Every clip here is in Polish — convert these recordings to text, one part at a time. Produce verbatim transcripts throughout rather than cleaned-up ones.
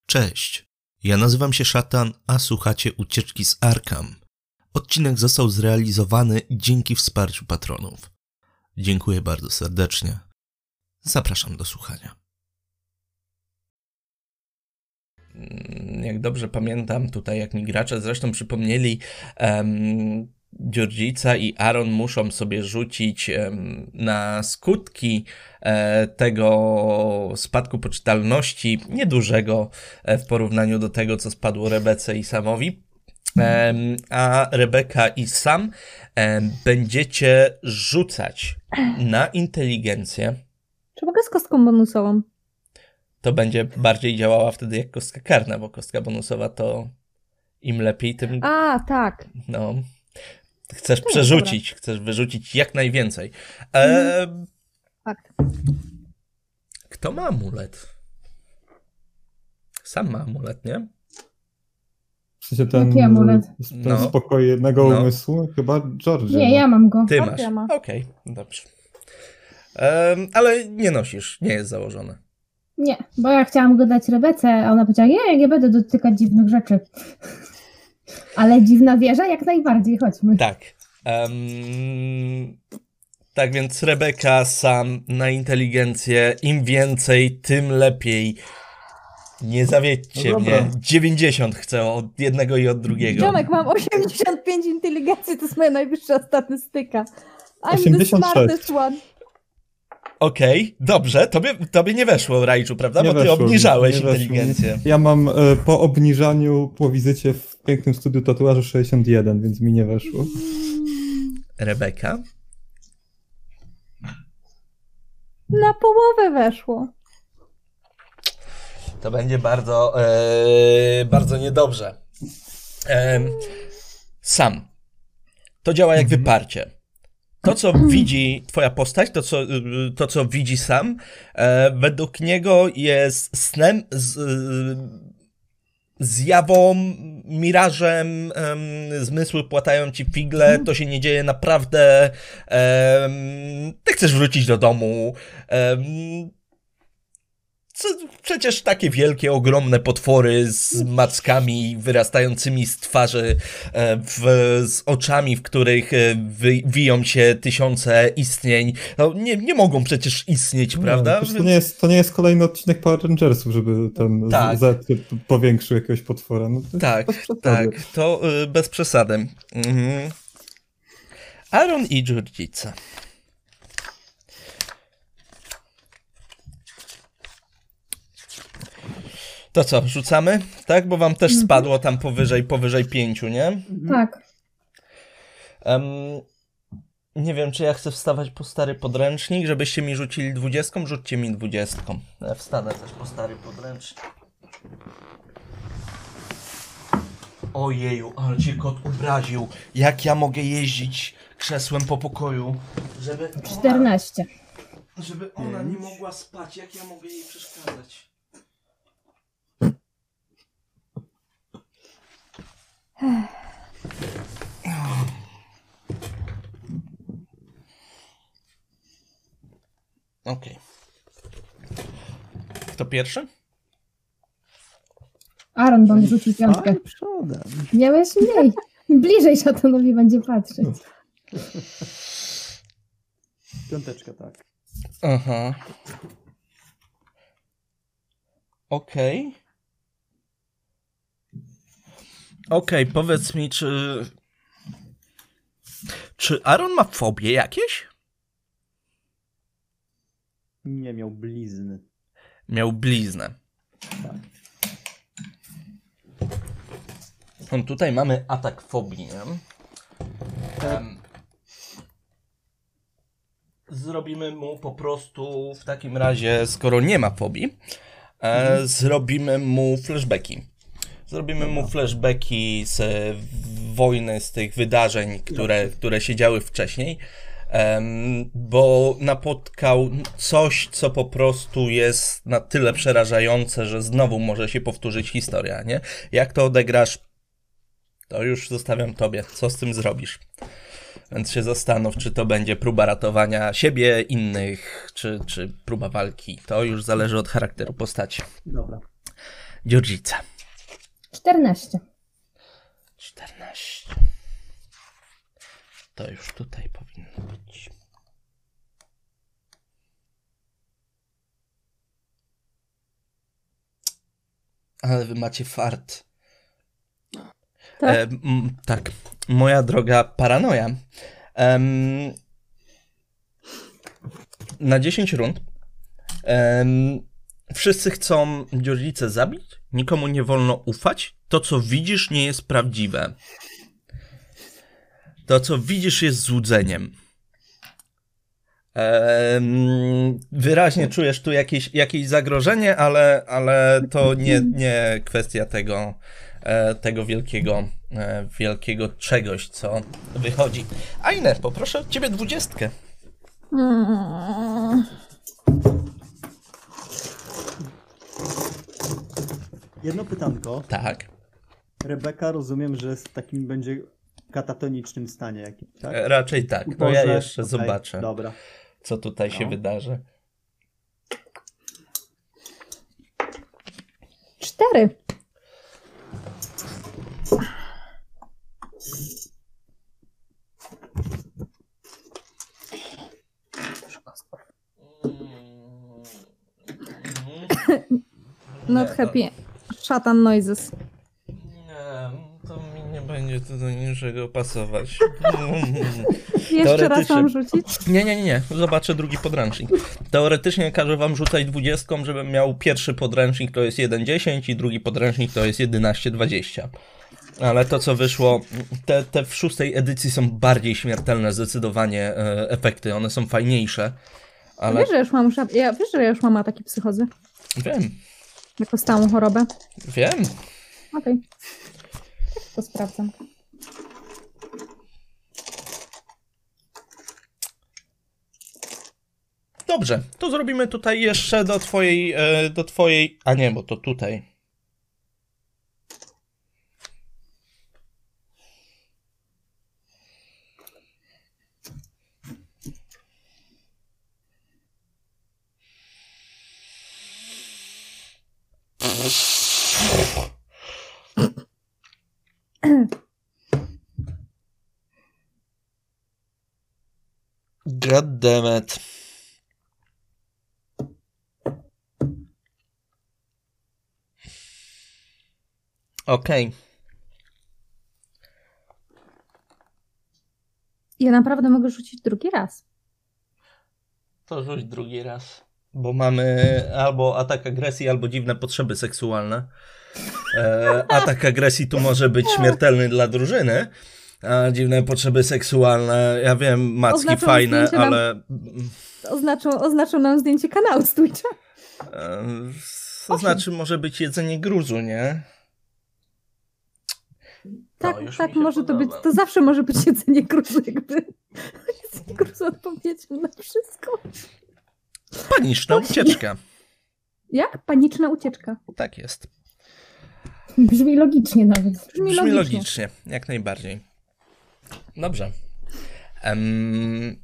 Cześć, ja nazywam się Szatan, a słuchacie Ucieczki z Arkham. Odcinek został zrealizowany dzięki wsparciu patronów. Dziękuję bardzo serdecznie. Zapraszam do słuchania. Jak dobrze pamiętam, tutaj jak mi gracze zresztą przypomnieli, um, Dzierdzica i Aaron muszą sobie rzucić um, na skutki e, tego spadku poczytalności, niedużego e, w porównaniu do tego, co spadło Rebece i Samowi. E, a Rebeka i Sam e, będziecie rzucać na inteligencję. Czy mogę z kostką bonusową? To będzie bardziej działała wtedy jak kostka karna, bo kostka bonusowa to im lepiej, tym... A, tak. No... Chcesz no, przerzucić, dobra. Chcesz wyrzucić jak najwięcej. E... Fakt. Kto ma amulet? Sam ma amulet, nie? W sensie ten, Jaki amulet? ten no. spokojnego no. umysłu? Chyba George. Nie, ja mam go. Ty masz. Ja ma. Okej, okay, dobrze. Um, ale nie nosisz, nie jest założone. Nie, bo ja chciałam go dać Rebece, a ona powiedziała, nie, nie będę dotykać dziwnych rzeczy. Ale dziwna wieża? Jak najbardziej, chodźmy. Tak. Um, tak więc Rebeka, Sam na inteligencję. Im więcej, tym lepiej. Nie zawiedźcie no mnie. dziewięćdziesiąt chcę od jednego i od drugiego. Dziomek, mam osiemdziesiąt pięć inteligencji, to jest moja najwyższa statystyka. I'm osiemdziesiąt sześć. The smartest one. Okej, okay, dobrze. Tobie, tobie nie weszło, Rajczu, prawda? Nie Bo ty weszło, obniżałeś inteligencję. Ja mam y, po obniżaniu, po wizycie w pięknym studiu tatuażu sześćdziesiąt jeden, więc mi nie weszło. Rebeka? Na połowę weszło. To będzie bardzo, e, bardzo niedobrze. E, Sam. To działa jak wyparcie. To, co widzi twoja postać, to, co, to, co widzi Sam, e, według niego jest snem, z, zjawą, mirażem, em, zmysły płatają ci figle, to się nie dzieje naprawdę. Em, ty chcesz wrócić do domu. Em, Co, przecież takie wielkie, ogromne potwory z mackami wyrastającymi z twarzy, w, z oczami, w których wy, wiją się tysiące istnień, no nie, nie mogą przecież istnieć, no, prawda? To nie, jest, to nie jest kolejny odcinek Power Rangersów, żeby ten tak. Z powiększył jakiegoś potwora. No to tak, tak, to y, bez przesady. Mhm. Aaron i Dzierdzica. To co, rzucamy? Tak? Bo wam też spadło tam powyżej, powyżej pięciu, nie? Tak. Um, nie wiem, czy ja chcę wstawać po stary podręcznik, żebyście mi rzucili dwudziestką. Rzućcie mi dwudziestką. Ja wstanę też po stary podręcznik. Ojeju, ale cię kot obraził. Jak ja mogę jeździć krzesłem po pokoju, żeby... czternaście. Ona, żeby ona nie mogła spać. Jak ja mogę jej przeszkadzać? Okej. Okay. Kto pierwszy? Aaron, bo mi rzucił piątkę. Miałeś mniej. Bliżej Szatanowi będzie patrzeć. Piąteczka, tak. Aha. Okej. Okay. Okej, okay, powiedz mi, czy... Czy Aaron ma fobię jakieś? Nie, miał blizny. Miał bliznę. Tak. On tutaj mamy atak fobii, nie? Um, zrobimy mu po prostu w takim razie, skoro nie ma fobii, mhm. e, zrobimy mu flashbacki. Zrobimy mu flashbacki z wojny, z tych wydarzeń, które, które się działy wcześniej, um, bo napotkał coś, co po prostu jest na tyle przerażające, że znowu może się powtórzyć historia, nie? Jak to odegrasz, to już zostawiam tobie. Co z tym zrobisz? Więc się zastanów, czy to będzie próba ratowania siebie, innych, czy, czy próba walki. To już zależy od charakteru postaci. Dobra. Dzierżyca. czternaście. czternaście. To już tutaj powinno być. Ale wy macie fart. Tak? E, m, tak. Moja droga paranoja. Em, na dziesięć rund em, wszyscy chcą dzierżicę zabić. Nikomu nie wolno ufać. To, co widzisz, nie jest prawdziwe. To, co widzisz, jest złudzeniem. Ehm, wyraźnie czujesz tu jakieś, jakieś zagrożenie, ale, ale to nie, nie kwestia tego, e, tego wielkiego, e, wielkiego czegoś, co wychodzi. Aine, poproszę od ciebie dwudziestkę. Mm. Jedno pytanko. Tak. Rebeka, rozumiem, że w takim będzie katatonicznym stanie jakimś, tak? E, raczej tak. No Boże, ja jeszcze okej, zobaczę, Dobra. co tutaj się No. wydarzy. Cztery. Not happy. Shatan noises. Nie, to mi nie będzie to do niczego pasować. Jeszcze raz Teoretycznie- mam rzucić? Nie, nie, nie, nie. Zobaczę drugi podręcznik. Teoretycznie każę wam rzucać dwudziestką, żebym miał pierwszy podręcznik to jest jeden dziesięć i drugi podręcznik to jest jedenaście dwadzieścia. Ale to, co wyszło, te, te w szóstej edycji są bardziej śmiertelne zdecydowanie e, efekty. One są fajniejsze. Ale Wiesz, że już mam, szat- ja, wiesz, że ja już mam ataki psychozy? wiem, Jako stałą chorobę. wiem. Okej. To sprawdzam. Dobrze, to zrobimy tutaj jeszcze do twojej, e, do twojej, a nie, bo to tutaj. God damn it. Okej. Ja naprawdę mogę rzucić drugi raz. To rzuć drugi raz. Bo mamy albo atak agresji, albo dziwne potrzeby seksualne. E, atak agresji tu może być śmiertelny dla drużyny, a dziwne potrzeby seksualne, ja wiem, macki Oznaczą fajne, zdjęcie nam- ale... Oznaczą, oznaczą nam zdjęcie kanału z Twitcha. E, to znaczy może być jedzenie gruzu, nie? Tak, No, już tak, mi się może to być, podoba. to zawsze może być jedzenie gruzu, jakby. Jedzenie gruzu odpowiedzią na wszystko. Paniczna ucieczka. Jak? Paniczna ucieczka. Tak jest. Brzmi logicznie nawet. Brzmi, Brzmi logicznie. logicznie, jak najbardziej. Dobrze. Em,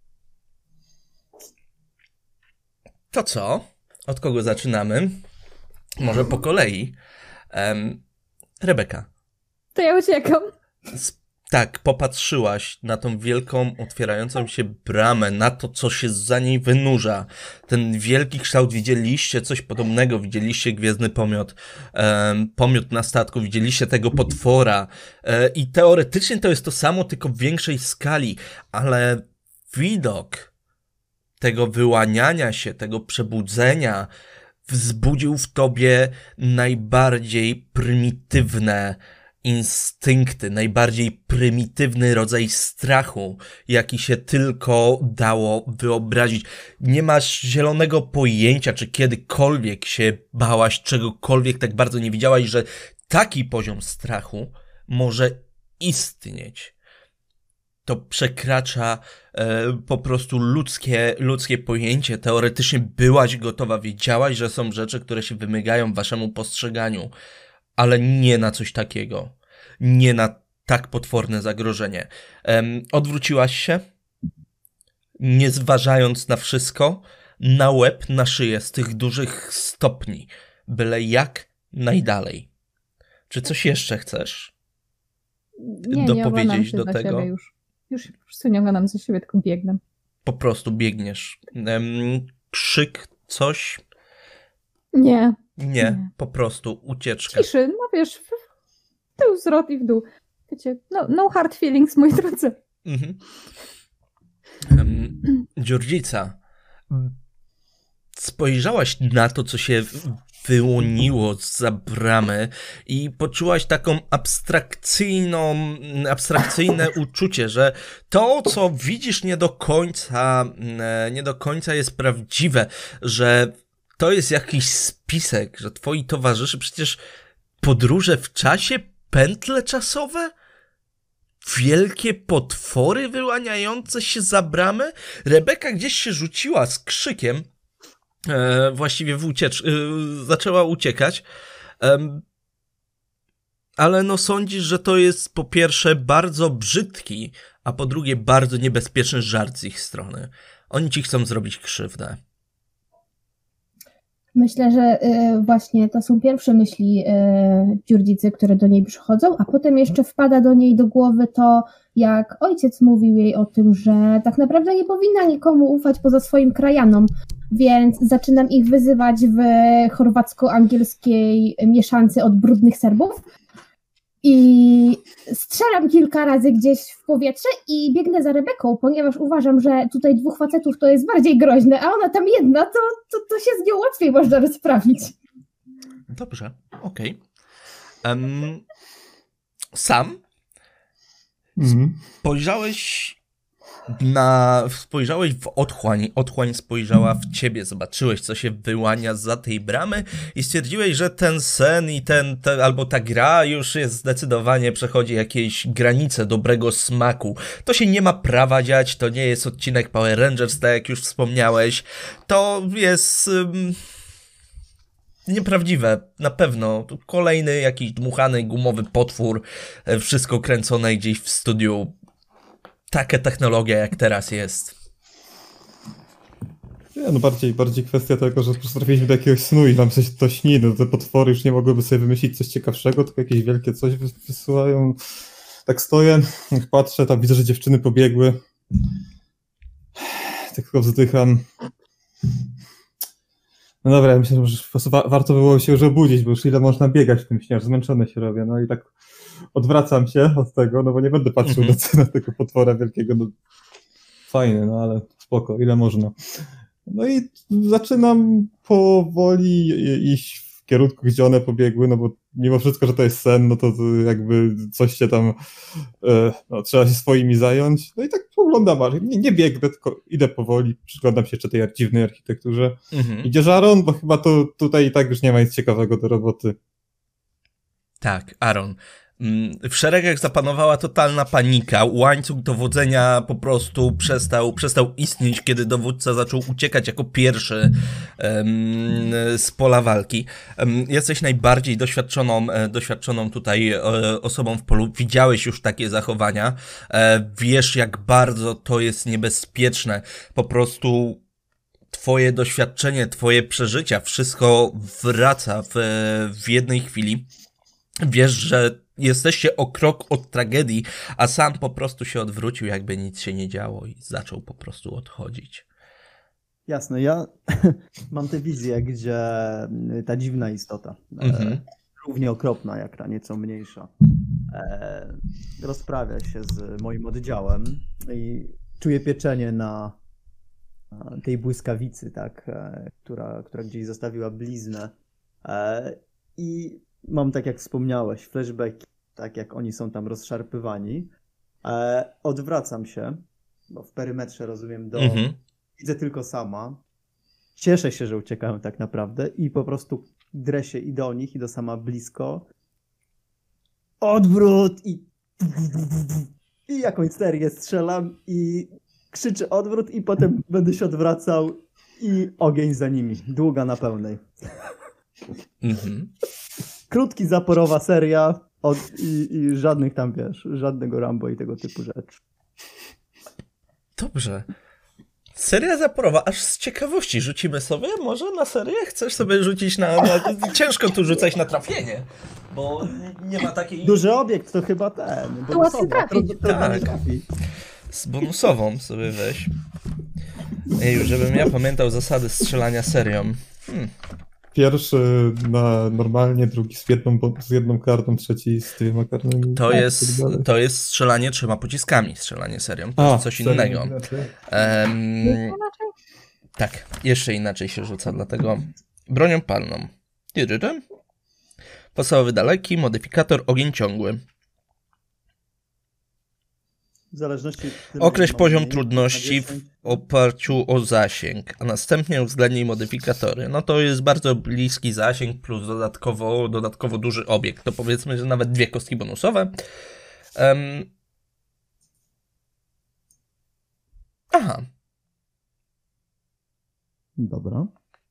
To co? Od kogo zaczynamy? Może po kolei. Em, Rebeka, To ja uciekam. s- tak, popatrzyłaś na tą wielką, otwierającą się bramę, na to, co się za niej wynurza. Ten wielki kształt, widzieliście coś podobnego, widzieliście gwiezdny pomiot, em, pomiot na statku, widzieliście tego potwora e, i teoretycznie to jest to samo, tylko w większej skali, ale widok tego wyłaniania się, tego przebudzenia wzbudził w tobie najbardziej prymitywne instynkty, najbardziej prymitywny rodzaj strachu, jaki się tylko dało wyobrazić. Nie masz zielonego pojęcia, czy kiedykolwiek się bałaś czegokolwiek, tak bardzo nie widziałaś, że taki poziom strachu może istnieć. To przekracza e, po prostu ludzkie, ludzkie pojęcie. Teoretycznie byłaś gotowa, wiedziałaś, że są rzeczy, które się wymygają waszemu postrzeganiu, ale nie na coś takiego. Nie na tak potworne zagrożenie. Em, odwróciłaś się, nie zważając na wszystko, na łeb, na szyję z tych dużych stopni. Byle jak najdalej. Czy coś jeszcze chcesz nie, nie dopowiedzieć się do za tego? Siebie już. Już po prostu nie oglądam za siebie, tylko biegnę. Po prostu biegniesz. Um, krzyk, coś? Nie. Nie, Nie. po prostu ucieczka. Ciszy, no wiesz, w tył, zwrot i w dół. Wiecie, no, no hard feelings, moi drodzy. Mhm. Um, Dziurdzica, spojrzałaś na to, co się wyłoniło zza bramy i poczułaś taką abstrakcyjną, abstrakcyjne uczucie, że to, co widzisz, nie do końca, nie do końca jest prawdziwe, że to jest jakiś spisek, że twoi towarzysze, przecież podróże w czasie, pętle czasowe? Wielkie potwory wyłaniające się za bramę? Rebeka gdzieś się rzuciła z krzykiem, e, właściwie w uciecz... E, zaczęła uciekać, e, ale no sądzisz, że to jest po pierwsze bardzo brzydki, a po drugie bardzo niebezpieczny żart z ich strony. Oni ci chcą zrobić krzywdę. Myślę, że y, właśnie to są pierwsze myśli y, Dziurdzicy, które do niej przychodzą, a potem jeszcze wpada do niej do głowy to, jak ojciec mówił jej o tym, że tak naprawdę nie powinna nikomu ufać poza swoim krajanom, więc zaczynam ich wyzywać w chorwacko-angielskiej mieszance od brudnych Serbów i strzelam kilka razy gdzieś w powietrze i biegnę za Rebeką, ponieważ uważam, że tutaj dwóch facetów to jest bardziej groźne, a ona tam jedna, to, to, to się z nią łatwiej można rozprawić. Dobrze, okej. Okay. Um, sam Mhm. spojrzałeś na... spojrzałeś w otchłań, otchłań spojrzała w ciebie, zobaczyłeś, co się wyłania za tej bramy i stwierdziłeś, że ten sen i ten, ten albo ta gra już jest zdecydowanie, przechodzi jakieś granice dobrego smaku. To się nie ma prawa dziać, to nie jest odcinek Power Rangers, tak jak już wspomniałeś. To jest... Um, nieprawdziwe, na pewno. Kolejny jakiś dmuchany, gumowy potwór, wszystko kręcone gdzieś w studiu. Taka technologia jak teraz jest. Nie, no bardziej, bardziej kwestia tego, że po prostu trafiliśmy do jakiegoś snu i nam coś to śni, no te potwory już nie mogłyby sobie wymyślić coś ciekawszego, tylko jakieś wielkie coś wys- wysyłają. Tak stoję, jak patrzę, tam widzę, że dziewczyny pobiegły. Tak tylko wzdycham. No dobra, ja myślę, że po prostu wa- warto było się już obudzić, bo już ile można biegać w tym śnie, aż zmęczony się robię, no i tak odwracam się od tego, no bo nie będę patrzył Mhm. na, na tego potwora wielkiego, no fajny, no ale spoko, ile można. No i zaczynam powoli iść w kierunku, gdzie one pobiegły, no bo mimo wszystko, że to jest sen, no to, to jakby coś się tam, e, no trzeba się swoimi zająć. No i tak poglądam, ale nie, nie biegnę, tylko idę powoli, przyglądam się jeszcze tej dziwnej architekturze. Mhm. Idzie Aaron, bo chyba to tutaj i tak już nie ma nic ciekawego do roboty. Tak, Aaron. W szeregach zapanowała totalna panika. Łańcuch dowodzenia po prostu przestał, przestał istnieć, kiedy dowódca zaczął uciekać jako pierwszy um, z pola walki. Um, jesteś najbardziej doświadczoną, doświadczoną tutaj e, osobą w polu. Widziałeś już takie zachowania. E, wiesz, jak bardzo to jest niebezpieczne. Po prostu twoje doświadczenie, twoje przeżycia, wszystko wraca w, w jednej chwili. Wiesz, że jesteście o krok od tragedii, a sam po prostu się odwrócił, jakby nic się nie działo i zaczął po prostu odchodzić. Jasne, ja mam tę wizję, gdzie ta dziwna istota, Mhm. e, równie okropna jak ta nieco mniejsza, e, rozprawia się z moim oddziałem i czuję pieczenie na, na tej błyskawicy, tak, e, która, która gdzieś zostawiła bliznę. E, I mam, tak jak wspomniałeś, flashbacki, tak jak oni są tam rozszarpywani. E, odwracam się, bo w perymetrze, rozumiem, do... Mhm. Widzę tylko sama. Cieszę się, że uciekałem tak naprawdę i po prostu drę się i do nich, i do sama blisko. Odwrót! I, i jakąś serię strzelam i krzyczę odwrót i potem będę się odwracał i ogień za nimi. Długa na pełnej. Mhm. Krótki, zaporowa seria od, i, i żadnych tam, wiesz, żadnego Rambo i tego typu rzeczy. Dobrze. Seria zaporowa, aż z ciekawości rzucimy sobie, może na serię? Chcesz sobie rzucić na... na... Ciężko tu rzucać na trafienie, bo nie ma takiej... Duży obiekt to chyba ten. To łatwiej trafić. Tak. Z bonusową sobie weź. Ej, żebym ja pamiętał zasady strzelania serią. Hmm. Pierwszy na normalnie, drugi z jedną, z jedną kartą, trzeci z dwiema kartami. To tak, jest, tak dalej. to jest strzelanie trzema pociskami, strzelanie serią. To A, jest coś serio, innego. inaczej. Em, Inaczej? tak, jeszcze inaczej się rzuca, dlatego bronią palną. Tyryrym. Podstawowy daleki, modyfikator ogień ciągły. W zależności... Określ poziom trudności w oparciu o zasięg, a następnie uwzględnij modyfikatory. No to jest bardzo bliski zasięg plus dodatkowo, dodatkowo duży obiekt. To powiedzmy, że nawet dwie kostki bonusowe. Um. Aha. Dobra.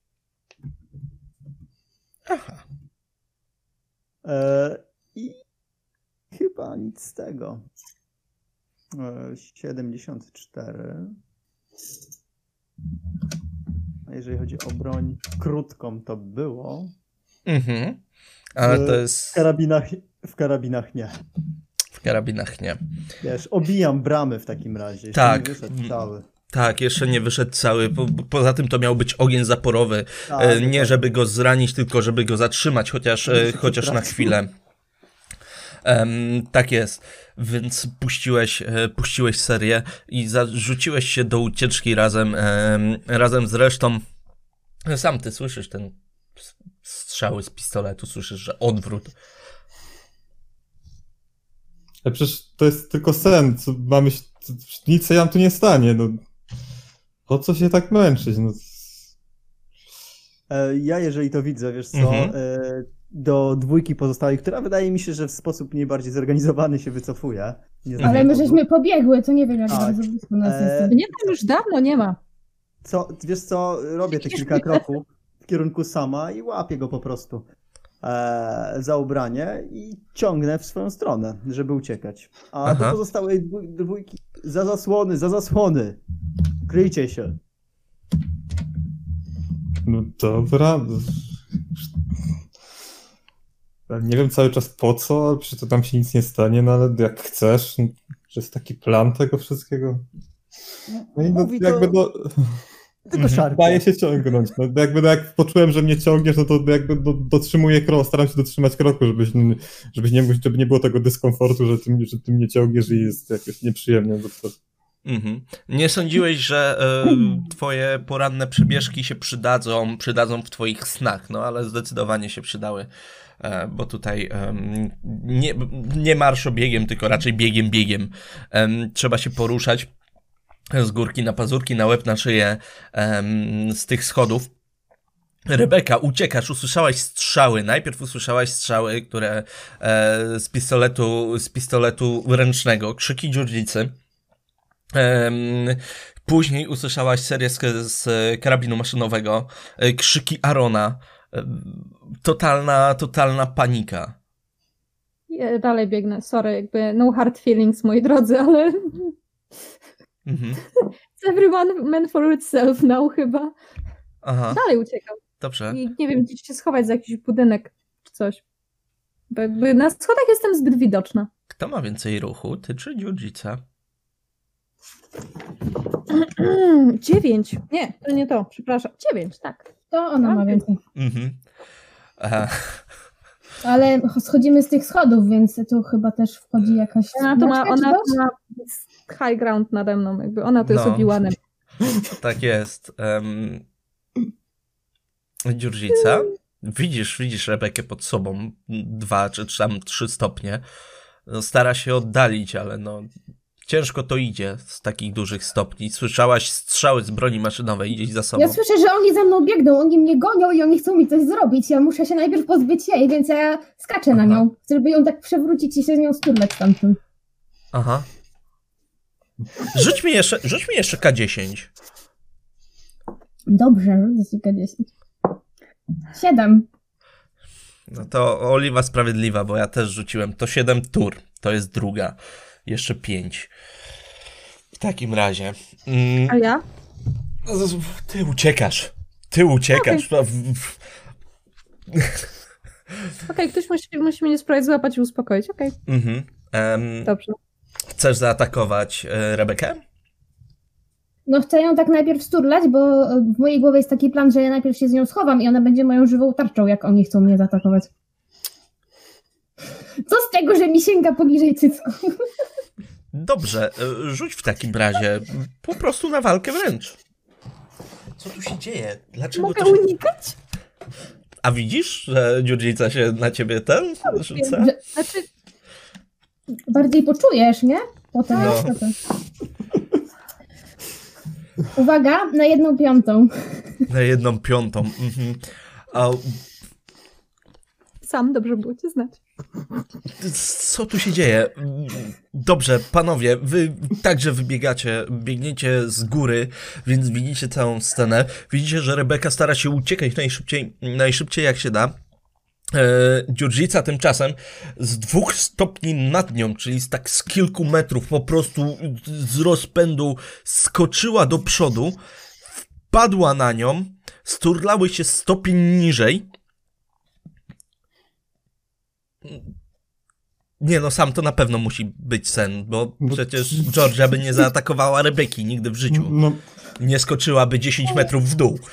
Aha. E, I chyba nic z tego. E, siedemdziesiąt cztery. A jeżeli chodzi o broń krótką, to było. Mhm. Ale W to jest... W karabinach, w karabinach nie. W karabinach nie. Wiesz, obijam bramy w takim razie. Jeszcze Tak. nie wyszedł cały. Tak, jeszcze nie wyszedł cały. Po, poza tym to miał być ogień zaporowy. Tak, E, nie dokładnie. żeby go zranić, tylko żeby go zatrzymać, chociaż, e, się chociaż na przetracił. chwilę. Em, tak jest, więc puściłeś, e, puściłeś serię i zarzuciłeś się do ucieczki razem, em, razem z resztą. Sam ty słyszysz ten s- strzały z pistoletu, słyszysz, że odwrót. Ale przecież to jest tylko sen, co mamy, się- co- nic się nam tu nie stanie, no. Po co się tak męczyć, no. E, Ja jeżeli to widzę, wiesz co, Mhm. e, do dwójki pozostałych, która wydaje mi się, że w sposób mniej bardziej zorganizowany się wycofuje. Nie znam Ale my powodu. żeśmy pobiegły, to nie wiem jak Tak. bardzo blisko nas Eee, jest. Nie tam już dawno nie ma. Co, wiesz co, robię te kilka kroków w kierunku sama i łapię go po prostu e, za ubranie i ciągnę w swoją stronę, żeby uciekać. A Aha. do pozostałej dwój, dwójki, za zasłony, za zasłony, kryjcie się. No dobra. Ja nie wiem cały czas po co, czy to tam się nic nie stanie, no ale jak chcesz, no, że jest taki plan tego wszystkiego. No i no, Mówi to- jakby no, Tylko Mhm. szarpie. daje się ciągnąć. No, jakby no, jak poczułem, że mnie ciągniesz, no to jakby do, dotrzymuję krok, staram się dotrzymać kroku, żebyś, żebyś nie, żeby nie było tego dyskomfortu, że ty, mnie- że ty mnie ciągniesz i jest jakoś nieprzyjemnie. Bo to... Mhm. Nie sądziłeś, że e, twoje poranne przebieżki się przydadzą, przydadzą w twoich snach, no ale zdecydowanie się przydały, e, bo tutaj em, nie, nie marszobiegiem, tylko raczej biegiem, biegiem. Em, trzeba się poruszać z górki na pazurki, na łeb, na szyję, em, z tych schodów. Rebeka, uciekasz, usłyszałaś strzały. Najpierw usłyszałaś strzały, które e, z pistoletu, z pistoletu ręcznego, krzyki dziurdzicy. Em, później usłyszałaś serię z, z karabinu maszynowego, e, krzyki Arona, e, totalna, totalna panika. Ja dalej biegnę, sorry, jakby no hard feelings, moi drodzy, ale Mhm. it's everyone man for itself now chyba. Aha, Dalej uciekam dobrze. i nie wiem, gdzie się schować za jakiś budynek czy coś. Bo jakby na schodach jestem zbyt widoczna. Kto ma więcej ruchu, ty czy dziurdzica? Dziewięć. Nie, to nie to, przepraszam. Dziewięć, tak. To ona ma więcej. Mhm. Aha. Ale schodzimy z tych schodów, więc tu chyba też wchodzi jakaś... Ona to ma, znaczka czy ona coś? to ma high ground nade mną, jakby ona to jest No. Obi-Wanem. Tak jest. Um, dziurdzica. Widzisz, widzisz Rebekę pod sobą, dwa czy, czy tam trzy stopnie. No, stara się oddalić, ale no ciężko to idzie z takich dużych stopni. Słyszałaś strzały z broni maszynowej gdzieś za sobą. Ja słyszę, że oni za mną biegną, oni mnie gonią i oni chcą mi coś zrobić. Ja muszę się najpierw pozbyć jej, więc ja skaczę na Aha. nią, żeby ją tak przewrócić i się z nią sturlać stamtąd. Aha. Rzuć mi jeszcze, rzuć mi jeszcze K dziesięć. Dobrze, rzucę ci K dziesięć. Siedem. No to Oliwa sprawiedliwa, bo ja też rzuciłem. To siedem tur. To jest druga. Jeszcze pięć. W takim razie. Mm, A ja? Ty uciekasz. Ty uciekasz. Okej, okay, ktoś musi, musi mnie spróbować złapać i uspokoić. Okej, okay. Mhm. Um, dobrze. chcesz zaatakować e, Rebekę? No chcę ją tak najpierw sturlać, bo w mojej głowie jest taki plan, że ja najpierw się z nią schowam i ona będzie moją żywą tarczą, jak oni chcą mnie zaatakować. Co z tego, że mi sięga poniżej cycku? Dobrze, e, rzuć w takim razie po prostu na walkę wręcz. Co tu się dzieje? Dlaczego Mogę to się... unikać? A widzisz, że dziurdzica się na ciebie ten rzuca? Że Znaczy, bardziej poczujesz, nie? Potem No. niestety. Uwaga, na jedną piątą. Na jedną piątą. Mhm. A sam dobrze było cię znać. co tu się dzieje? Dobrze, panowie, wy także wybiegacie, biegniecie z góry, więc widzicie całą scenę. Widzicie, że Rebeka stara się uciekać najszybciej, najszybciej jak się da. E, Dziurdzica tymczasem z dwóch stopni nad nią, czyli z tak z kilku metrów, po prostu z rozpędu skoczyła do przodu, wpadła na nią, sturlały się stopień niżej. Nie no, sam to na pewno musi być sen, bo przecież Georgia by nie zaatakowała Rebeki nigdy w życiu. No, Nie skoczyłaby dziesięć metrów w dół.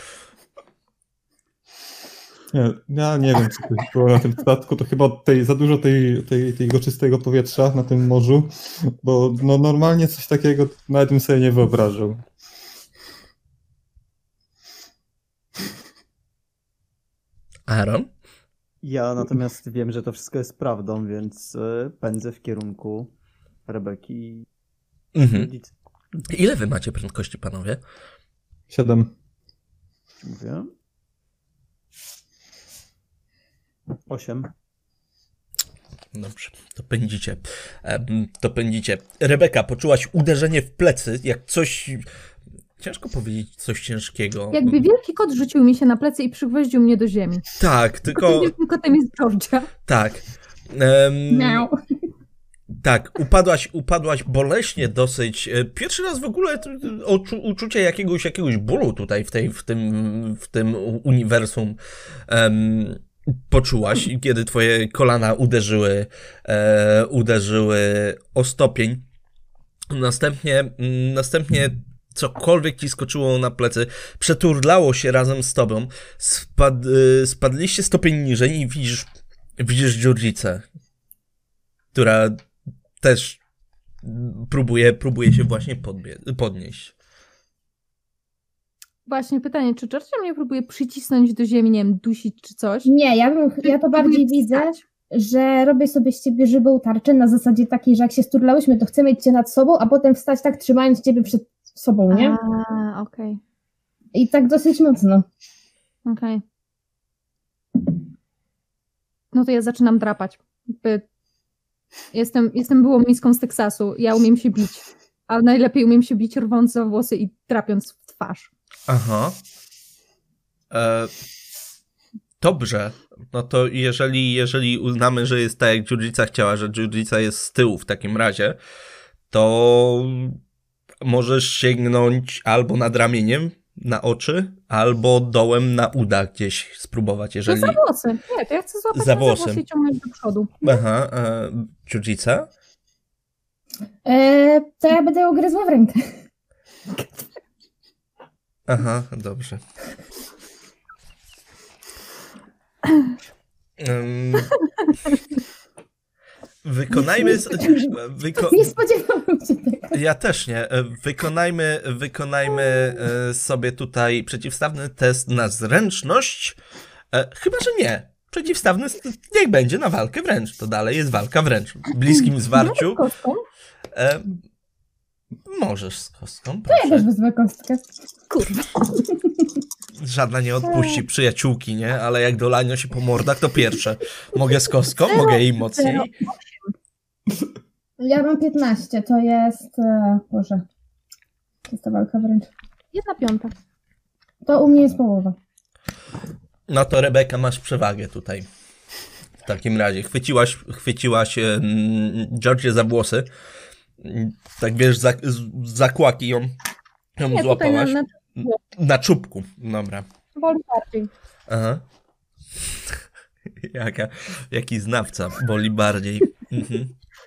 nie, ja nie wiem, co to było na tym statku, to chyba tej, za dużo tej, tej, tego czystego powietrza na tym morzu, bo no, normalnie coś takiego nawet bym sobie nie wyobrażał. Aaron? Ja natomiast wiem, że to wszystko jest prawdą, więc e, pędzę w kierunku Rebeki i Mhm. Judicy. Ile wy macie prędkości, panowie? Siedem. Mówię. Osiem. Dobrze, to pędzicie. Em, to pędzicie. Rebeka, poczułaś uderzenie w plecy, jak coś... Ciężko powiedzieć coś ciężkiego. Jakby wielki kot rzucił mi się na plecy i przygwoździł mnie do ziemi. Tak, Tylko tylko... tym wielkim kotem jest Georgia. Tak. Em, Miau. Tak, upadłaś, upadłaś boleśnie dosyć. E, Pierwszy raz w ogóle t- t- odczu, uczucie jakiegoś, jakiegoś bólu tutaj w, tej, w, tym, w tym uniwersum em, poczułaś, kiedy twoje kolana uderzyły, e, uderzyły o stopień. Następnie, mm, następnie cokolwiek ci skoczyło na plecy, przeturlało się razem z tobą, spad, e, spadliście stopień niżej i widzisz, widzisz Dziurdzicę, która też próbuje, próbuje się właśnie podbie- podnieść. Właśnie pytanie, czy Georgia mnie próbuje przycisnąć do ziemi, nie wiem, dusić czy coś? Nie, ja, bym, ja to bardziej widzę, że robię sobie z ciebie żywą tarczę na zasadzie takiej, że jak się sturlałyśmy, to chcę mieć cię nad sobą, a potem wstać tak trzymając ciebie przed sobą, nie? A, okej, I tak dosyć mocno. okej. No to ja zaczynam drapać. Jakby Jestem, jestem byłą miską z Teksasu, ja umiem się bić. A najlepiej umiem się bić rwąc za włosy i trapiąc w twarz. Aha. E, dobrze. No to jeżeli, jeżeli uznamy, że jest tak, jak Dziurdzica chciała, że Dziurdzica jest z tyłu w takim razie, to możesz sięgnąć albo nad ramieniem na oczy, albo dołem na uda gdzieś spróbować, jeżeli... No za włosy. Nie, to ja chcę złapać Za za włosem. włosy i ciągnąć do przodu. Aha, e, Dziurdzica? E, to ja będę ją gryzła w rękę. Aha, dobrze. Um, wykonajmy... z- Wyko... Nie spodziewałam się tego. Ja też nie. Wykonajmy, wykonajmy e, sobie tutaj przeciwstawny test na zręczność. E, Chyba, że nie. Przeciwstawny s- niech będzie na walkę wręcz. To dalej jest walka wręcz. W bliskim zwarciu. Kostką? E, możesz z kostką, To ja też proszę. wezmę kostkę. Kurwa. Żadna nie odpuści przyjaciółki, nie? Ale jak dolania się po mordach, to pierwsze. Mogę z kostką? Mogę jej mocniej? Ja mam piętnaście, to jest... E, Boże. To jest ta walka wręcz. Jedna piąta. To u mnie jest połowa. No to Rebeka, masz przewagę tutaj. W takim razie chwyciłaś, chwyciłaś mm, Georgię za włosy. Mm, Tak wiesz, za, z- za kłaki ją, ją Nie, tutaj na, złapałaś. na, Na czubku, dobra. Boli bardziej. Aha. Jaka, jaki znawca, boli bardziej. Mhm.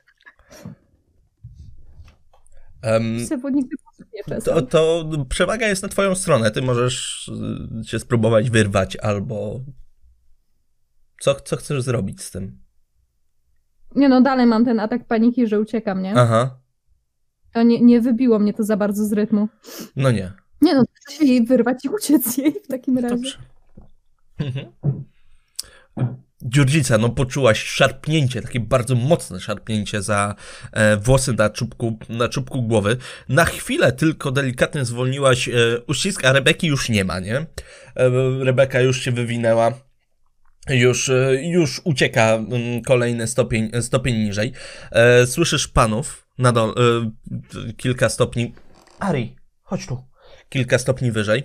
Um, Przewodnik to, to przewaga jest na twoją stronę. Ty możesz się spróbować wyrwać albo... Co, co chcesz zrobić z tym? Nie no, dalej mam ten atak paniki, że uciekam, nie? Aha. To nie, nie wybiło mnie to za bardzo z rytmu. No nie. Nie no, chcę się jej wyrwać i uciec jej w takim razie. Dobrze. Mhm. Dziurdzica, no poczułaś szarpnięcie, takie bardzo mocne szarpnięcie za e, włosy na czubku, na czubku głowy. Na chwilę tylko delikatnie zwolniłaś e, uścisk, a Rebeki już nie ma, nie? E, Rebeka już się wywinęła, już, e, już ucieka m, kolejny stopień, stopień niżej. E, słyszysz panów na dole, e, kilka stopni. Ari, chodź tu. Kilka stopni wyżej.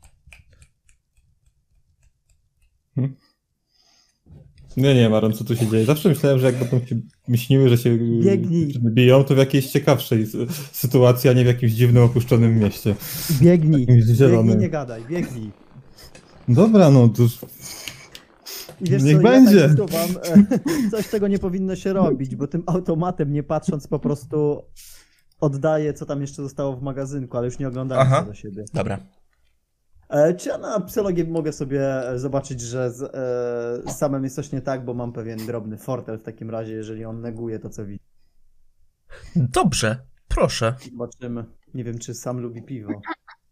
Hmm? Nie, nie, Maron, co tu się dzieje? Zawsze myślałem, że jak będą się śniły, że się Biegnij. biją, to w jakiejś ciekawszej sytuacji, a nie w jakimś dziwnym, opuszczonym mieście. Biegnij, Jakimś zielonym. biegnij, nie gadaj, biegnij. Dobra, no to... I wiesz Niech co, będzie. ja tak wam, e, coś tego nie powinno się robić, bo tym automatem nie patrząc po prostu oddaję, co tam jeszcze zostało w magazynku, ale już nie oglądam Aha. co do siebie. Dobra. E, czy ja na psychologii mogę sobie zobaczyć, że z, e, z samym jest coś nie tak, bo mam pewien drobny fortel w takim razie, jeżeli on neguje to, co widzi. Dobrze, proszę. Zobaczymy. Nie wiem, czy sam lubi piwo.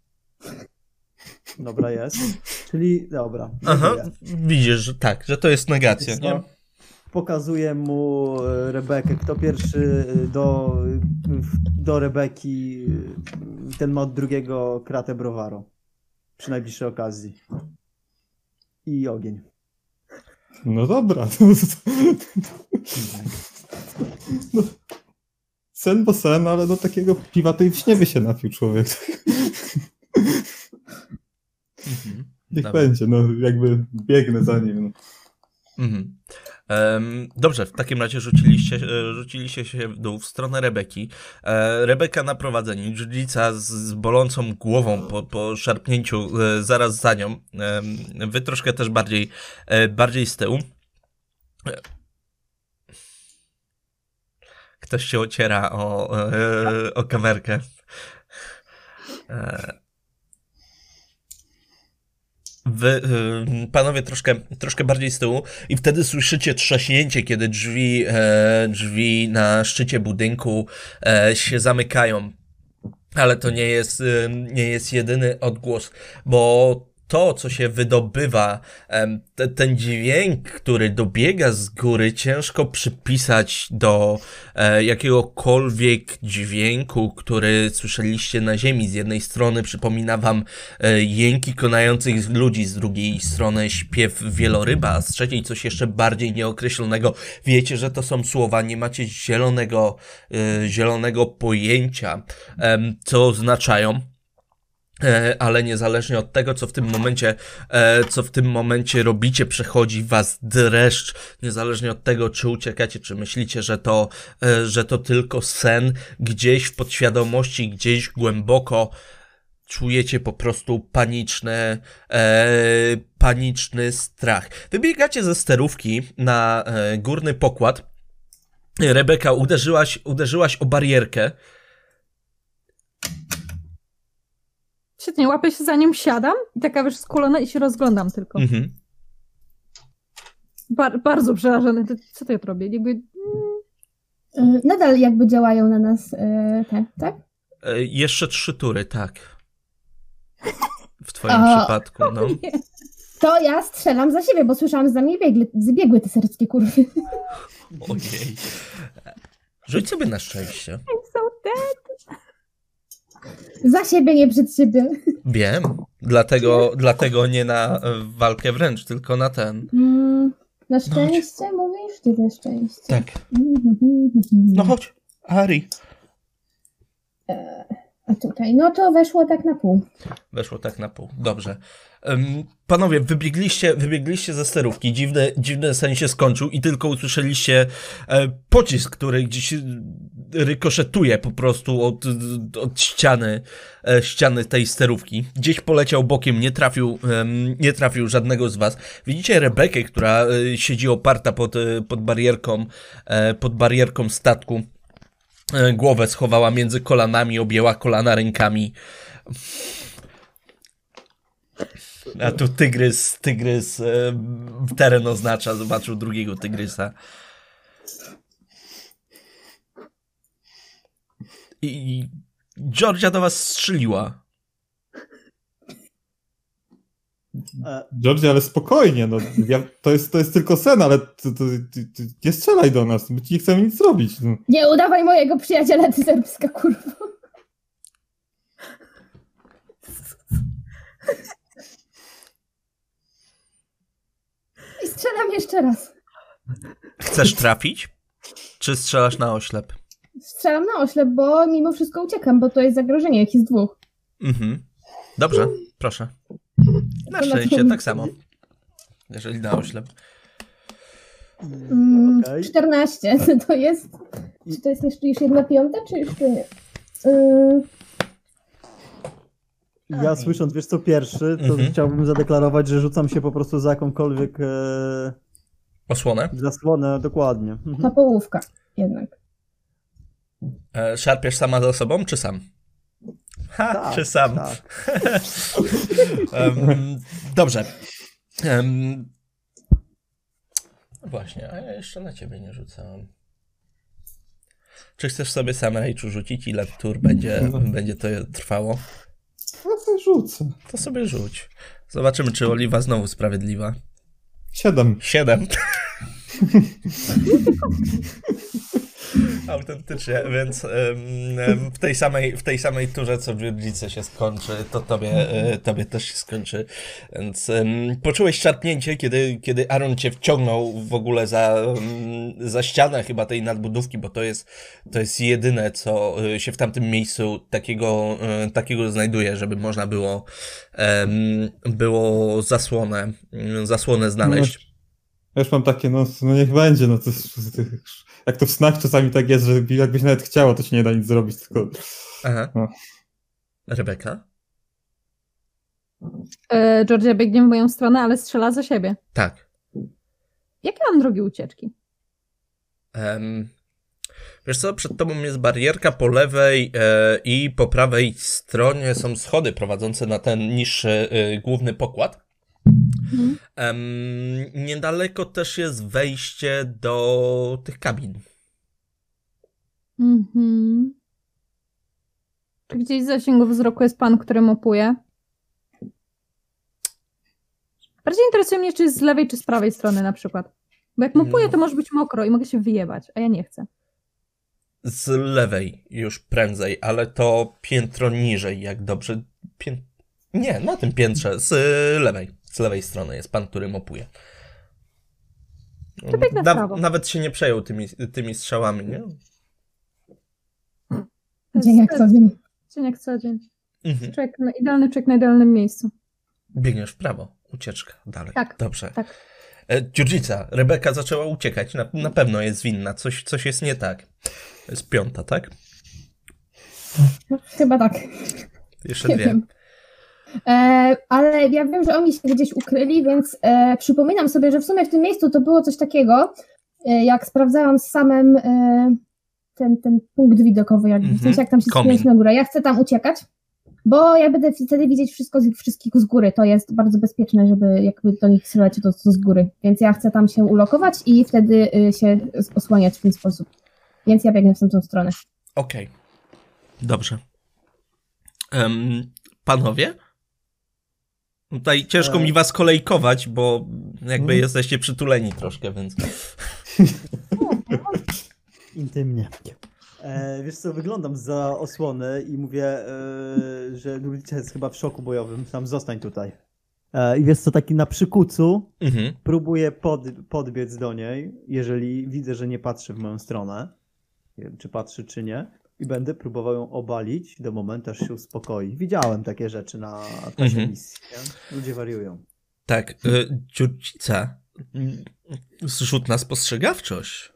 Dobra, jest. Czyli, dobra. Aha, neguje. widzisz, że tak, że to jest negacja, Wiesz nie? co? Pokazuję mu e, Rebekę. Kto pierwszy e, do, do Rebeki, e, ten ma od drugiego kratę browaru. Przy najbliższej okazji. I ogień. No dobra. No, sen bo sen, ale do takiego piwa to i w śnie by się napił człowiek. Mhm. Niech Dobra. będzie, no jakby biegnę za nim. No. Mhm. Em, dobrze, w takim razie rzuciliście, e, rzuciliście się w dół w stronę Rebeki. E, Rebeka na prowadzeniu, Dziurdzica z, z bolącą głową po, po szarpnięciu e, zaraz za nią. E, wy troszkę też bardziej, e, bardziej z tyłu. E, Ktoś się ociera o, e, o kamerkę. E, Wy, y, panowie, troszkę, troszkę bardziej z tyłu i wtedy słyszycie trzaśnięcie, kiedy drzwi, e, drzwi na szczycie budynku e, się zamykają. Ale to nie jest, y, nie jest jedyny odgłos, bo to, co się wydobywa, em, te, ten dźwięk, który dobiega z góry, ciężko przypisać do e, jakiegokolwiek dźwięku, który słyszeliście na ziemi. Z jednej strony przypomina wam e, jęki konających ludzi, z drugiej strony śpiew wieloryba, a z trzeciej coś jeszcze bardziej nieokreślonego. Wiecie, że to są słowa, nie macie zielonego, e, zielonego pojęcia, em, co oznaczają. Ale niezależnie od tego, co w tym momencie, co w tym momencie robicie, przechodzi was dreszcz, niezależnie od tego, czy uciekacie, czy myślicie, że to, że to tylko sen, gdzieś w podświadomości, gdzieś głęboko czujecie po prostu paniczny, e, paniczny strach. Wybiegacie ze sterówki na e, górny pokład. Rebeka, uderzyłaś, uderzyłaś o barierkę. Świetnie, łapię się za nim, siadam i taka wiesz skulona i się rozglądam tylko. Mhm. Bar- bardzo przerażony. To, co to ja tu robię? Jakby... Y, Nadal jakby działają na nas y, te, tak? E, jeszcze trzy tury, tak. W twoim O, przypadku, no. Nie. To ja strzelam za siebie, bo słyszałam, że za mnie biegły, zbiegły te seryckie kurwy. Ojej. Rzuć sobie na szczęście. So dead. Za siebie, nie przed siebie. Wiem. Dlatego, dlatego nie na e, walkę wręcz, tylko na ten. Mm, na szczęście mówisz? Czy na szczęście? Tak. No chodź, Ari. A tutaj, no to weszło tak na pół. Weszło tak na pół. Dobrze. Um, panowie, wybiegliście, wybiegliście ze sterówki, dziwny, dziwny sen się skończył i tylko usłyszeliście e, pocisk, który gdzieś rykoszetuje po prostu od, od ściany, e, ściany tej sterówki. Gdzieś poleciał bokiem, nie trafił, e, nie trafił żadnego z was. Widzicie Rebekę, która e, siedzi oparta pod, e, pod barierką, e, pod barierką statku. E, głowę schowała między kolanami, objęła kolana rękami. A tu tygrys, tygrys e, teren oznacza, zobaczył drugiego tygrysa. I, i Georgia do was strzeliła. Georgia, ale spokojnie, no, ja, to, jest, to jest tylko sen, ale to, to, to, to, nie strzelaj do nas, my ci nie chcemy nic zrobić. No. Nie udawaj mojego przyjaciela, ty serbska kurwa. I strzelam jeszcze raz. Chcesz trafić? Czy strzelasz na oślep? Strzelam na oślep, bo mimo wszystko uciekam, bo to jest zagrożenie, jak jest dwóch. Mhm. Dobrze, proszę. Na szczęście tak samo. Jeżeli na oślep. Mm, Okej. czternaście, to jest... Czy to jest jeszcze już jedna piąta, czy jeszcze nie? Yy, Ja słysząc, wiesz co, pierwszy, to Mhm. chciałbym zadeklarować, że rzucam się po prostu za jakąkolwiek e, Osłonę? zasłonę, dokładnie. Mhm. ta połówka jednak. E, szarpiesz sama za sobą, czy sam? Ha, Tak, czy sam? tak. um, dobrze. Um, właśnie, a ja jeszcze na ciebie nie rzucałem. Czy chcesz sobie sam rejczu rzucić? Ile tur będzie, będzie to trwało? Ja sobie rzucę. To sobie rzuć. Zobaczymy, czy Oliwa znowu sprawiedliwa. Siedem. Siedem. Autentycznie, więc um, w tej samej, w tej samej turze, co w Wirdzice się skończy, to tobie, e, tobie też się skończy. Więc um, poczułeś szarpnięcie, kiedy, kiedy Aaron cię wciągnął w ogóle za, um, za ścianę chyba tej nadbudówki, bo to jest, to jest jedyne, co się w tamtym miejscu takiego, e, takiego znajduje, żeby można było, um, było zasłonę, zasłonę znaleźć. Ja już mam takie, no, no niech będzie, no to jak to w snach czasami tak jest, że jakbyś nawet chciała, to się nie da nic zrobić, tylko... Aha. No. Rebeka? E, Georgia biegnie w moją stronę, ale strzela za siebie. Tak. Jakie mam drogi ucieczki? Um, wiesz co, przed tobą jest barierka po lewej e, i po prawej stronie są schody prowadzące na ten niższy e, główny pokład. Mhm. Um, niedaleko też jest wejście do tych kabin. Mhm. Czy gdzieś w zasięgu wzroku jest pan, który mopuje? Bardziej interesuje mnie, czy jest z lewej, czy z prawej strony na przykład. Bo jak mopuję, to może być mokro i mogę się wyjebać, a ja nie chcę. Z lewej już prędzej, ale to piętro niżej, jak dobrze... Pię... Nie, na tym piętrze, z lewej. Z lewej strony jest pan, który mopuje. To biegnę w Na, prawo. nawet się nie przejął tymi, tymi strzałami, nie? Dzień jak co dzień. Dzień jak co dzień. Mhm. Człowiek, idealny człowiek na idealnym miejscu. Biegniesz w prawo, ucieczka dalej. Tak, Dobrze. tak. E, Dziurdzica, Rebeka zaczęła uciekać, na, na pewno jest winna, coś, coś jest nie tak. To jest piąta, tak? Chyba tak. Jeszcze Nie dwie. wiem. E, ale ja wiem, że oni się gdzieś ukryli, więc e, przypominam sobie, że w sumie w tym miejscu to było coś takiego, e, jak sprawdzałam z samym e, ten, ten punkt widokowy, jakby, Mhm. w sensie jak tam się Komin. spiąć na górę. Ja chcę tam uciekać, bo ja będę wtedy widzieć wszystko z wszystkich z góry. To jest bardzo bezpieczne, żeby jakby do nich strzelać to, to z góry. Więc ja chcę tam się ulokować i wtedy y, się osłaniać w ten sposób. Więc ja biegnę w tamtą stronę. Okej. Dobrze. Em, panowie? Tutaj ciężko E. mi was kolejkować, bo jakby Mhm. jesteście przytuleni troszkę, więc... Intymnie. E, wiesz co, wyglądam za osłonę i mówię, e, że Nurlica jest chyba w szoku bojowym, tam zostań tutaj. E, I wiesz co, taki na przykucu Mhm. próbuję pod, podbiec do niej, jeżeli widzę, że nie patrzy w moją stronę. Nie wiem, czy patrzy, czy nie. i będę próbował ją obalić do momentu, aż się uspokoi. Widziałem takie rzeczy na czasie Mhm. misji. Nie? Ludzie wariują. Tak, y, dziurcica, y, zrzut na spostrzegawczość.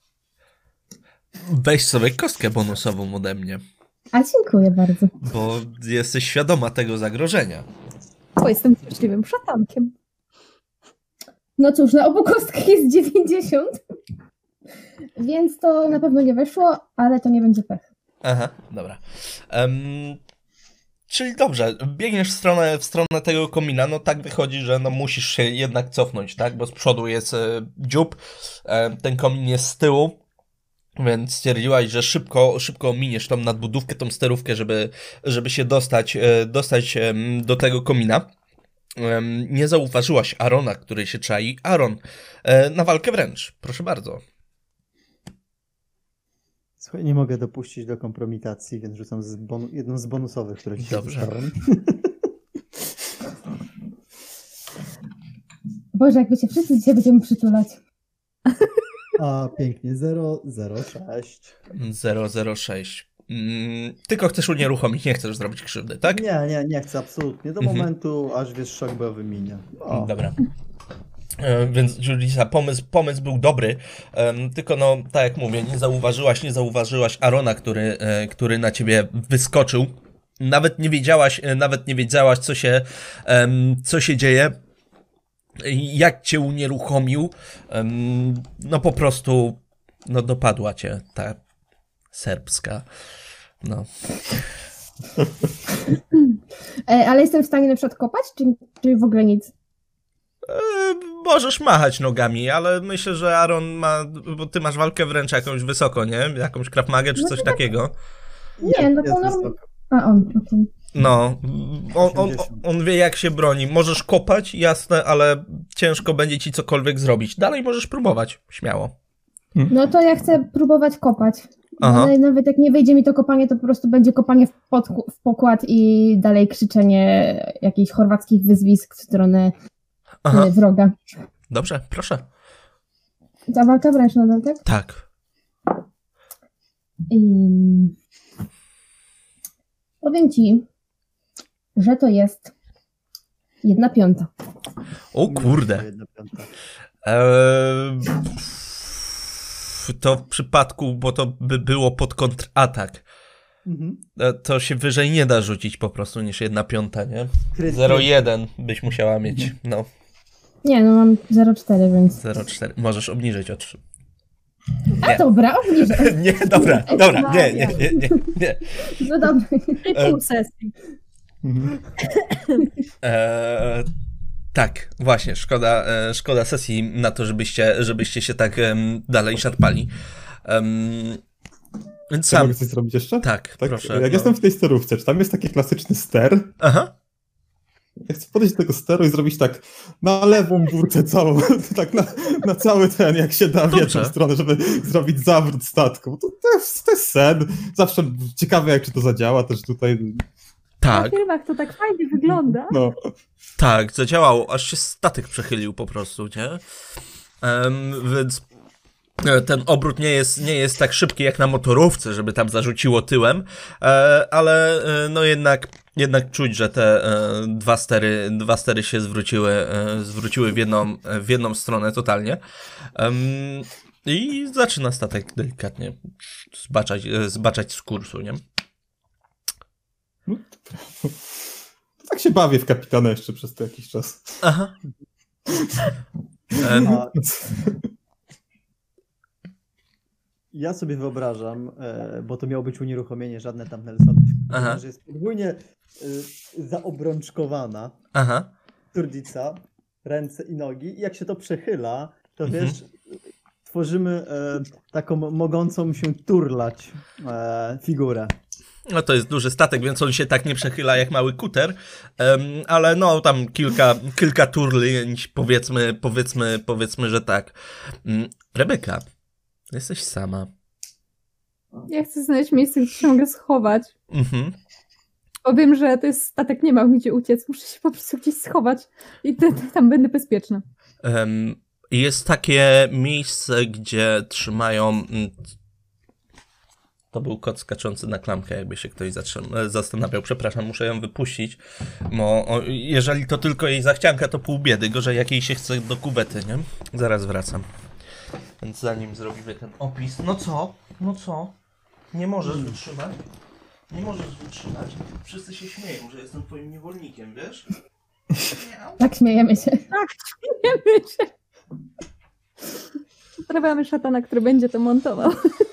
Weź sobie kostkę bonusową ode mnie, A dziękuję bardzo. bo jesteś świadoma tego zagrożenia. Bo jestem szczęśliwym szatankiem. No cóż, na obu kostkach jest dziewięćdziesiąt. Więc to na pewno nie weszło, ale to nie będzie pech. Aha, dobra. Em, czyli dobrze, biegniesz w stronę, w stronę tego komina, no tak wychodzi, że no musisz się jednak cofnąć, tak? Bo z przodu jest e, dziób, e, ten komin jest z tyłu, więc stwierdziłaś, że szybko, szybko ominiesz tą nadbudówkę, tą sterówkę, żeby, żeby się dostać, e, dostać em, do tego komina. Em, nie zauważyłaś Arona, który się czai. Aron, e, na walkę wręcz, proszę bardzo. Słuchaj, nie mogę dopuścić do kompromitacji, więc rzucam z bonu- jedną z bonusowych, które dzisiaj Dobrze. dostałem. Boże, jakby się wszyscy dzisiaj będziemy przytulać. A, pięknie. zero zero sześć. zero zero sześć. Mm, tylko chcesz unieruchomić, nie chcesz zrobić krzywdy, tak? Nie, nie, nie chcę absolutnie. Do Mhm. momentu, aż wiesz, szok bojowy minie. O. Dobra. E, Więc Julisa, pomysł, pomysł był dobry, em, tylko no, tak jak mówię, nie zauważyłaś, nie zauważyłaś Arona, który, e, który na ciebie wyskoczył. Nawet nie wiedziałaś, e, nawet nie wiedziałaś, co się, em, co się dzieje, i jak cię unieruchomił. Em, No po prostu, no dopadła cię ta serbska. No. E, ale jestem w stanie na przykład kopać, czy, czy w ogóle nic? E, Możesz machać nogami, ale myślę, że Aaron ma, bo ty masz walkę wręcz jakąś wysoko, nie? Jakąś Krav Magę czy No coś to tak. takiego. Nie, no jest to norm... wysoko. A on, okej. No, on, on, osiemdziesiąt. on wie jak się broni. Możesz kopać, jasne, ale ciężko będzie ci cokolwiek zrobić. Dalej możesz próbować, śmiało. No to ja chcę próbować kopać. Aha. Ale nawet jak nie wyjdzie mi to kopanie, to po prostu będzie kopanie w, podku- w pokład i dalej krzyczenie jakichś chorwackich wyzwisk w stronę Aha, e, wroga. dobrze, proszę. Ta walka wręcz nadal, tak? Tak. I... Powiem ci, że to jest jedna piąta. O kurde. Jedna piąta. Eee, to w przypadku, bo to by było pod kontratak. Mhm. E, To się wyżej nie da rzucić po prostu niż jedna piąta, nie? Kryt- zero jeden byś musiała mieć. No, Nie, no mam zero cztery, więc... zero cztery. Możesz obniżyć o trzy. A dobra, obniżę. Nie, dobra, dobra, nie, nie, nie, nie, nie. No dobra. I pół sesji. Mhm. Eee, tak, właśnie, szkoda, e, szkoda sesji na to, żebyście, żebyście się tak em, dalej szarpali. Em, więc Ja sam, mogę coś zrobić jeszcze? tak, Tak, proszę. jak no. jestem w tej sterówce, czy tam jest taki klasyczny ster? Aha, Ja chcę podejść do tego steru i zrobić tak na lewą burtę całą, tak na, na cały ten, jak się da, w Dobrze. jedną stronę, żeby zrobić zawrót statku. Bo To, to, jest, to jest sen. Zawsze ciekawe, jak czy to zadziała też tutaj. tak, Na filmach to tak fajnie wygląda. No. tak, zadziałało, aż się statek przechylił po prostu, nie? Em, więc e, ten obrót nie jest, nie jest tak szybki jak na motorówce, żeby tam zarzuciło tyłem, e, ale e, no jednak, jednak czuć, że te e, dwa stery, dwa stery się zwróciły, e, zwróciły w jedną, w jedną stronę totalnie. Em, I zaczyna statek delikatnie zbaczać, e, zbaczać z kursu, nie? No, to tak się bawię w kapitana jeszcze przez to jakiś czas. Aha. Em, A ja sobie wyobrażam, e, bo to miało być unieruchomienie, żadne tam Nelson, Aha. że jest podwójnie e, zaobrączkowana aha. turdica, ręce i nogi i jak się to przechyla, to Mhm. wiesz, tworzymy e, taką mogącą się turlać e, figurę. No to jest duży statek, więc on się tak nie przechyla jak mały kuter, em, ale no tam kilka, kilka turlięć, powiedzmy, powiedzmy, powiedzmy, że tak. Mm, Rebeka, jesteś sama. Ja chcę znaleźć miejsce, gdzie się mogę schować. Mhm. Bo wiem, że to jest statek, nie mam gdzie uciec. Muszę się po prostu gdzieś schować i te, te, tam będę bezpieczna. Em, Jest takie miejsce, gdzie trzymają mm, To był kot skaczący na klamkę, jakby się ktoś zatrzym- zastanawiał. Przepraszam, muszę ją wypuścić, bo o, jeżeli to tylko jej zachcianka, to pół biedy. Gorzej jak jej się chce do kuwety, nie? Zaraz wracam. Więc zanim zrobimy ten opis... No co? No co? Nie możesz wytrzymać? Nie możesz wytrzymać? Wszyscy się śmieją, że jestem twoim niewolnikiem, wiesz? Miau. Tak, śmiejemy się. Tak, śmiejemy się. Pozdrawiamy szatana, który będzie to montował.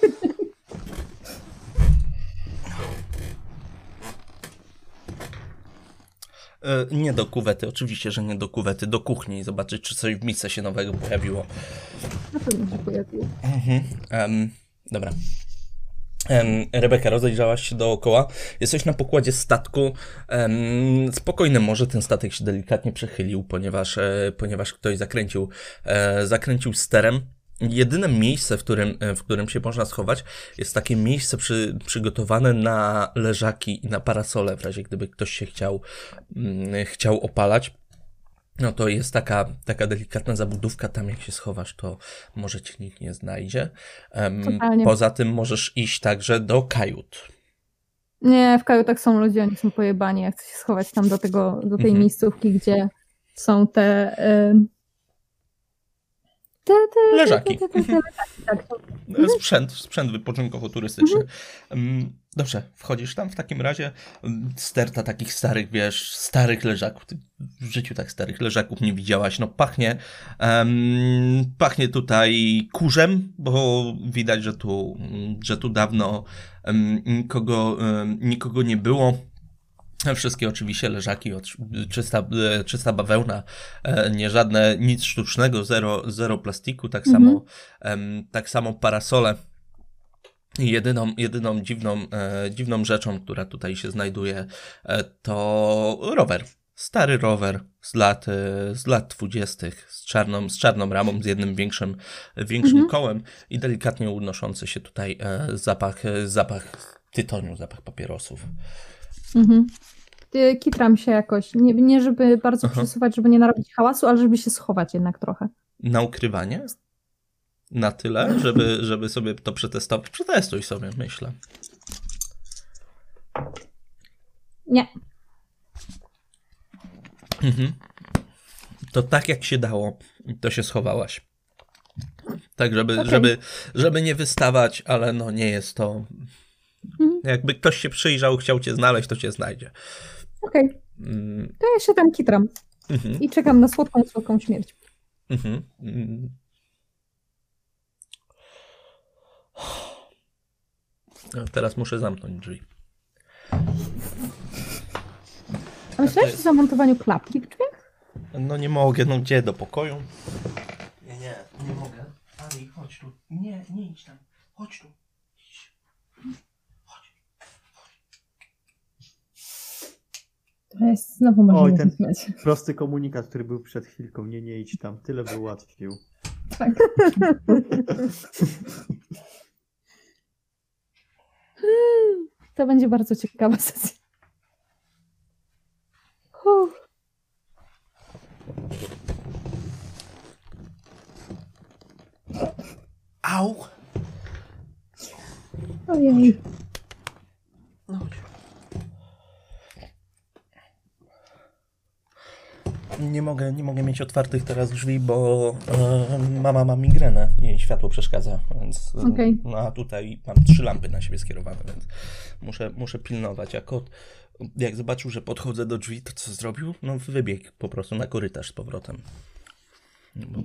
E, nie do kuwety, oczywiście, że nie do kuwety, do kuchni, zobaczyć, czy coś w misce się nowego pojawiło. Na pewno się pojawiło. Mhm. Um, dobra. Um, Rebeka, rozejrzałaś się dookoła. Jesteś na pokładzie statku. Um, spokojne morze, ten statek się delikatnie przechylił, ponieważ, e, ponieważ ktoś zakręcił, e, zakręcił sterem. Jedyne miejsce, w którym, w którym się można schować, jest takie miejsce przy, przygotowane na leżaki i na parasole, w razie gdyby ktoś się chciał, mm, chciał opalać. No to jest taka, taka delikatna zabudówka, tam jak się schowasz, to może cię nikt nie znajdzie. Um, Totalnie. poza tym możesz iść także do kajut. Nie, w kajutach są ludzie, oni są pojebani. Ja chcę się schować tam do, tego, do tej Mhm. miejscówki, gdzie są te... Y... Te, te, Leżaki. Te, te, te, te, leżaki, tak. Sprzęt, sprzęt wypoczynkowo-turystyczny. Um, dobrze, wchodzisz tam w takim razie. Um, sterta takich starych, wiesz, starych leżaków. Ty w życiu tak starych leżaków nie widziałaś. No pachnie, um, pachnie tutaj kurzem, bo widać, że tu, że tu dawno um, nikogo, um, nikogo nie było. Wszystkie oczywiście leżaki, od, czysta, czysta bawełna, nie żadne, nic sztucznego, zero, zero plastiku, tak Mhm. samo, em, tak samo parasole. Jedyną, jedyną dziwną, e, dziwną rzeczą, która tutaj się znajduje, e, to rower. Stary rower z lat, e, z lat dwudziestych, z czarną, z czarną ramą, z jednym większym, większym Mhm. kołem i delikatnie unoszący się tutaj e, zapach, e, zapach tytoniu, zapach papierosów. Mhm. Y, Kitram się jakoś. Nie, nie żeby bardzo Aha. przesuwać, żeby nie narobić hałasu, ale żeby się schować jednak trochę. Na ukrywanie? Na tyle, żeby, żeby sobie to przetestować. Przetestuj sobie, myślę. Nie. Mhm. To tak jak się dało, to się schowałaś. Tak, żeby, Okej. żeby, żeby nie wystawać, ale no nie jest to... Mhm. Jakby ktoś się przyjrzał, chciał cię znaleźć, to cię znajdzie. Okej, Mm, to ja się tam kitram mhm, i czekam na słodką, słodką śmierć. mhm, mm. No, teraz muszę zamknąć drzwi. A myślałeś o zamontowaniu klapki w drzwiach? No nie mogę, no gdzie, do pokoju? Nie, nie, nie mogę. Ali, chodź tu. Nie, nie idź tam. Chodź tu. Idź. Chodź. To jest znowu można Oj, ten- mieć. Prosty komunikat, który był przed chwilką. Nie, nie idź tam. Tyle by ułatwił. Tak. To będzie bardzo ciekawa sesja. Uff. Au! Ojej. No chodź. Nie mogę, nie mogę mieć otwartych teraz drzwi, bo e, mama ma migrenę i jej światło przeszkadza, więc e, Okej. no a tutaj mam trzy lampy na siebie skierowane, więc muszę, muszę pilnować. Jak, od, jak zobaczył, że podchodzę do drzwi, to co zrobił? No wybiegł po prostu na korytarz z powrotem. Bo...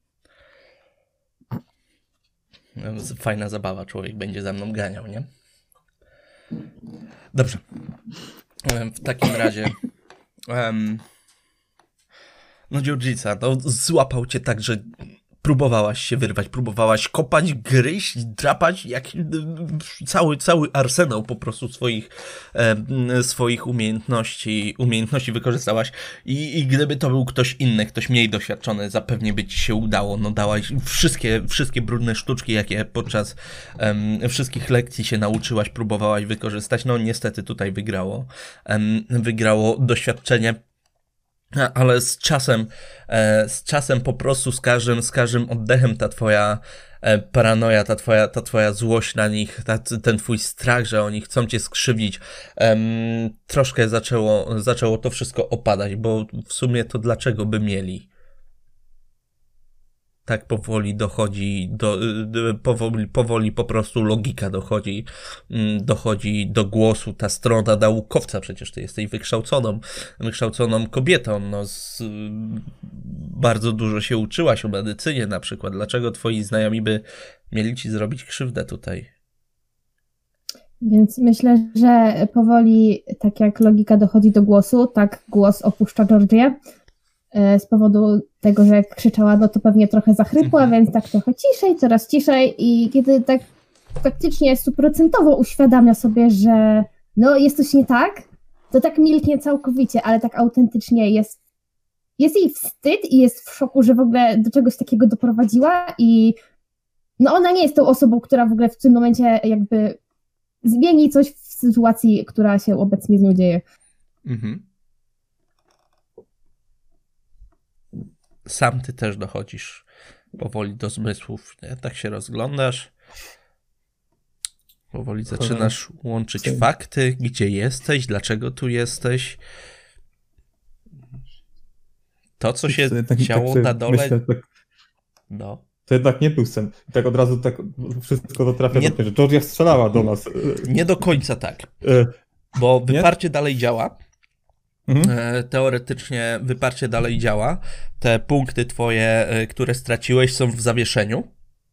No, fajna zabawa, człowiek będzie za mną ganiał, nie? Dobrze. E, W takim razie... em, No Dziurdzica, no złapał cię tak, że próbowałaś się wyrwać, próbowałaś kopać, gryźć, drapać, jak cały, cały arsenał po prostu swoich, e, swoich umiejętności, umiejętności wykorzystałaś i, i gdyby to był ktoś inny, ktoś mniej doświadczony, zapewne by ci się udało, no dałaś wszystkie, wszystkie brudne sztuczki, jakie podczas em, wszystkich lekcji się nauczyłaś, próbowałaś wykorzystać, no niestety tutaj wygrało, em, wygrało doświadczenie. Ale z czasem, e, z czasem po prostu z każdym, z każdym oddechem ta twoja, e, paranoja, ta twoja, ta twoja złość na nich, ta, ten twój strach, że oni chcą cię skrzywdzić, em, troszkę zaczęło, zaczęło to wszystko opadać, bo w sumie to dlaczego by mieli? Tak powoli dochodzi, do, do, powoli, powoli po prostu logika dochodzi, dochodzi do głosu, ta strona naukowca, przecież ty jesteś wykształconą, wykształconą kobietą, no z, bardzo dużo się uczyłaś o medycynie na przykład, dlaczego twoi znajomi by mieli ci zrobić krzywdę tutaj? Więc myślę, że powoli, tak jak logika dochodzi do głosu, tak głos opuszcza Georgię. Z powodu tego, że jak krzyczała, no to pewnie trochę zachrypła, więc tak trochę ciszej, coraz ciszej i kiedy tak faktycznie stuprocentowo uświadamia sobie, że no jest coś nie tak, to tak milknie całkowicie, ale tak autentycznie jest, jest jej wstyd i jest w szoku, że w ogóle do czegoś takiego doprowadziła i no ona nie jest tą osobą, która w ogóle w tym momencie jakby zmieni coś w sytuacji, która się obecnie z nią dzieje. Mhm. Sam ty też dochodzisz powoli do zmysłów, nie? Tak się rozglądasz. Powoli zaczynasz łączyć fakty, gdzie jesteś, dlaczego tu jesteś. To, co się tak, działo tak na dole... Myślę, tak, no. to jednak nie był sen. Tak od razu tak wszystko to trafia Nie- do mnie, że Georgia strzelała do nas. Nie do końca tak, E, bo Nie? wyparcie dalej działa. mhm. E, Teoretycznie wyparcie dalej działa. Te punkty twoje, e, które straciłeś, są w zawieszeniu.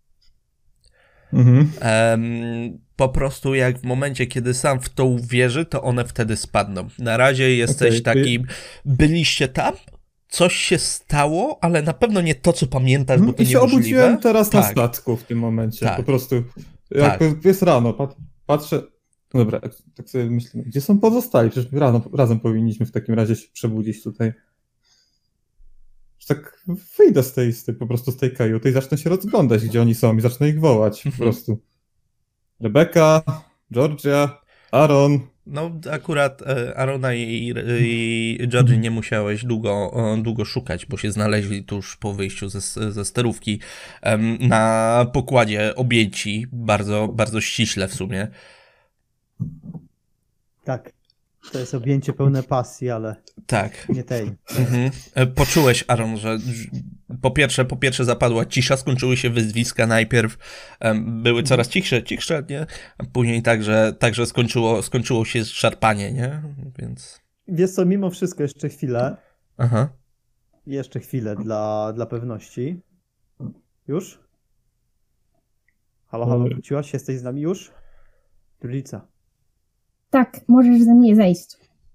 Mhm. Em, po prostu jak w momencie, kiedy sam w to uwierzy, to one wtedy spadną. Na razie jesteś Okej, to takim, byliście tam, coś się stało, ale na pewno nie to, co pamiętasz, bo to I się niemożliwe. obudziłem teraz na Tak. statku w tym momencie. Tak. Po prostu jakby jest rano, pat, patrzę. No dobra, tak, tak sobie myślę, gdzie są pozostali? Przecież rano, razem powinniśmy w takim razie się przebudzić tutaj. Że tak wyjdę z tej, z tej, po prostu z tej kajuty i zacznę się rozglądać, gdzie oni są i zacznę ich wołać po prostu. Rebeka, Georgia, Aaron. No akurat e, Arona i, i Georgie nie musiałeś długo, e, długo szukać, bo się znaleźli tuż po wyjściu ze, ze sterówki em, na pokładzie objęci, bardzo, bardzo ściśle w sumie. Tak, to jest objęcie pełne pasji, ale Tak. nie tej. Mhm. E, Poczułeś, Aaron, że po pierwsze, po pierwsze zapadła cisza, skończyły się wyzwiska najpierw, em, były coraz cichsze, cichsze, nie? A później także, także skończyło, skończyło się szarpanie, nie? Więc... Wiesz co, mimo wszystko jeszcze chwilę, Aha. jeszcze chwilę dla, dla pewności. Już? Halo, halo, wróciłaś? Jesteś z nami już? Drudzica. Tak, możesz ze mnie zejść.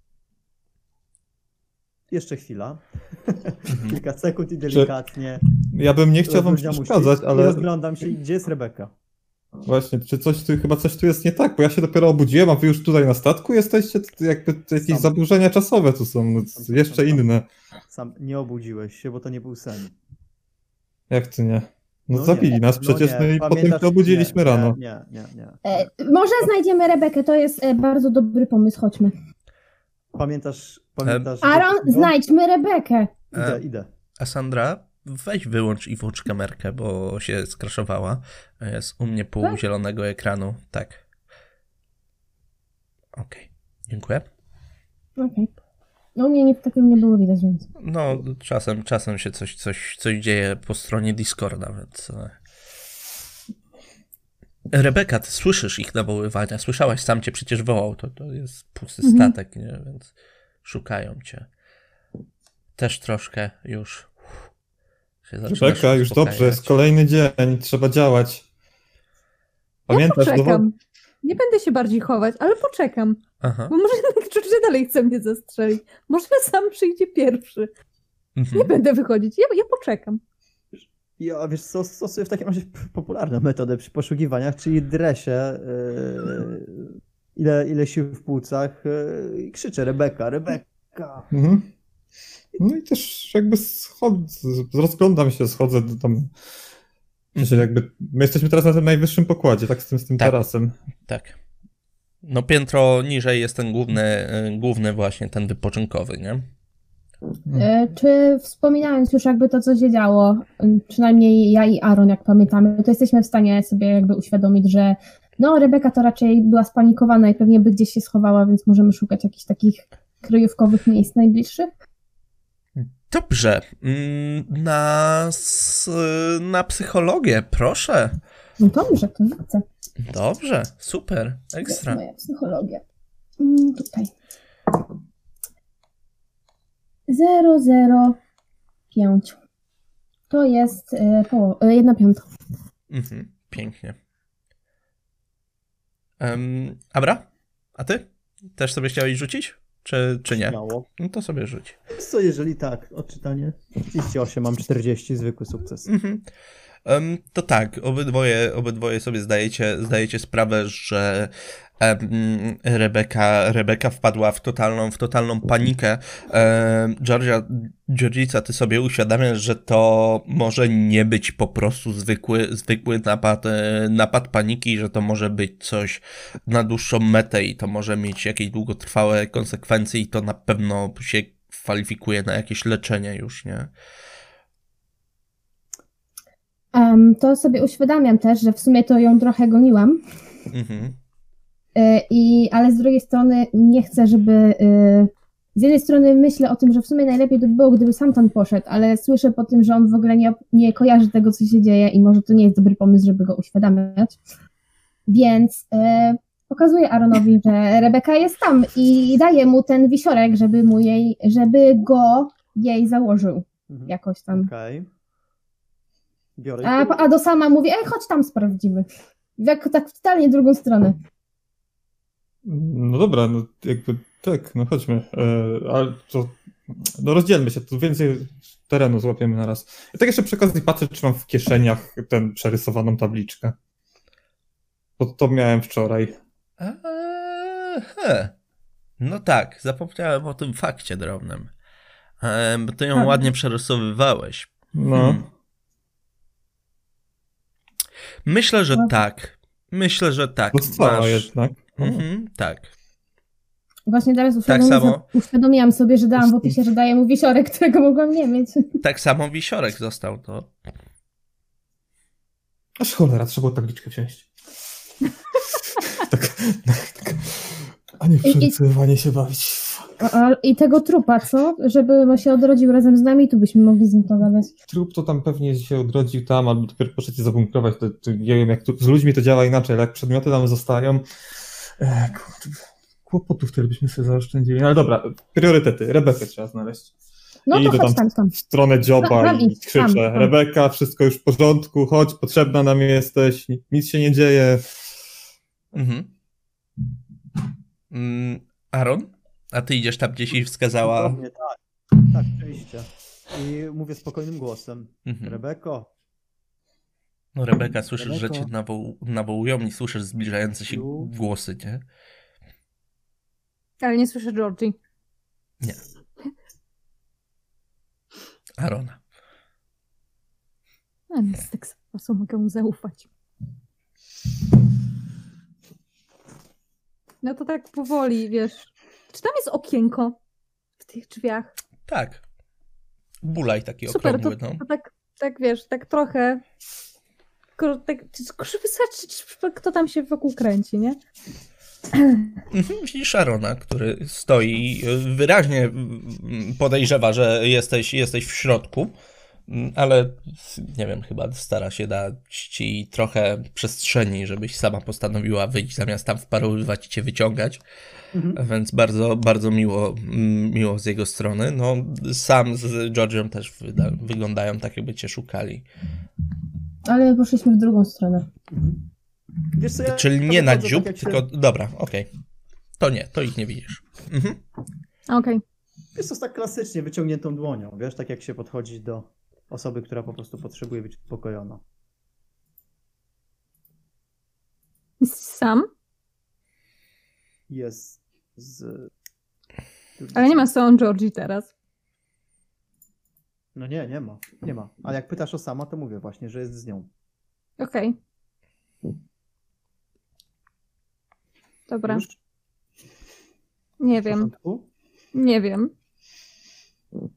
Jeszcze chwila. Kilka sekund i delikatnie. Ja bym nie chciał wam rozluźniam przeszkadzać, uścisk i ale rozglądam się, gdzie jest Rebeka. właśnie, czy coś tu, chyba coś tu jest nie tak, bo ja się dopiero obudziłem, a wy już tutaj na statku jesteście? To jakby to jakieś Sam. zaburzenia czasowe tu są, no, Sam, jeszcze sam, sam. inne. Sam nie obudziłeś się, bo to nie był sen. Jak to nie? No, No zabili nie, nas no przecież, nie, no i potem pamiętasz- się obudziliśmy nie, rano. Nie, nie, nie. nie. E, może znajdziemy Rebekę, to jest e, bardzo dobry pomysł, chodźmy. Pamiętasz, pamiętasz... Aaron, no, znajdźmy Rebekę. Idę, idę. A Sandra, weź wyłącz i włącz kamerkę, bo się skraszowała. Jest u mnie pół Tak? zielonego ekranu. Tak. Okej, dziękuję. Okej. No mnie nie, takiego nie było widać, więc... No, czasem, czasem się coś, coś, coś dzieje po stronie Discorda, więc... e. Rebeka, ty słyszysz ich nawoływania, słyszałaś, sam cię przecież wołał, to, to jest pusty Mhm. statek, nie? Więc szukają cię. Też troszkę już uff, się zaczynasz Rebeka, już uspokajać. dobrze, jest kolejny dzień, trzeba działać. Pamiętasz, ja no, poczekam. Nie będę się bardziej chować, ale poczekam. Aha. Bo może Georgia dalej chce mnie zastrzelić. Może sam przyjdzie pierwszy. Mhm. Nie będę wychodzić. Ja, ja poczekam. Ja, wiesz co, stosuję w takim razie popularną metodę przy poszukiwaniach, czyli dresie yy, ile, ile sił w płucach yy, i krzyczę Rebeka, Rebeka. Mhm. No i też jakby schodzę, rozglądam się, schodzę do tam. Znaczy jakby, my jesteśmy teraz na tym najwyższym pokładzie, tak z tym, z tym Tak. tarasem. Tak. No piętro niżej jest ten główny, y, główny właśnie ten wypoczynkowy, nie? E, Czy wspominając już jakby to, co się działo, m, przynajmniej ja i Aaron, jak pamiętamy, to jesteśmy w stanie sobie jakby uświadomić, że no Rebeka to raczej była spanikowana i pewnie by gdzieś się schowała, więc możemy szukać jakichś takich kryjówkowych miejsc najbliższych. Dobrze. Mm, Na, s- na psychologię, proszę. No dobrze, to widzę. Dobrze, super, To jest ekstra. moja psychologia. Mm, Tutaj. zero zero pięć. To jest e, poło- e, jedna piąta. Mhm, pięknie. Um, Abra? A ty? Też sobie chciałeś rzucić? Czy, czy nie? Śmiało. No to sobie rzuć. Co jeżeli tak? Odczytanie. trzydzieści osiem, mam czterdzieści, zwykły sukces. Mhm. Em, to tak, obydwoje, obydwoje sobie zdajecie, zdajecie sprawę, że em, Rebeka, Rebeka wpadła w totalną, w totalną panikę. Em, Georgia, Georgica, ty sobie uświadamiasz, że to może nie być po prostu zwykły, zwykły napad, e, napad paniki, że to może być coś na dłuższą metę i to może mieć jakieś długotrwałe konsekwencje i to na pewno się kwalifikuje na jakieś leczenie już, nie? Em, to sobie uświadamiam też, że w sumie to ją trochę goniłam, Mhm. e, i, ale z drugiej strony nie chcę, żeby... e, z jednej strony myślę o tym, że w sumie najlepiej by było, gdyby sam tam poszedł, ale słyszę po tym, że on w ogóle nie, nie kojarzy tego, co się dzieje i może to nie jest dobry pomysł, żeby go uświadamiać. Więc e, pokazuję Aaronowi, że Rebeka jest tam i daję mu ten wisiorek, żeby mu jej, żeby go jej założył Mhm. jakoś tam. Okej. Biorę. i A, a do sama mówi, ej, chodź tam sprawdzimy. Jak, tak w totalnie drugą stronę. No dobra, no jakby tak, no chodźmy. E, ale to, no rozdzielmy się, tu więcej terenu złapiemy na raz. Ja tak jeszcze przy okazji patrzę, czy mam w kieszeniach tę przerysowaną tabliczkę. Bo to miałem wczoraj. Eee, he. No tak, zapomniałem o tym fakcie drobnym. Eee, bo ty ją Tak. ładnie przerysowywałeś. No. Hmm. Myślę, że No. tak. Myślę, że tak. Została Masz- jednak. No. Mhm, tak. Właśnie teraz Tak uświadomiłam, samo. uświadomiłam sobie, że dałam w opisie, że daję mu wisiorek, którego mogłam nie mieć. Tak samo wisiorek został to. Aż cholera, trzeba było tabliczkę wziąć. tak, tak, a nie w I- i- przerysowywanie się bawić. A, a, I tego trupa, co? Żeby się odrodził razem z nami, tu byśmy mogli z nim pogadać. Trup to tam pewnie się odrodził tam, albo dopiero poszedł się zabunkrować. To, to, nie wiem, jak tu, z ludźmi to działa inaczej, ale jak przedmioty tam zostają, e, kurde, kłopotów tyle byśmy sobie zaoszczędzili. No ale dobra, priorytety. Rebekę trzeba znaleźć. No I to idę chodź tam, tam. w stronę dzioba Tam, tam i idź, krzyczę, tam, tam. Rebeka, wszystko już w porządku, chodź, potrzebna nam jesteś, ni- nic się nie dzieje. Mhm. Mm, Aaron? A ty idziesz tam, gdzie ci wskazała. Dokładnie tak. Tak, oczywiście. I mówię spokojnym głosem. Mhm. Rebeko, No Rebeka, słyszysz, że Rebeko. cię nawoł- nawołują i słyszysz zbliżające się Ju. głosy, nie? Ale nie słyszę Georgie. Arona. No, nie z tego sposobu mogę mu zaufać. No to tak powoli, wiesz. Czy tam jest okienko w tych drzwiach? Tak. Bulaj taki Super, to, okrągły, no. to tak, tak wiesz, tak trochę. Tylko tak, żeby zobaczyć, kto tam się wokół kręci, nie? Mhm, widzisz Arona, który stoi, y, wyraźnie mm, podejrzewa, że jesteś, jesteś w środku, mm, ale nie wiem, chyba stara się dać ci trochę przestrzeni, żebyś sama postanowiła wyjść, zamiast tam wparowywać i cię wyciągać, Mhm. więc bardzo, bardzo miło, mm, miło z jego strony. No, sam z Georgią też wyda- wyglądają tak, jakby cię szukali. Ale poszliśmy w drugą stronę. Mhm. Wiesz co, ja Czyli nie na podchodzę dziób, tak, jak się- tylko... Dobra, okej. To nie, to ich nie widzisz. Mhm. Okej. Wiesz co, tak klasycznie wyciągniętą dłonią, wiesz, tak jak się podchodzi do osoby, która po prostu potrzebuje być uspokojona. Jesteś sam? Jest z... Ale nie ma z sobą Georgie teraz. No nie, nie ma, nie ma. Ale jak pytasz o sama, to mówię właśnie, że jest z nią. Okej. Dobra. Już? Nie W wiem. porządku? Nie wiem.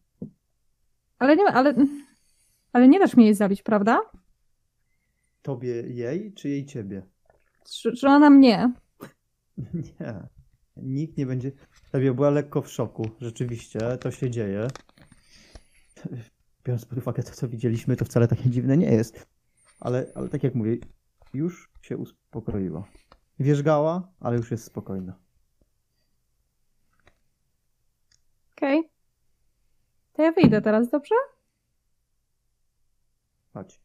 Ale nie, ale, ale nie dasz mi jej zabić, prawda? Tobie jej, czy jej ciebie? Że, że ona mnie. Nie. Nikt nie będzie... Tobie była lekko w szoku. Rzeczywiście, to się dzieje. Biorąc pod uwagę to, co widzieliśmy, to wcale takie dziwne nie jest. Ale, ale tak jak mówię, już się uspokoiła. Wierzgała, ale już jest spokojna. Okej. Okay. To ja wyjdę teraz, dobrze? Chodź.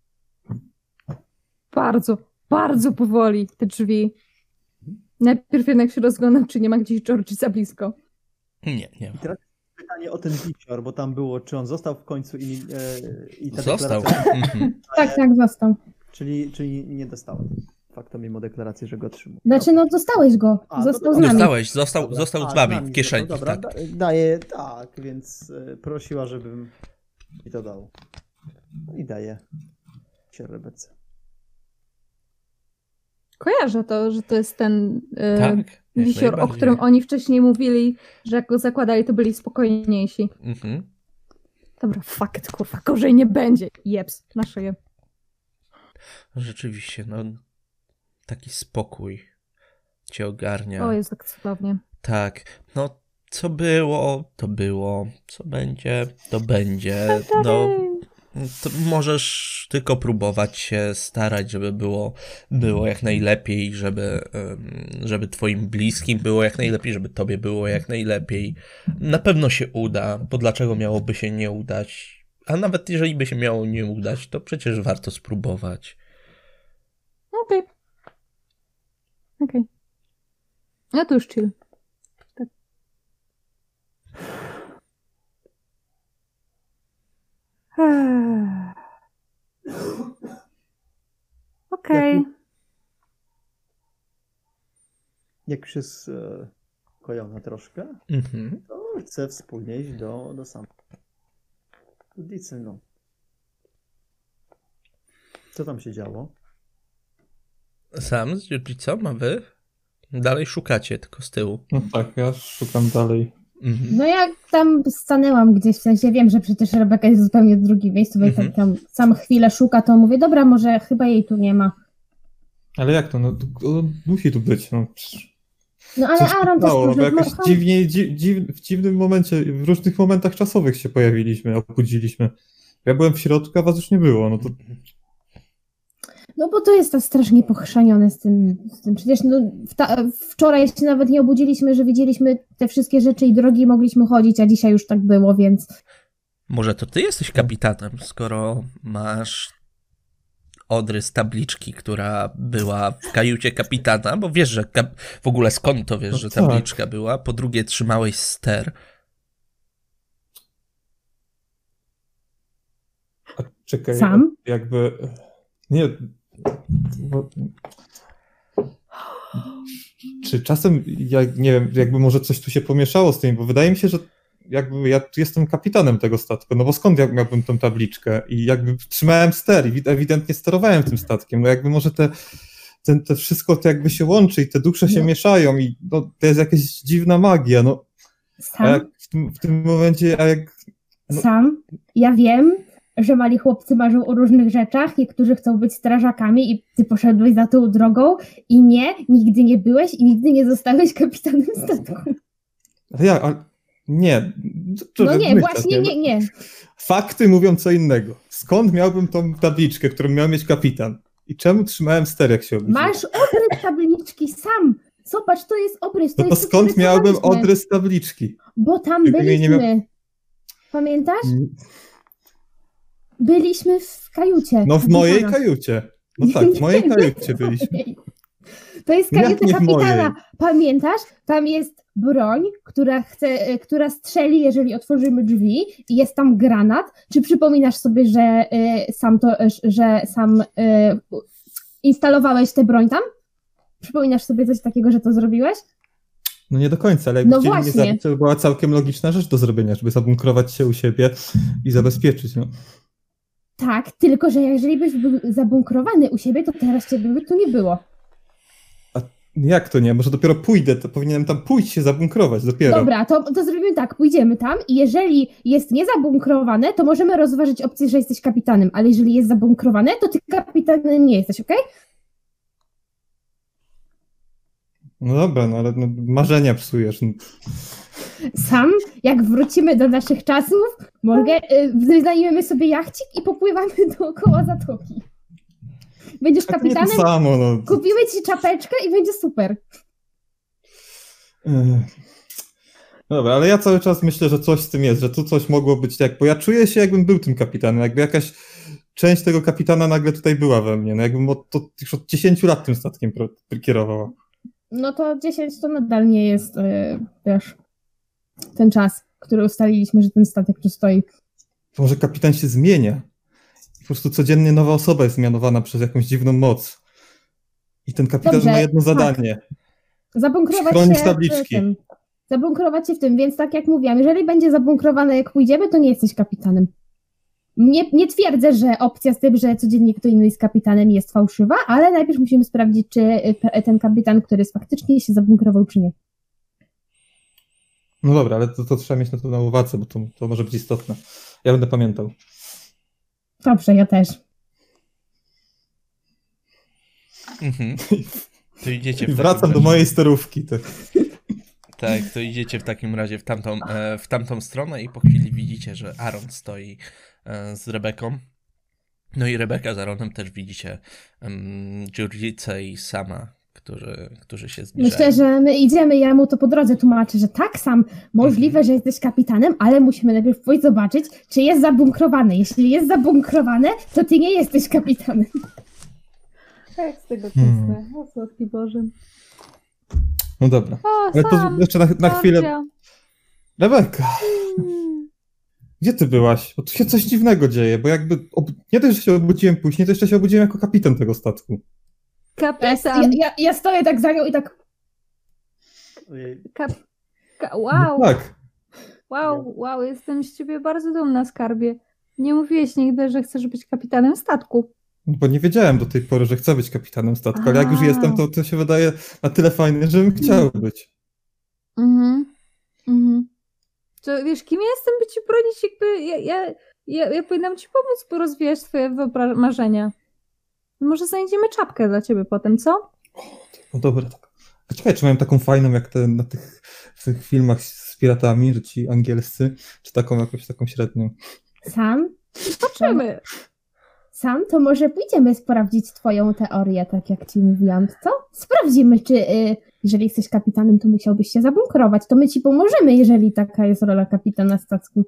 Bardzo, bardzo powoli te drzwi. Najpierw jednak się rozglądam, czy nie ma gdzieś George za blisko. Nie, nie ma. I teraz pytanie o ten wicior, bo tam było, czy on został w końcu i, e, i ta Został. deklaracja... Tak, tak, został. Czyli, czyli nie dostałem. Fakto mimo deklaracji, że go otrzymuję. Znaczy, no dostałeś go. A, Został to- z nami. Dostałeś, został, Dobra. został A, z wami nami w kieszeni. został. Dobra, Tak. da, daję, tak, więc e, prosiła, żebym mi to dał. I daję się Rebece. Kojarzę to, że to jest ten yy, Tak, jak wisior, o najbardziej. którym oni wcześniej mówili, że jak go zakładali, to byli spokojniejsi. Mhm. Dobra, fuck it, kurwa, gorzej nie będzie. Jeps, na szyję. Rzeczywiście, no taki spokój cię ogarnia. O, jest tak cudownie. Tak, no co było, to było, co będzie, to będzie. No, to możesz tylko próbować się starać, żeby było, było jak najlepiej, żeby, em, żeby twoim bliskim było jak najlepiej, żeby tobie było jak najlepiej. Na pewno się uda, bo dlaczego miałoby się nie udać? A nawet jeżeli by się miało nie udać, to przecież warto spróbować. Okej. Okay. Okej. Okay. No to już chill. Tak. Okej. Okay. Jak już jest e, kojona troszkę, Mhm. to chcę wspólnie iść do, do sam. Dicy, no. Co tam się działo? Sam z Jujitsu, a wy dalej szukacie, tylko z tyłu. No tak, ja szukam dalej. Mhm. No ja tam stanęłam gdzieś, w sensie wiem, że przecież Rebeka jest zupełnie w drugim miejscu, bo Mhm. jak tam sam chwilę szuka, to mówię, dobra, może chyba jej tu nie ma. Ale jak to? No to, to musi tu być. No. No ale Coś się Aaron też stało, bo poszedł, jakoś no, dziwnie, dzi, dziw, w dziwnym momencie, w różnych momentach czasowych się pojawiliśmy, obudziliśmy. Ja byłem w środku, a was już nie było. No to no bo to jest tak strasznie pochrzanione z tym, z tym. Przecież no, w ta, wczoraj się nawet nie obudziliśmy, że widzieliśmy te wszystkie rzeczy i drogi mogliśmy chodzić, a dzisiaj już tak było, więc... Może to ty jesteś kapitanem, skoro masz odrys tabliczki, która była w kajucie kapitana, bo wiesz, że kap... w ogóle skąd to wiesz, No że tak. tabliczka była, po drugie trzymałeś ster. a czekaj, Sam? a jakby... Nie... Bo... Czy czasem, ja nie wiem, jakby może coś tu się pomieszało z tym, bo wydaje mi się, że jakby ja tu jestem kapitanem tego statku, no bo skąd ja miałbym tą tabliczkę i jakby trzymałem ster i ewidentnie sterowałem tym statkiem, no jakby może te, te, te wszystko to jakby się łączy i te dusze się No. mieszają i no, to jest jakaś dziwna magia, no a Sam, jak w tym, w tym momencie, a jak no- sam, ja wiem, że mali chłopcy marzą o różnych rzeczach, niektórzy chcą być strażakami i ty poszedłeś za tą drogą i nie, nigdy nie byłeś i nigdy nie zostałeś kapitanem statku. ale ja, ale nie, to, No że nie, my właśnie tak, nie, nie. Fakty mówią co innego. Skąd miałbym tą tabliczkę, którą miał mieć kapitan? I czemu trzymałem ster, jak się obudziłem? Masz obrys tabliczki sam. Zobacz, to jest obrys. To No to jest to, skąd który miałbym rysowaliśmy. odrys tabliczki? Bo tam Jakby mnie nie byliśmy. miał- Pamiętasz? Byliśmy w kajucie. No w mojej kapitana. kajucie. No tak, w mojej kajucie byliśmy. To jest Jak kajuta nie w mojej? kapitana. Pamiętasz? Tam jest broń, która chce, która strzeli, jeżeli otworzymy drzwi i jest tam granat. Czy przypominasz sobie, że y, sam to, y, że sam y, instalowałeś tę broń tam? Przypominasz sobie coś takiego, że to zrobiłeś? No nie do końca, ale jakby No chcieli mnie właśnie. zabić, to była całkiem logiczna rzecz do zrobienia, żeby zabunkrować się u siebie i zabezpieczyć. No. Tak, tylko że jeżeli byś był zabunkrowany u siebie, to teraz ciebie by tu nie było. Jak to nie? Może dopiero pójdę, to powinienem tam pójść się zabunkrować dopiero. Dobra, to, to zrobimy tak, pójdziemy tam i jeżeli jest niezabunkrowane, to możemy rozważyć opcję, że jesteś kapitanem, ale jeżeli jest zabunkrowane, to ty kapitanem nie jesteś, okej? No dobra, no ale no, marzenia psujesz. No. Sam, jak wrócimy do naszych czasów, mogę, y, wynajmiemy sobie jachcik i popływamy dookoła zatoki. Będziesz A to nie to kapitanem, samo, no. kupimy ci czapeczkę i będzie super. Ech. Dobra, ale ja cały czas myślę, że coś z tym jest, że tu coś mogło być tak, bo ja czuję się, jakbym był tym kapitanem, jakby jakaś część tego kapitana nagle tutaj była we mnie, no jakbym od, to, już od dziesięciu lat tym statkiem pro, kierowała. No to dziesięć to nadal nie jest, y, wiesz, ten czas, który ustaliliśmy, że ten statek tu stoi. To może kapitan się zmienia. I po prostu codziennie nowa osoba jest mianowana przez jakąś dziwną moc. I ten kapitan Dobrze, ma jedno tak. zadanie. Zabunkrować Chronić się tabliczki. w tym. Zabunkrować się w tym, więc tak jak mówiłam, jeżeli będzie zabunkrowane jak pójdziemy, to nie jesteś kapitanem. Nie, nie twierdzę, że opcja z tym, że codziennie kto inny jest kapitanem jest fałszywa, ale najpierw musimy sprawdzić, czy y, ten kapitan, który jest faktycznie się zabunkrował, czy nie. No dobra, ale to, to trzeba mieć na to na uwadze, bo to, to może być istotne. Ja będę pamiętał. Dobrze, ja też. Mhm. To idziecie w I takim wracam do razie- mojej sterówki. To... Tak, to idziecie w takim razie w tamtą, e, w tamtą stronę i po chwili widzicie, że Aaron stoi e, z Rebeką. No i Rebeka z Aaronem też widzicie um, Jurgicę i Sama, którzy, którzy się zbliżają. Myślę, że my idziemy, ja mu to po drodze tłumaczę, że tak, Sam, możliwe, że jesteś kapitanem, ale musimy najpierw pójść zobaczyć, czy jest zabunkrowane. Jeśli jest zabunkrowane, to ty nie jesteś kapitanem. Tak, z tego Hmm. kisnę. O, słodki Boże. No dobra. O, Ale to sam, jeszcze na, na chwilę... Georgia. Rebeka, Mm. gdzie ty byłaś? Bo tu się coś dziwnego dzieje, bo jakby... Ob... Nie dość, że się obudziłem później, to jeszcze się obudziłem jako kapitan tego statku. Ja, Kapitan. ja, ja stoję tak za nią i tak, Ojej. Kap... Ka... No Wow, tak. wow, wow, jestem z ciebie bardzo dumna, skarbie. Nie mówiłeś nigdy, że chcesz być kapitanem statku. No bo nie wiedziałem do tej pory, że chcę być kapitanem statku, ale jak już A. jestem, to, to się wydaje na tyle fajne, żebym chciał być. Mhm. Mhm. To wiesz, kim ja jestem, by ci bronić, jakby ja, ja, ja, ja powinnam ci pomóc porozwijać twoje wyobra- marzenia. Może znajdziemy czapkę dla ciebie potem, co? No dobra, tak. A czekaj, czy mają taką fajną, jak te na tych, w tych filmach z piratami, że ci angielscy, czy taką jakąś taką średnią? Sam, Zobaczymy. Sam, to może pójdziemy sprawdzić twoją teorię, tak jak ci mówiłam, co? Sprawdzimy, czy y, jeżeli jesteś kapitanem, to musiałbyś się zabunkrować, to my ci pomożemy, jeżeli taka jest rola kapitana statku.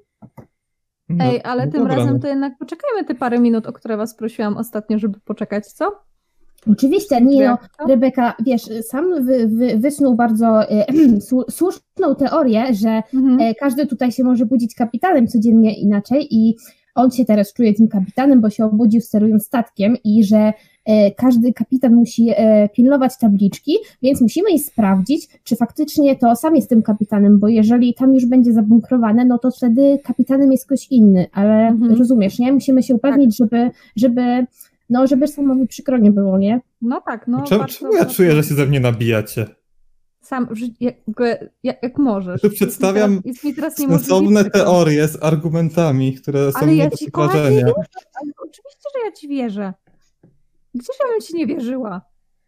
No, Ej, ale no tym dobra, razem no. to jednak poczekajmy te parę minut, o które was prosiłam ostatnio, żeby poczekać, co? Oczywiście, nie no, Co? Rebeka, wiesz, sam wy, wy, wysnuł bardzo y, słu- słuszną teorię, że Mhm. e, każdy tutaj się może budzić kapitanem codziennie inaczej i on się teraz czuje tym kapitanem, bo się obudził sterując statkiem i że e, każdy kapitan musi e, pilnować tabliczki, więc musimy jej sprawdzić, czy faktycznie to sam jest tym kapitanem, bo jeżeli tam już będzie zabunkrowane, no to wtedy kapitanem jest ktoś inny, ale Mhm. rozumiesz, nie? Musimy się upewnić, żeby, żeby, no, żeby samowi przykro nie było, nie? No tak, no. Czemu, bardzo, czemu ja bardzo- czuję, że się ze mnie nabijacie? Sam, w życiu- jak, jak, jak możesz. Ja tu przedstawiam Jest mi teraz, jest mi teraz niemożliwie Sensowne przykro. teorie z argumentami, które są Ale nie ja do ci kochanie przeważenia. wierzę. Ale oczywiście, że ja ci wierzę. Gdzież ja bym ci nie wierzyła?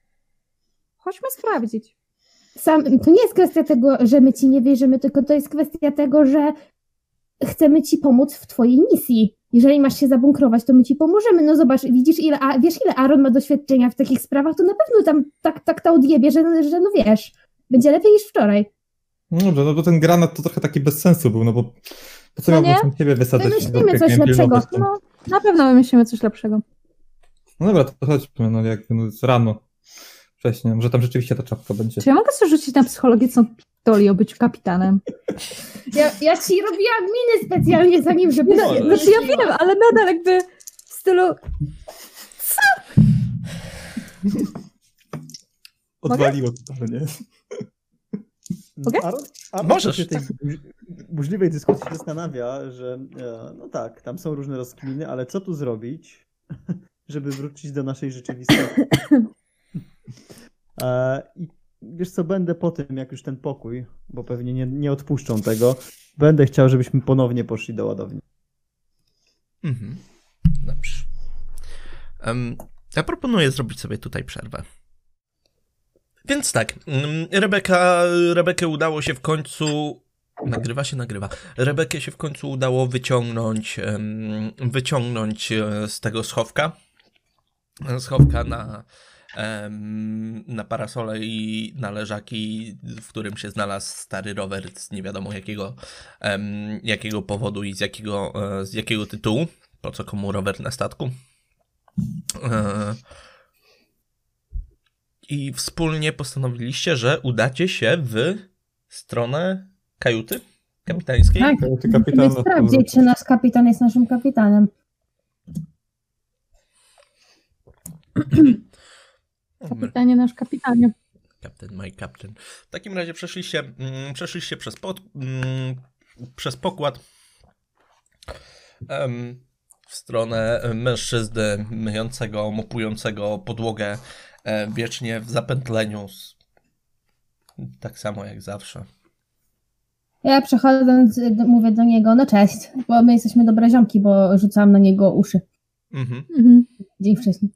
Chodźmy sprawdzić. Sam, to nie jest kwestia tego, że my ci nie wierzymy, tylko to jest kwestia tego, że chcemy ci pomóc w twojej misji. Jeżeli masz się zabunkrować, to my ci pomożemy. No zobacz, widzisz ile, a wiesz ile Aaron ma doświadczenia w takich sprawach, to na pewno tam tak, tak to odjebie, że, że no wiesz, będzie lepiej niż wczoraj. No dobrze, no bo ten granat to trochę taki bez sensu był, no bo po co No miałbym nie? sam siebie wysadzać? Wymyślimy jak coś miałem lepszego. pilnować tam? No, na pewno wymyślimy coś lepszego. No dobra, to chodźmy, no jak no, jest rano. Wcześniej, może tam rzeczywiście ta czapka będzie. Czy ja mogę sobie rzucić na psychologię, co doli o byciu kapitanem? Ja, ja ci robiłam miny specjalnie za nim, żeby... No, Możesz. znaczy ja wiem, ale nadal jakby w stylu... Odwaliło totalnie. Mogę? Aaron, Aaron Możesz, się w tej burzy- burzliwej dyskusji zastanawia, że e, no tak, tam są różne rozkminy, ale co tu zrobić, żeby wrócić do naszej rzeczywistości? E, I wiesz co, będę po tym, jak już ten pokój, bo pewnie nie, nie odpuszczą tego, będę chciał, żebyśmy ponownie poszli do ładowni. Mhm. Dobrze. Um, ja proponuję zrobić sobie tutaj przerwę. Więc tak, Rebeka, Rebekę udało się w końcu... Nagrywa się, nagrywa. Rebekę się w końcu udało wyciągnąć, um, wyciągnąć z tego schowka. Schowka na, um, na parasole i na leżaki, w którym się znalazł stary rower z nie wiadomo jakiego, um, jakiego powodu i z jakiego, uh, z jakiego tytułu. Po co komu rower na statku. Uh, I wspólnie postanowiliście, że udacie się w stronę kajuty kapitańskiej. Tak, Kajuty musimy kapitana, to- sprawdzić, czy nasz kapitan jest naszym kapitanem. Kapitanie, nasz kapitanie. Captain, my captain. W takim razie przeszliście, mm, przeszliście przez, pod, mm, przez pokład em, w stronę mężczyzny myjącego, mopującego podłogę e, wiecznie w zapętleniu. Z, tak samo jak zawsze. Ja przechodząc y, do- mówię do niego, no cześć, bo my jesteśmy dobre ziomki, bo rzucałam na niego uszy Mhm. Mhm. dzień wcześniej.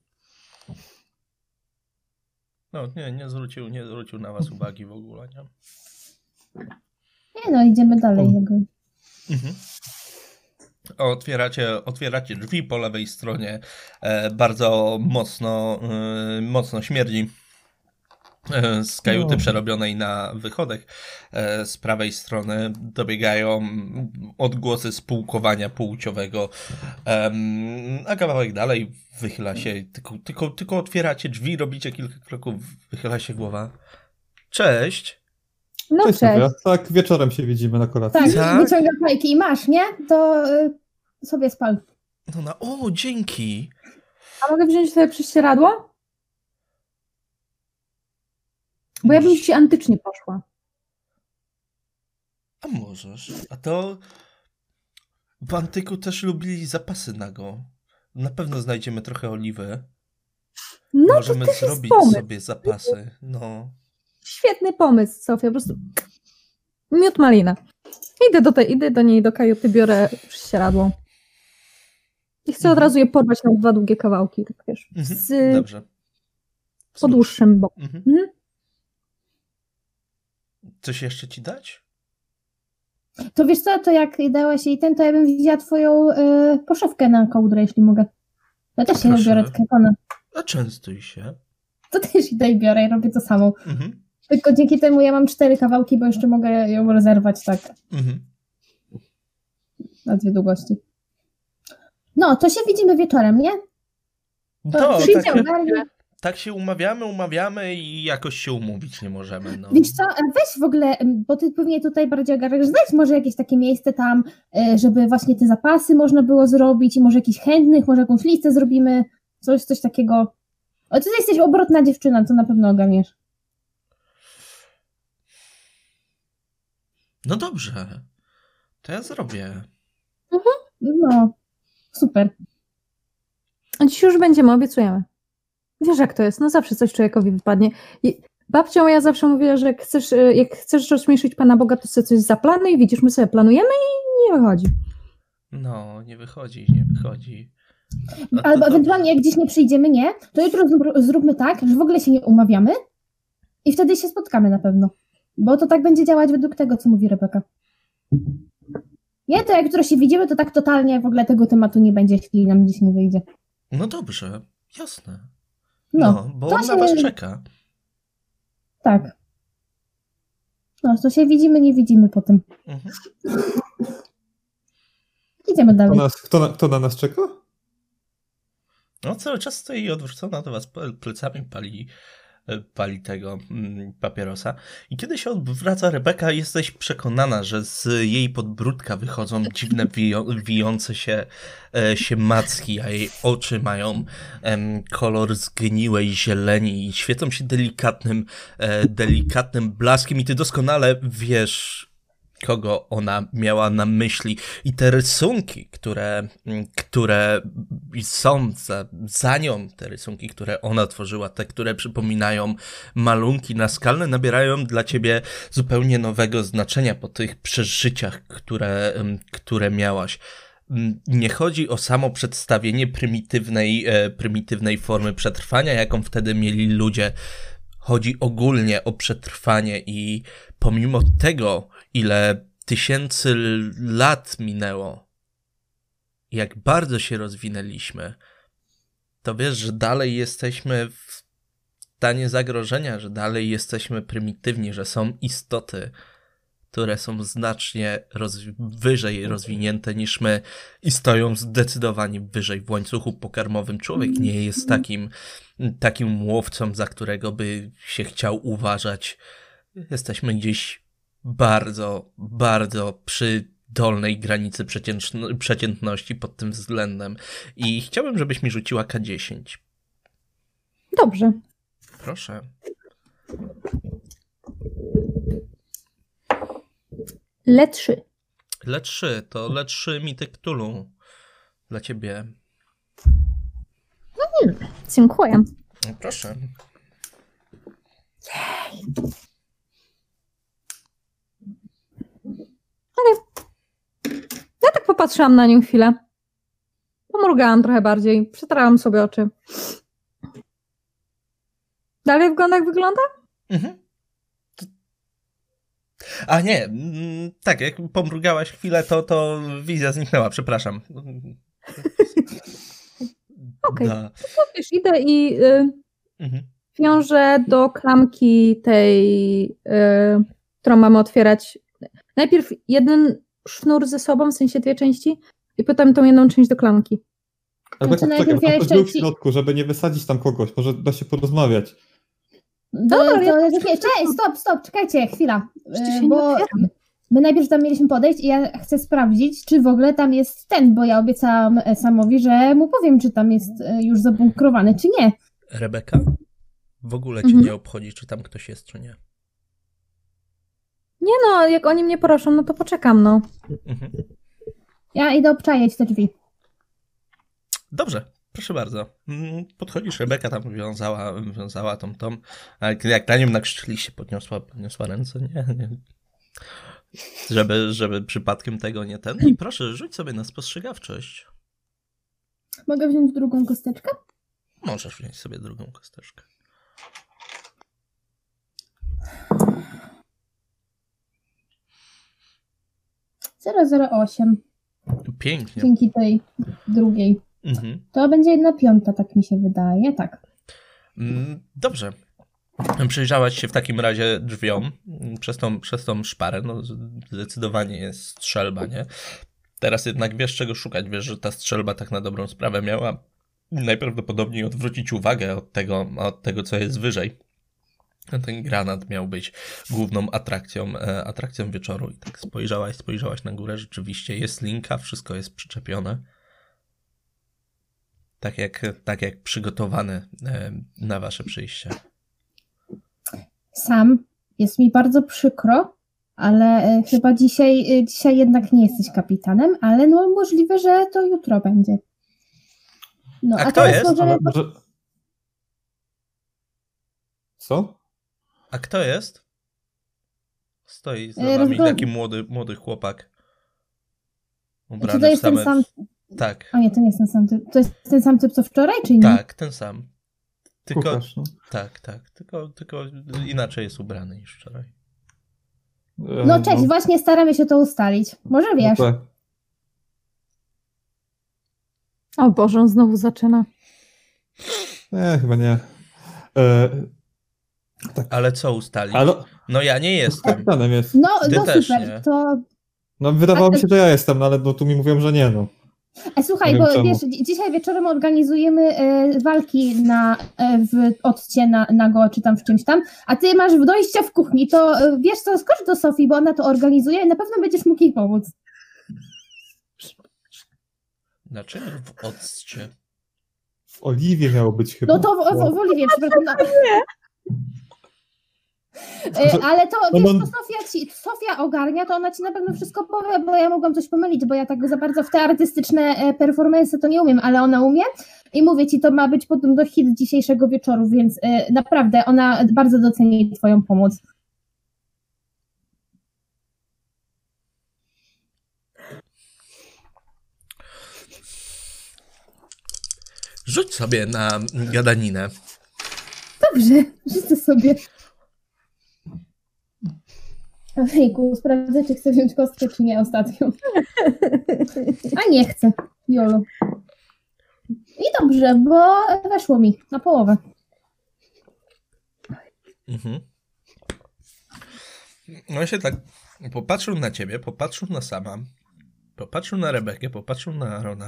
No, nie, nie zwrócił, nie zwrócił na was uwagi w ogóle, nie? Nie no, idziemy dalej. Jego. Mhm. Otwieracie, otwieracie drzwi po lewej stronie. E, bardzo mocno, e, mocno śmierdzi e, z kajuty No. przerobionej na wychodek. E, z prawej strony dobiegają odgłosy spółkowania płciowego. Em, a kawałek dalej wychyla się, tylko, tylko, tylko otwieracie drzwi, robicie kilka kroków, wychyla się głowa. Cześć! No Cześć, cześć. Sylwia. Tak, wieczorem się widzimy na kolacji. Tak, Tak? wyciągam fajki i masz, nie? To y, sobie spal. No na, o, dzięki! A mogę wziąć sobie prześcieradło? Bo ja bym ci antycznie poszła. A możesz. A to w antyku też lubili zapasy nago. Na pewno znajdziemy trochę oliwy. No Możemy to też jest zrobić pomysł. sobie zapasy. No. Świetny pomysł, Sofia, po prostu miód malina. Idę do, tej, idę do niej, do kajuty, biorę prześcieradło. I chcę od Mhm. razu je porwać na dwa długie kawałki, tak wiesz, Mhm. z Dobrze. po dłuższym boku. Mhm. Mhm. Coś jeszcze ci dać? To wiesz co, to jak dałaś jej ten, to ja bym wzięła twoją y, poszewkę na kołdrę, jeśli mogę. Ja też się Proszę. biorę od kapana. A częstuj się. To też idę i biorę i robię to samo. Mhm. Tylko dzięki temu ja mam cztery kawałki, bo jeszcze mogę ją rozerwać tak Mhm. na dwie długości. No, to się widzimy wieczorem, nie? To No, przyjdziemy. tak, tak się umawiamy, umawiamy i jakoś się umówić nie możemy. No. Wiesz co, weź w ogóle, bo ty pewnie tutaj bardziej ogarniasz, znajdź może jakieś takie miejsce tam, y, żeby właśnie te zapasy można było zrobić i może jakichś chętnych, może jakąś listę zrobimy, coś, coś takiego. O, ty jesteś obrotna dziewczyna, to na pewno ogarniesz. No dobrze. To ja zrobię. No, super. A dziś już będziemy, obiecujemy. Wiesz jak to jest, no zawsze coś człowiekowi wypadnie. I babcia moja zawsze mówiła, że jak chcesz, y, jak chcesz rozśmieszyć Pana Boga, to sobie coś zaplanuj i widzisz, my sobie planujemy i nie wychodzi. No, nie wychodzi, nie wychodzi. A to Albo dobrze. ewentualnie jak gdzieś nie przyjdziemy, nie, to jutro zrób- zróbmy tak, że w ogóle się nie umawiamy i wtedy się spotkamy na pewno. Bo to tak będzie działać według tego, co mówi Rebeka. Nie, to jak jutro się widzimy, to tak totalnie w ogóle tego tematu nie będzie, jeśli nam gdzieś nie wyjdzie. No dobrze, jasne. No, No, bo to on na się- was czeka. tak. No, to się widzimy, nie widzimy potem. Mhm. Idziemy Kto, dalej. nas, kto, na, kto na nas czeka? No cały czas stoi odwrócona do was ple- plecami, pali, e, pali tego mm, papierosa. I kiedy się odwraca Rebeka, jesteś przekonana, że z jej podbródka wychodzą dziwne wijo- wijące się, e, się macki, a jej oczy mają em, kolor zgniłej zieleni i świecą się delikatnym, e, delikatnym blaskiem i ty doskonale wiesz, kogo ona miała na myśli. I te rysunki, które, które są za, za nią, te rysunki, które ona tworzyła, te, które przypominają malunki naskalne, nabierają dla ciebie zupełnie nowego znaczenia po tych przeżyciach, które, które miałaś. Nie chodzi o samo przedstawienie prymitywnej, prymitywnej formy przetrwania, jaką wtedy mieli ludzie. Chodzi ogólnie o przetrwanie i pomimo tego, ile tysięcy lat minęło, jak bardzo się rozwinęliśmy, to wiesz, że dalej jesteśmy w stanie zagrożenia, że dalej jesteśmy prymitywni, że są istoty, które są znacznie roz- wyżej rozwinięte niż my i stoją zdecydowanie wyżej w łańcuchu pokarmowym. Człowiek nie jest takim, takim łowcą, za którego by się chciał uważać. Jesteśmy gdzieś bardzo, bardzo przy dolnej granicy przeciętno- przeciętności pod tym względem. I chciałbym, żebyś mi rzuciła K dziesięć. Dobrze. Proszę. Le trzy. Le trzy, to Le trzy Mityk Cthulhu dla ciebie. Dziękuję. No, proszę. Ja tak popatrzyłam na nią chwilę. Pomrugałam trochę bardziej. Przetarłam sobie oczy. Dalej wygląda jak wygląda? Mhm. A nie, mm, tak, jak pomrugałaś chwilę, to, to wizja zniknęła, przepraszam. Okej. Da. No wiesz, idę i y, Mhm. wiążę do klamki tej, y, którą mamy otwierać. Najpierw jeden sznur ze sobą, w sensie dwie części, i potem tą jedną część do klamki. Ale Znaczy, tak, najpierw czekaj, ja bo tam jeszcze ktoś był w ci- środku, żeby nie wysadzić tam kogoś, może da się porozmawiać. Do, Dobra, do, ja- nie, cześć, stop, stop, czekajcie, chwila. Przecież E, się nie Bo otwieram. my najpierw tam mieliśmy podejść i ja chcę sprawdzić, czy w ogóle tam jest ten, bo ja obiecałam e, Samowi, że mu powiem, czy tam jest e, już zabunkrowany, czy nie. Rebeka? W ogóle cię Mhm. nie obchodzi, czy tam ktoś jest, czy nie. Nie no, jak oni mnie proszą, no to poczekam, no. Mhm. Ja idę obczajać te drzwi. Dobrze, proszę bardzo. Mm, Podchodzisz, Rebeka tam wiązała, wiązała tą, tą, a jak- jak na nią nakrzyczyliście, podniosła, podniosła ręce, nie, nie. Żeby, żeby przypadkiem tego nie ten. I proszę, rzuć sobie na spostrzegawczość. Mogę wziąć drugą kosteczkę? Możesz wziąć sobie drugą kosteczkę. zero zero osiem. Pięknie. Dzięki tej drugiej. Mhm. To będzie jedna piąta, tak mi się wydaje, tak. Mm, Dobrze. Przyjrzałaś się w takim razie drzwiom mm, przez tą, przez tą szparę. No, zdecydowanie jest strzelba, nie? Teraz jednak wiesz, czego szukać. Wiesz, że ta strzelba tak na dobrą sprawę miała najprawdopodobniej odwrócić uwagę od tego, od tego co jest wyżej. A ten granat miał być główną atrakcją, e, atrakcją wieczoru. I tak spojrzałaś, spojrzałaś na górę. Rzeczywiście jest linka, wszystko jest przyczepione. Tak jak, tak jak przygotowane e, na wasze przyjście. Sam, jest mi bardzo przykro, ale e, chyba dzisiaj, e, dzisiaj jednak nie jesteś kapitanem, ale no możliwe, że to jutro będzie. No, A a, kto teraz jest? możemy... Ale może... Co? A kto jest? Stoi za E, wami rozgo- taki młody, młody chłopak. Ubrany Czy to jest w same... ten sam... Tak, A nie, to nie jest ten sam typ. To jest ten sam typ, co wczoraj, czy nie? tak, ten sam. Tylko, Kucharz, no. tak, tak, tylko, tylko inaczej jest ubrany niż wczoraj. E, No cześć, właśnie staramy się to ustalić. Może no wiesz. tak. O Boże, on znowu zaczyna. Nie, chyba nie. E, Ale co ustalić? ale No ja nie jestem. kapitanem jest. No, Ty no też super, nie. to... No wydawało mi A- się, że ja jestem, no ale no, tu mi mówią, że nie, no. E, słuchaj, Nie bo wiem czemu. wiesz, dzi- dzisiaj wieczorem organizujemy e, walki na, e, w odcie na, na go, czy tam w czymś tam, a ty masz w dojścia w kuchni, to e, wiesz co, skocz do Sofii, bo ona to organizuje i na pewno będziesz mógł jej pomóc. Dlaczego w occie? W Oliwie miało być chyba. No to w, w, w Oliwie, przepraszam. Na... E, Ale to, No wiesz, bo- to Sofia, ci, Sofia ogarnia, to ona ci na pewno wszystko powie, bo ja mogłam coś pomylić, bo ja tak za bardzo w te artystyczne e, performance to nie umiem, ale ona umie i mówię ci, to ma być potem do hit dzisiejszego wieczoru, więc e, naprawdę ona bardzo doceni twoją pomoc. Rzuć sobie na gadaninę. Dobrze, rzucę sobie. Ojejku, sprawdzę, czy chcę wziąć kostkę, czy nie ostatnio. A nie chcę. Jolo. I dobrze, bo weszło mi na połowę. Mhm. No się tak popatrzył na ciebie, popatrzył na Sama, popatrzył na Rebekę, popatrzył na Arona.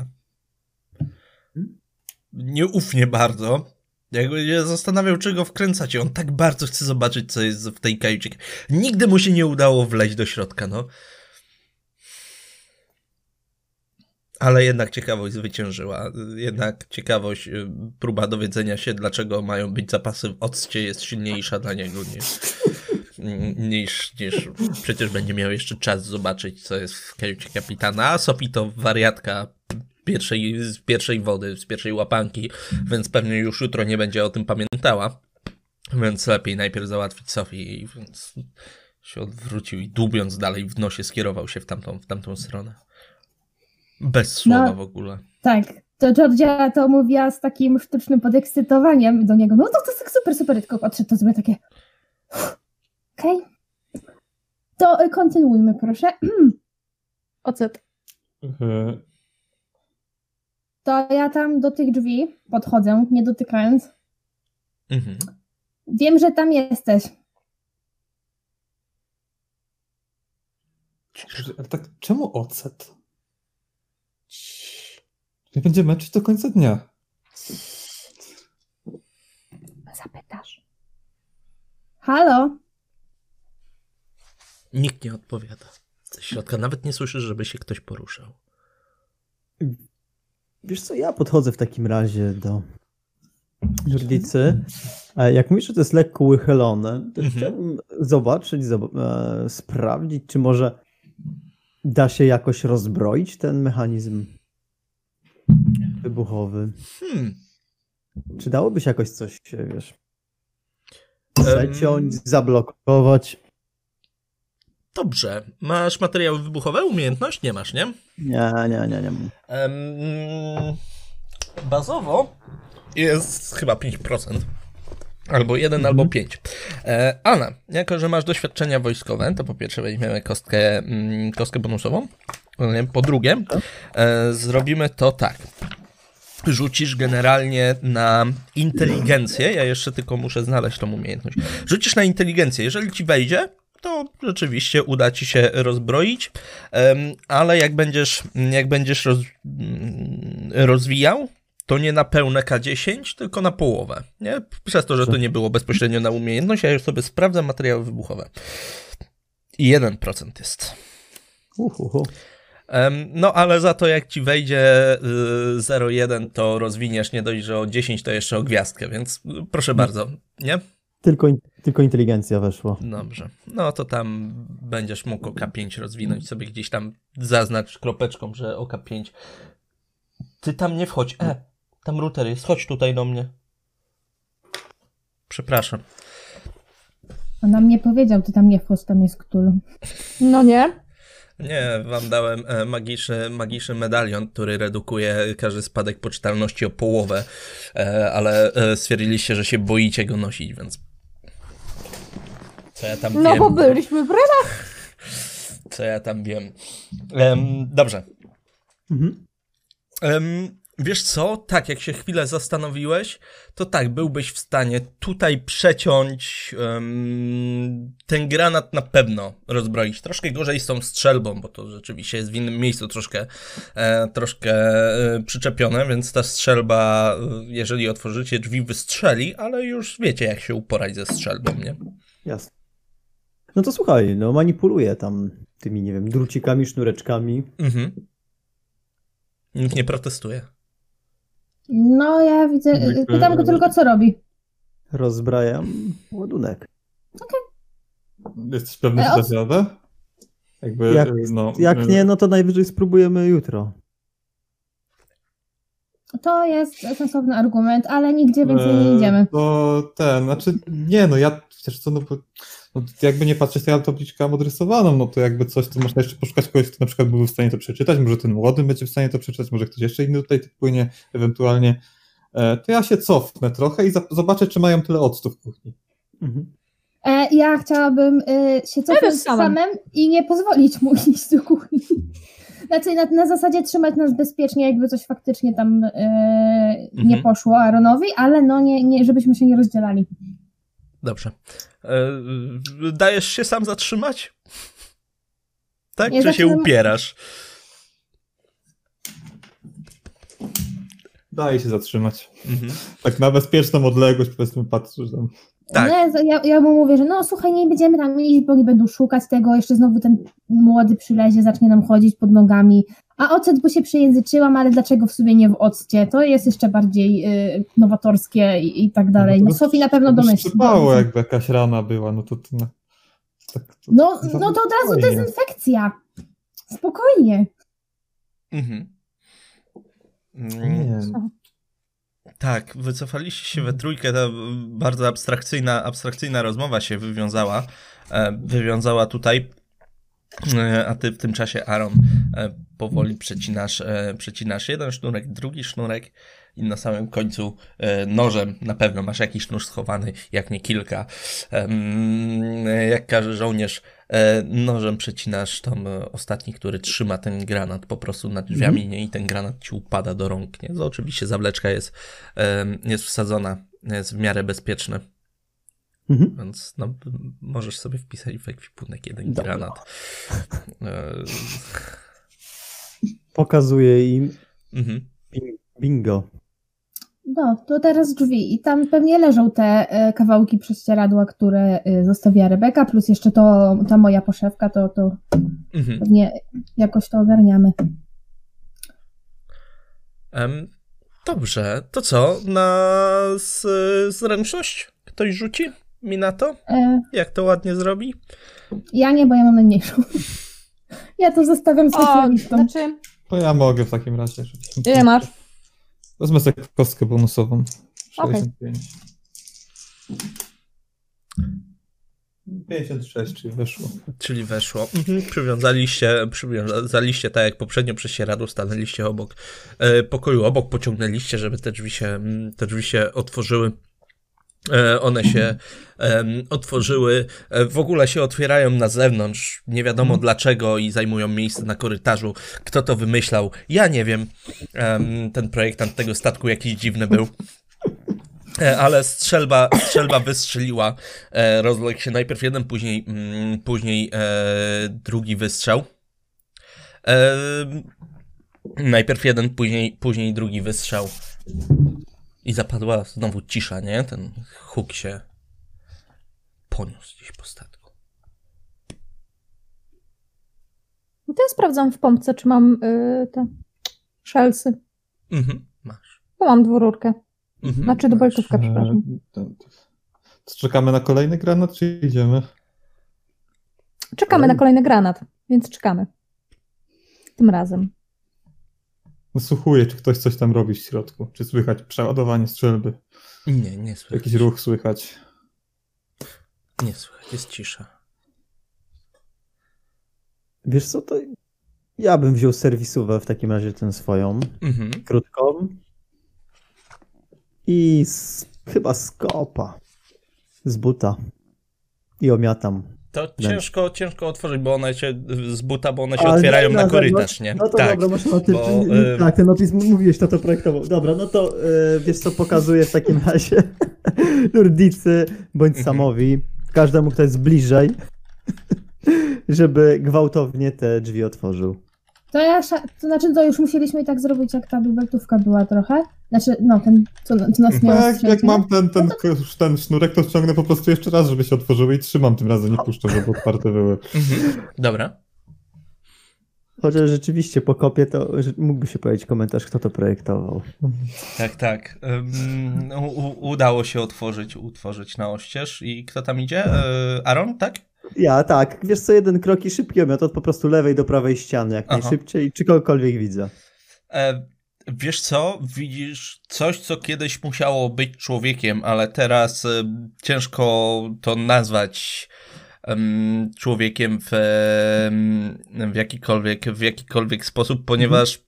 Nieufnie bardzo. Jakby się zastanawiał, czego wkręcacie. On tak bardzo chce zobaczyć, co jest w tej kajucie. Nigdy mu się nie udało wleźć do środka, no. Ale jednak ciekawość zwyciężyła. Jednak ciekawość, y, próba dowiedzenia się, dlaczego mają być zapasy w occie, jest silniejsza dla niego niż, niż, niż przecież będzie miał jeszcze czas zobaczyć, co jest w kajucie kapitana. A Sophie to wariatka pierwszej, z pierwszej wody, z pierwszej łapanki, więc pewnie już jutro nie będzie o tym pamiętała. Więc lepiej najpierw załatwić Sophie, i więc się odwrócił i dłubiąc dalej w nosie skierował się w tamtą, w tamtą stronę. Bez słowa No. w ogóle. Tak, to Georgia to mówiła z takim sztucznym podekscytowaniem do niego. No to, to tak super, super, tylko podszedł, to sobie takie... Okej. Okay. To y, kontynuujmy, proszę. Ocet. E, To ja tam do tych drzwi podchodzę, nie dotykając. Mhm. Wiem, że tam jesteś. Ale tak, czemu ocet? Nie będzie męczyć do końca dnia. Zapytasz. Halo? Nikt nie odpowiada. Ze środka nawet nie słyszysz, żeby się ktoś poruszał. Wiesz co, ja podchodzę w takim razie do Jurdicy. E, Jak mówisz, że to jest lekko uchylone, to Mhm. chciałbym zobaczyć, zob- e, sprawdzić, czy może da się jakoś rozbroić ten mechanizm wybuchowy. Hmm. Czy dałoby się jakoś coś, wiesz, Em, przeciąć, zablokować? Dobrze. Masz materiały wybuchowe? Umiejętność? Nie masz, nie? Nie, nie, nie, nie. Em, bazowo jest chyba pięć procent. Albo jeden, albo pięć. E, Anna, jako że masz doświadczenia wojskowe, to po pierwsze weźmiemy kostkę, mm, kostkę bonusową. E, Po drugie, e, zrobimy to tak. Rzucisz generalnie na inteligencję. Ja jeszcze tylko muszę znaleźć tą umiejętność. Rzucisz na inteligencję. Jeżeli ci wejdzie, to rzeczywiście uda ci się rozbroić, em, ale jak będziesz, jak będziesz roz, mm, rozwijał, to nie na pełne K dziesięć, tylko na połowę, nie? Przez to, że to nie było bezpośrednio na umiejętność, ja już sobie sprawdzam materiały wybuchowe. I jeden procent jest. Uhuhu. Em, No, ale za to jak ci wejdzie y, zero przecinek jeden, to rozwiniesz nie dość, że o dziesięć, to jeszcze o gwiazdkę, więc y, proszę bardzo, nie? Tylko, in- tylko inteligencja weszła. Dobrze. No to tam będziesz mógł o K pięć rozwinąć sobie gdzieś tam, zaznacz kropeczką, że o K pięć. Ty tam nie wchodź. E, tam router jest, chodź tutaj do mnie. Przepraszam. Ona mnie powiedział, ty tam nie wchodź, tam jest Cthulhu. No nie? Nie, wam dałem e, magiczny, magiczny medalion, który redukuje każdy spadek poczytalności o połowę, e, ale e, stwierdziliście, że się boicie go nosić, więc... Co ja tam No wiem? bo byliśmy w ramach. Co ja tam wiem? Em, dobrze. Mhm. Em, wiesz co? Tak, jak się chwilę zastanowiłeś, to tak, byłbyś w stanie tutaj przeciąć em, ten granat na pewno rozbroić. Troszkę gorzej z tą strzelbą, bo to rzeczywiście jest w innym miejscu troszkę, e, troszkę e, przyczepione, więc ta strzelba, e, jeżeli otworzycie drzwi, wystrzeli, ale już wiecie, jak się uporać ze strzelbą, nie? Jasne. No to słuchaj, no manipuluję tam tymi, nie wiem, drucikami, sznureczkami. Mhm. Nikt nie protestuje. No ja widzę, Jakby- pytam go tylko, co robi. Rozbrajam ładunek. Jesteś pewny, że E, o- dasz radę? Jakby, Jak, no, jak y, nie, no to najwyżej spróbujemy jutro. To jest sensowny argument, ale nigdzie więcej nie e, idziemy. To ten, znaczy, nie no, ja, wiesz co, no bo no, jakby nie patrzeć, to ja mam tabliczkę odrysowaną, no to jakby coś, to można jeszcze poszukać kogoś, kto na przykład byłby w stanie to przeczytać, może ten młody będzie w stanie to przeczytać, może ktoś jeszcze inny tutaj płynie, ewentualnie. E, to ja się cofnę trochę i za, zobaczę, czy mają tyle octu w kuchni. Mhm. E, ja chciałabym e, się cofnąć z samym. samym i nie pozwolić mu iść do kuchni. Znaczy na, na zasadzie trzymać nas bezpiecznie, jakby coś faktycznie tam e, nie Mhm. poszło Aaronowi, ale no nie, nie, żebyśmy się nie rozdzielali. Dobrze. E, dajesz się sam zatrzymać? Tak? Nie, Czy się zaczynam- upierasz? Daje się zatrzymać. Mhm. Tak na bezpieczną odległość, powiedzmy, patrzysz tam. Tak. Nie, ja, ja mu mówię, że no słuchaj, nie będziemy tam iść, bo nie będą szukać tego, jeszcze znowu ten młody przylezie, zacznie nam chodzić pod nogami. A ocet, bo się przejęzyczyłam, ale dlaczego w sumie nie w occie? To jest jeszcze bardziej y, nowatorskie i, i tak dalej. No to Sofii na pewno to by domyśli. szczypało, jakby jakaś rana była, no to... to no, tak, to No, no to od razu spokojnie. dezynfekcja. Spokojnie. Mhm. Mm, Nie, Tak, wycofaliście się we trójkę, ta bardzo abstrakcyjna, abstrakcyjna rozmowa się wywiązała, e, wywiązała tutaj, e, a ty w tym czasie, Aaron, e, powoli przecinasz, e, przecinasz jeden sznurek, drugi sznurek i na samym końcu e, nożem, na pewno masz jakiś nóż schowany, jak nie kilka, Em, jak każdy żołnierz, e, nożem przecinasz tam e, ostatni, który trzyma ten granat po prostu nad drzwiami, nie? I ten granat ci upada do rąk, nie? To oczywiście zawleczka jest, em, jest wsadzona, jest w miarę bezpieczny, Mhm. więc no, możesz sobie wpisać w ekwipunek jeden Dobra. granat. E, Pokazuję im mhm. bingo. No, to teraz drzwi. I tam pewnie leżą te e, kawałki prześcieradła, które e, zostawiła Rebeka, plus jeszcze to, ta moja poszewka, to, to Mhm. pewnie jakoś to ogarniamy. Em, dobrze, to co? Na z, zręczność ktoś rzuci mi na to? E, Jak to ładnie zrobi? ja nie, bo ja mam najmniejszą. Ja to zostawiam O, specjalistom. znaczy, to ja mogę w takim razie. ile masz? Wezmę sobie kostkę bonusową. Okej. sześćdziesiąt pięć. pięćdziesiąt sześć, czyli weszło. Czyli weszło. Mhm. Przywiązaliście, przywiązaliście tak jak poprzednio prześcieradło, stanęliście obok e, pokoju, obok pociągnęliście, żeby te drzwi się, mm, te drzwi się otworzyły. E, one się em, otworzyły, e, w ogóle się otwierają na zewnątrz, nie wiadomo dlaczego i zajmują miejsce na korytarzu. Kto to wymyślał? Ja nie wiem. Em, ten projektant tego statku jakiś dziwny był. E, Ale strzelba, strzelba wystrzeliła, e, rozległ się najpierw jeden, później, mm, później e, drugi wystrzał. E, najpierw jeden, później, później drugi wystrzał. I zapadła znowu cisza, nie? Ten huk się poniósł gdzieś po statku. No to ja sprawdzam w pompce, czy mam y, te szelsy. Mhm, masz. Bo mam dwururkę. Mhm. Znaczy dubeltówkę, przepraszam. E, to- to czekamy na kolejny granat, czy idziemy? Czekamy na kolejny granat, więc czekamy. Tym razem. Nasłuchuję, czy ktoś coś tam robi w środku. Czy słychać przeładowanie strzelby. Nie, nie słychać. Jakiś ruch słychać. Nie słychać, jest cisza. Wiesz co, to ja bym wziął serwisówę w takim razie tę swoją, Mhm. krótką i z, chyba z kopa, z buta i omiatam. To ciężko, ciężko otworzyć, bo one się z buta, bo one się Ale otwierają nie, na na korytarz, zewnątrz. nie? No to tak. dobra, masz o tym, bo, nie- y- tak, ten opis mówiłeś, kto to projektował. Dobra, no to y, wiesz co, pokazuję w takim razie Nurdicy bądź Mhm. Samowi, każdemu, kto jest bliżej, żeby gwałtownie te drzwi otworzył. To ja, sza- to znaczy to już musieliśmy i tak zrobić, jak ta dubeltówka była trochę. Znaczy, no, ten, co, co nas nie No, jak, ostrzegł, jak nie? mam ten, ten, ten sznurek, to ściągnę po prostu jeszcze raz, żeby się otworzyły i trzymam tym razem, nie puszczę, żeby otwarte były. Mhm. Dobra. Chociaż rzeczywiście po kopie to że mógłby się powiedzieć komentarz, kto to projektował. Tak, tak. Ym, u, u, udało się otworzyć, utworzyć na oścież. I kto tam idzie? Yy, Aaron, tak? Ja tak, wiesz co, jeden krok i szybki omiot od po prostu lewej do prawej ściany, jak Aha. najszybciej, czy kogokolwiek widzę. E, wiesz co? Widzisz coś, co kiedyś musiało być człowiekiem, ale teraz e, ciężko to nazwać em, człowiekiem w, em, w, jakikolwiek, w jakikolwiek sposób, ponieważ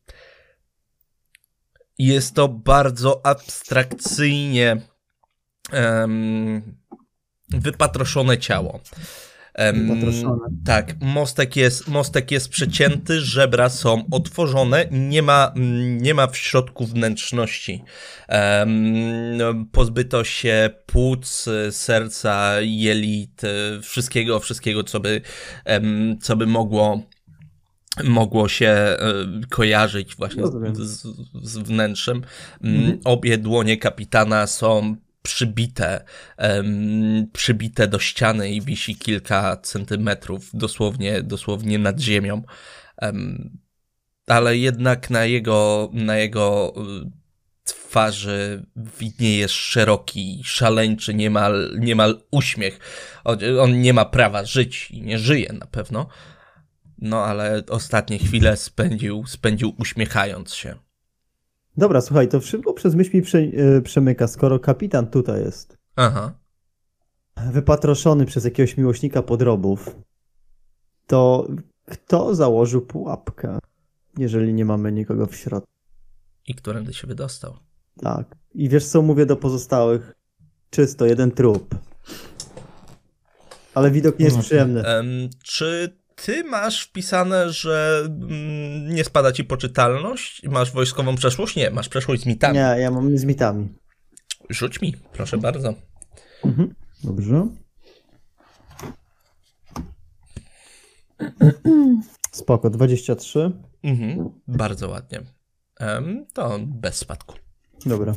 jest to bardzo abstrakcyjnie em, wypatroszone ciało. Em, Wypatroszone. Tak, mostek jest, mostek jest przecięty, żebra są otworzone, nie ma, nie ma w środku wnętrzności. Em, pozbyto się płuc, serca, jelit, wszystkiego, wszystkiego, co by, em, co by mogło mogło się e, kojarzyć właśnie Rozumiem. z, z, z wnętrzem. Mm, Mhm. Obie dłonie kapitana są przybite, em, przybite do ściany i wisi kilka centymetrów, dosłownie, dosłownie nad ziemią. Em, ale jednak na jego, na jego y, twarzy widnieje szeroki, szaleńczy, niemal, niemal uśmiech. On, on nie ma prawa żyć i nie żyje na pewno. No, ale ostatnie chwile spędził, spędził uśmiechając się. Dobra, słuchaj, to wszystko przez myśl mi prze, yy, przemyka, skoro kapitan tutaj jest, Aha. wypatroszony przez jakiegoś miłośnika podrobów, to kto założył pułapkę, jeżeli nie mamy nikogo w środku? I którędy się wydostał. Tak. I wiesz co mówię do pozostałych? Czysto, jeden trup. Ale widok nie jest No. przyjemny. Em, czy ty masz wpisane, że mm, nie spada ci poczytalność? Masz wojskową przeszłość? Nie, masz przeszłość z mitami. Nie, ja mam z mitami. Rzuć mi, proszę bardzo. Mhm. Dobrze. Spoko, dwadzieścia trzy. Mhm, bardzo ładnie. Em, to bez spadku. Dobra.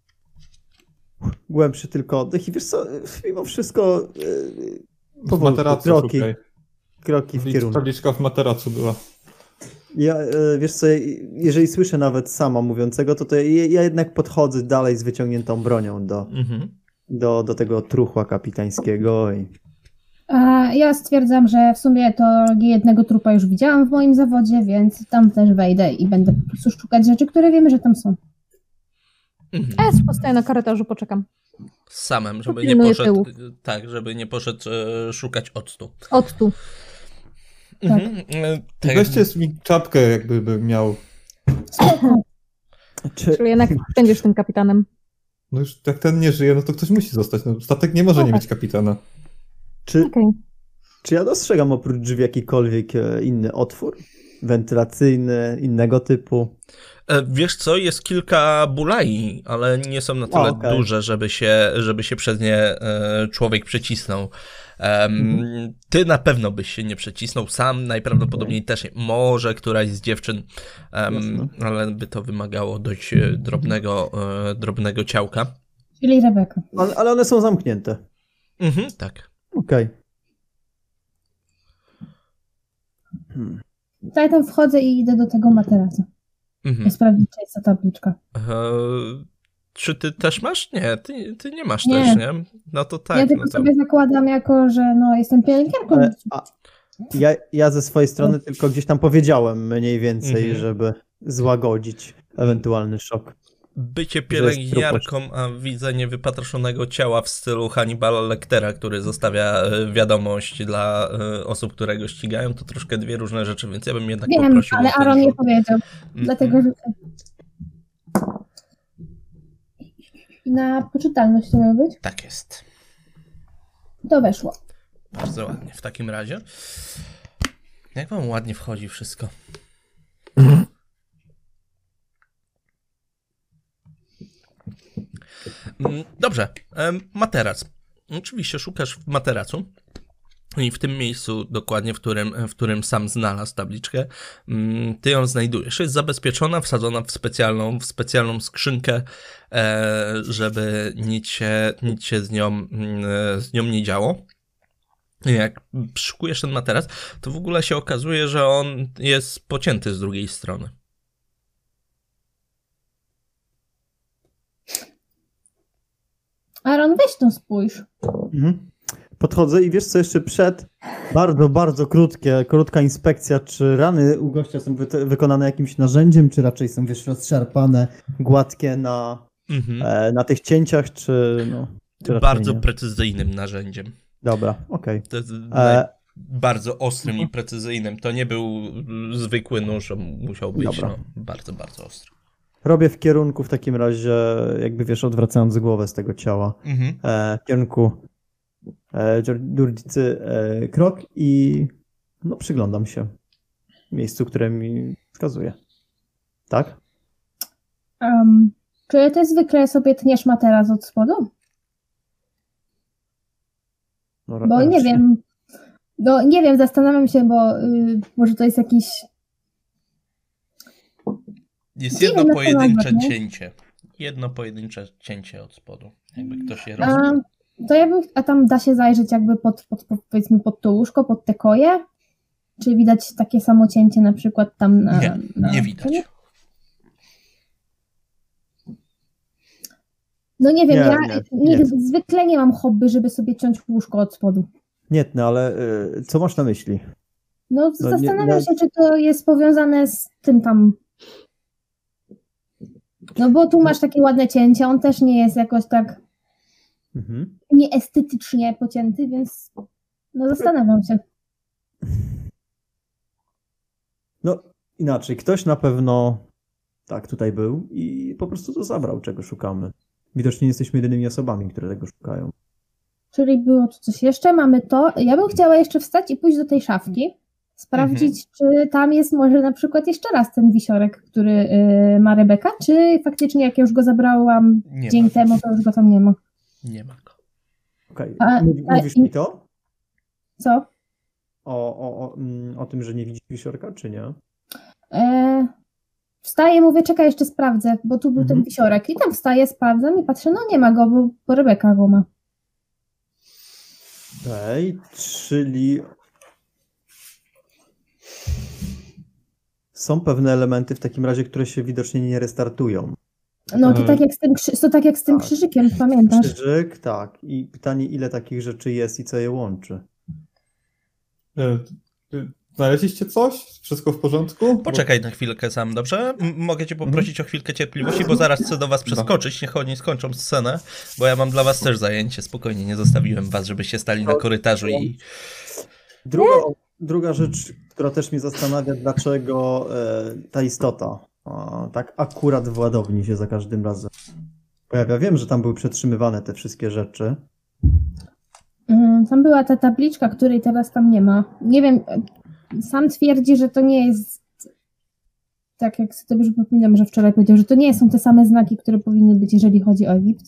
Głębszy tylko oddech i wiesz co, mimo wszystko yy, W powolutku, materacu kroki, szukaj. kroki w kierunku. Tabliczka w materacu była. Ja, yy, wiesz co, jeżeli słyszę nawet sama mówiącego, to, to ja, ja jednak podchodzę dalej z wyciągniętą bronią do, Mhm. do, do tego truchła kapitańskiego i A ja stwierdzam, że w sumie to jednego trupa już widziałam w moim zawodzie, więc tam też wejdę i będę po prostu szukać rzeczy, które wiemy, że tam są. Mhm. A ja postoję na korytarzu, poczekam. Z samym, żeby nie Pilnuję poszedł, tyłów. tak, żeby nie poszedł e, szukać octu. Od tu. Mhm. E, tak. Weźcie mi czapkę, jakby by miał. Spoko. Czy, Czyli jednak będziesz tym kapitanem. No już jak ten nie żyje, no to ktoś musi zostać. No, statek nie może nie mieć kapitana. czy, Okej. czy ja dostrzegam oprócz drzwi jakikolwiek e, inny otwór? Wentylacyjny, innego typu? E, Wiesz co, jest kilka bulai, ale nie są na tyle O, okej. duże, żeby się, żeby się przez nie e, człowiek przecisnął. Em, Mhm. Ty na pewno byś się nie przecisnął, sam najprawdopodobniej też nie. Może któraś z dziewczyn, em, Jasne. ale by to wymagało dość e, drobnego, e, drobnego ciałka. Czyli Rebeka. Ale, ale one są zamknięte. Mhm, tak. Okej. Hmm. To ja tam wchodzę i idę do tego materaca. Mhm. Sprawdzić, czy jest ta tabliczka. E, czy ty też masz? Nie, ty, ty nie masz Nie. też, nie? No to tak. ja tylko no to... sobie zakładam jako, że no, jestem pielęgniarką. Ale, a, ja, ja ze swojej strony tylko gdzieś tam powiedziałem mniej więcej, Mhm. żeby złagodzić ewentualny szok. Bycie Że jest pielęgniarką, a widzenie wypatroszonego ciała w stylu Hannibala Lectera, który zostawia e, wiadomość dla e, osób, które go ścigają, to troszkę dwie różne rzeczy, więc ja bym jednak Wiem, poprosił ale o ten Aaron nie rzut. powiedział, Mhm. dlatego rzucę. I na poczytalność to miał być? Tak jest. To weszło. Bardzo ładnie. W takim razie, jak wam ładnie wchodzi wszystko. Mm, Dobrze. Em, Materac. Oczywiście szukasz w materacu. I w tym miejscu, dokładnie w którym, w którym sam znalazł tabliczkę, mm, ty ją znajdujesz. Jest zabezpieczona, wsadzona w specjalną, w specjalną skrzynkę, e, żeby nic się, nic się z nią, mm, z nią nie działo. Jak szykujesz ten materac, to w ogóle się okazuje, że on jest pocięty z drugiej strony. Aaron, weź to spójrz. Mhm. podchodzę i wiesz co, jeszcze przed, bardzo, bardzo krótkie, krótka inspekcja, czy rany u gościa są wy wykonane jakimś narzędziem, czy raczej są, wiesz, rozszarpane, gładkie na, Mhm. e, na tych cięciach, czy no... Czy raczej Bardzo nie? precyzyjnym narzędziem. Dobra, okej. To jest E, bardzo ostrym i precyzyjnym. To nie był zwykły nóż, on musiał być Dobra. no, bardzo, bardzo ostry. Robię w kierunku w takim razie, jakby wiesz, odwracając głowę z tego ciała, Mhm. e, w kierunku e, Durdicy e, krok i no przyglądam się miejscu, które mi wskazuje. Tak? Um, czy ty zwykle sobie tniesz materac od spodu? No, Bo nie raczej. wiem, no nie wiem, zastanawiam się, bo y, może to jest jakiś... Jest Nie jedno wiem, na pojedyncze temat, nie? cięcie. Jedno pojedyncze cięcie od spodu. Jakby ktoś je A, rozbił. to ja bym, a tam da się zajrzeć jakby pod, pod, pod, powiedzmy pod to łóżko, pod te koje? Czy widać takie samo cięcie na przykład tam na... Nie, na nie widać. No nie wiem, Nie, ja nie, nie, nie. zwykle nie mam hobby, żeby sobie ciąć łóżko od spodu. Nie, no ale y, co masz na myśli? No, No nie- zastanawiam no- się, czy to jest powiązane z tym tam. No bo tu masz takie ładne cięcie, on też nie jest jakoś tak Mhm. nieestetycznie pocięty, więc no zastanawiam się. No inaczej, ktoś na pewno tak tutaj był i po prostu to zabrał, czego szukamy. Widocznie nie jesteśmy jedynymi osobami, które tego szukają. Czyli było tu coś jeszcze, mamy to. Ja bym chciała jeszcze wstać i pójść do tej szafki, sprawdzić, czy tam jest może na przykład jeszcze raz ten wisiorek, który y, ma Rebeka, czy faktycznie jak ja już go zabrałam Nie dzień ma. temu, to już go tam nie ma. Nie ma go. Okej, A- Mówi- a- mówisz i- mi to? Co? O, o, o, mm, o tym, że nie widzisz wisiorka, czy nie? E, wstaję, mówię, czekaj, jeszcze sprawdzę, bo tu był Mhm. ten wisiorek. I tam wstaję, sprawdzam i patrzę, no nie ma go, bo, bo Rebeka go ma. Okej, czyli są pewne elementy w takim razie, które się widocznie nie restartują. No to E, tak jak z tym, krzy- to tak jak z tym tak. krzyżykiem, pamiętasz? Krzyżyk, tak. I pytanie, ile takich rzeczy jest i co je łączy? E, y, Znaleźliście coś? Wszystko w porządku? Poczekaj na chwilkę sam, dobrze? M- mogę cię poprosić o chwilkę cierpliwości, bo zaraz chcę do was przeskoczyć, niech oni skończą scenę, bo ja mam dla was też zajęcie, spokojnie, nie zostawiłem was, żebyście stali na korytarzu i... Druga, druga rzecz, która też mnie zastanawia, dlaczego e, ta istota a, tak akurat w ładowni się za każdym razem pojawia. Wiem, że tam były przetrzymywane te wszystkie rzeczy. Mm, Tam była ta tabliczka, której teraz tam nie ma. Nie wiem, e, sam twierdzi, że to nie jest tak jak sobie dobrze przypominam, że wczoraj powiedział, że to nie są te same znaki, które powinny być, jeżeli chodzi o Egipt.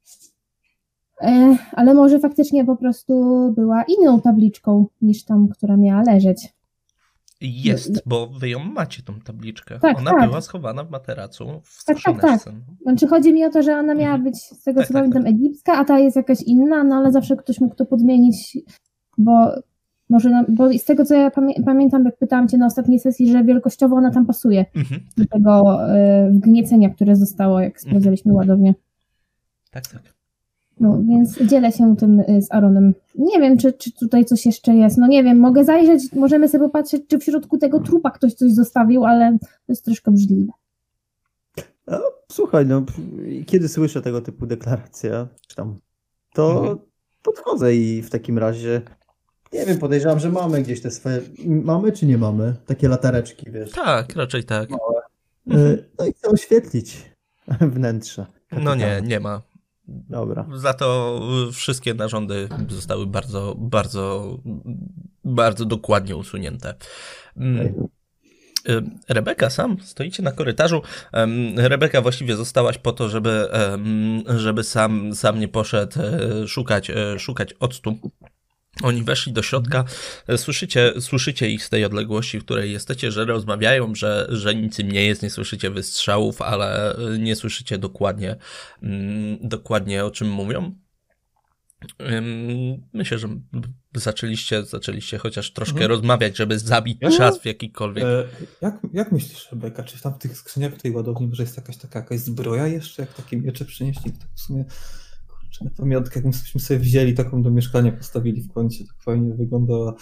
E, ale może faktycznie po prostu była inną tabliczką niż tam, która miała leżeć. Jest, bo wy ją macie, tą tabliczkę. Tak, Ona tak. była schowana w materacu, w Tak, tak, skrzyneczce. Znaczy chodzi mi o to, że ona miała być z tego Tak, co tak, pamiętam tak. egipska, a ta jest jakaś inna, no ale zawsze ktoś mógł to podmienić, bo może, na, bo z tego co ja pamię pamiętam, jak pytałam cię na ostatniej sesji, że wielkościowo ona tam pasuje Mhm. do tego y, wgniecenia, które zostało, jak sprawdzaliśmy ładownię. Tak, tak. No więc dzielę się tym y, z Aaronem. Nie wiem, czy, czy tutaj coś jeszcze jest. No nie wiem, mogę zajrzeć, możemy sobie popatrzeć, czy w środku tego trupa ktoś coś zostawił, ale to jest troszkę brzydliwe. No, słuchaj, no, kiedy słyszę tego typu deklaracje, czy tam, to Mhm. podchodzę i w takim razie, nie wiem, podejrzewam, że mamy gdzieś te swoje, mamy czy nie mamy, takie latareczki, wiesz. Tak, raczej tak. Y, No i chcę oświetlić wnętrze. No nie, kapitana. nie ma. Dobra. Za to y, wszystkie narządy zostały bardzo, bardzo, bardzo dokładnie usunięte. Mm, Okej. y, Rebeka, sam stoicie na korytarzu. Em, Rebeka, właściwie zostałaś po to, żeby, em, żeby sam, sam nie poszedł e, szukać, e, szukać octu. Oni weszli do środka, słyszycie, słyszycie ich z tej odległości, w której jesteście, że rozmawiają, że, że nic im nie jest, nie słyszycie wystrzałów, ale nie słyszycie dokładnie, mm, dokładnie o czym mówią. Ym, Myślę, że zaczęliście, zaczęliście chociaż troszkę Mhm. rozmawiać, żeby zabić Ja? czas w jakikolwiek... E, jak, jak myślisz, Rebeka, czy tam w tych skrzyniach w tej ładowni może jest jakaś taka jakaś zbroja jeszcze, jak takie miecze przynieśli? Tak w sumie, Czy na pamiątkę, jakbyśmy sobie wzięli taką do mieszkania, postawili w kącie, tak fajnie wyglądała.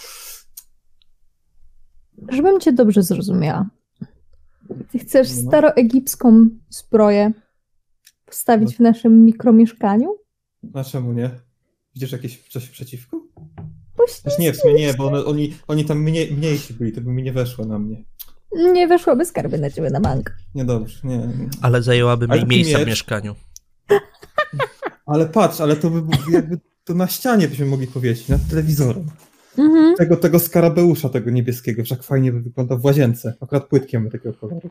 Żebym cię dobrze zrozumiała. Ty chcesz No. staroegipską zbroję postawić w naszym mikromieszkaniu? A czemu nie? Widzisz jakieś coś przeciwko? Właśnie Też nie, w sumie nie, bo one, oni, oni tam mniej, mniejsi byli, to by mi nie weszło na mnie. nie weszłoby skarby na ciebie na bank. Niedobrze, nie, nie. Ale zajęłaby Ale mniej miejsca w miecz. mieszkaniu. Ale patrz, ale to by było jakby to na ścianie byśmy mogli powiesić, nad telewizorem. Mhm. Tego, tego skarabeusza, tego niebieskiego, wszak fajnie by wyglądał w łazience. Akurat płytkiem takiego koloru.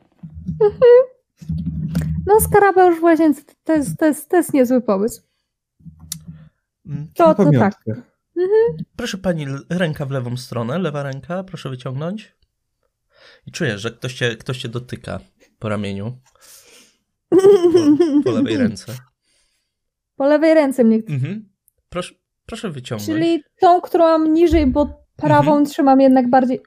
No skarabeusz w łazience to jest, to jest, to jest niezły pomysł. Mm, To, Na to tak. pamiątkę. Proszę pani, l- ręka w lewą stronę, lewa ręka, proszę wyciągnąć. I czujesz, że ktoś cię, ktoś cię dotyka po ramieniu. Po, po lewej ręce. Po lewej ręce mnie. Mhm. Proszę, proszę wyciągnąć. Czyli tą, którą mam niżej, bo prawą Mhm. trzymam jednak bardziej.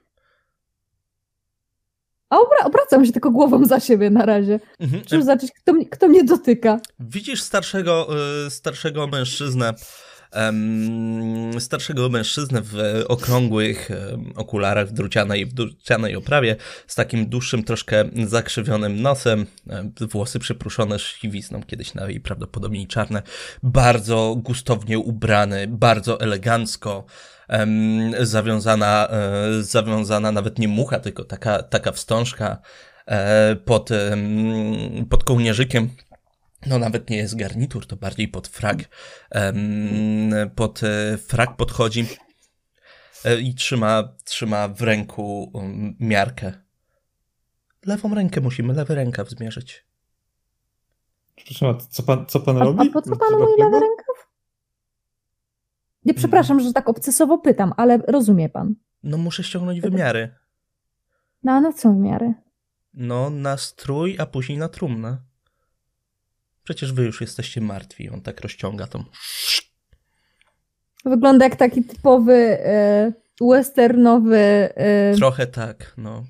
A obra- obracam się tylko głową za siebie na razie. Mhm. Żeby zobaczyć, kto, mnie- kto mnie dotyka. Widzisz starszego, y, starszego mężczyznę, em, starszego mężczyznę w okrągłych em, okularach, w drucianej, w drucianej oprawie, z takim dłuższym, troszkę zakrzywionym nosem, em, włosy przypruszone siwizną, kiedyś najprawdopodobniej czarne, bardzo gustownie ubrany, bardzo elegancko, em, zawiązana, e, zawiązana nawet nie mucha, tylko taka, taka wstążka e, pod, em, pod kołnierzykiem. No nawet nie jest garnitur, to bardziej pod frak. Em, pod e, frak podchodzi e, i trzyma, trzyma w ręku um, miarkę. Lewą rękę musimy, lewy rękaw zmierzyć. Przepraszam, a co pan, co pan A, robi? a po co panu Dlaczego? mój lewy rękaw? Nie, przepraszam, że tak obcesowo pytam, ale rozumie pan. No muszę ściągnąć wymiary. No a na co miary? No na strój, a później na trumnę. Przecież wy już jesteście martwi. On tak rozciąga tą... Wygląda jak taki typowy e, westernowy... E, Trochę tak, no.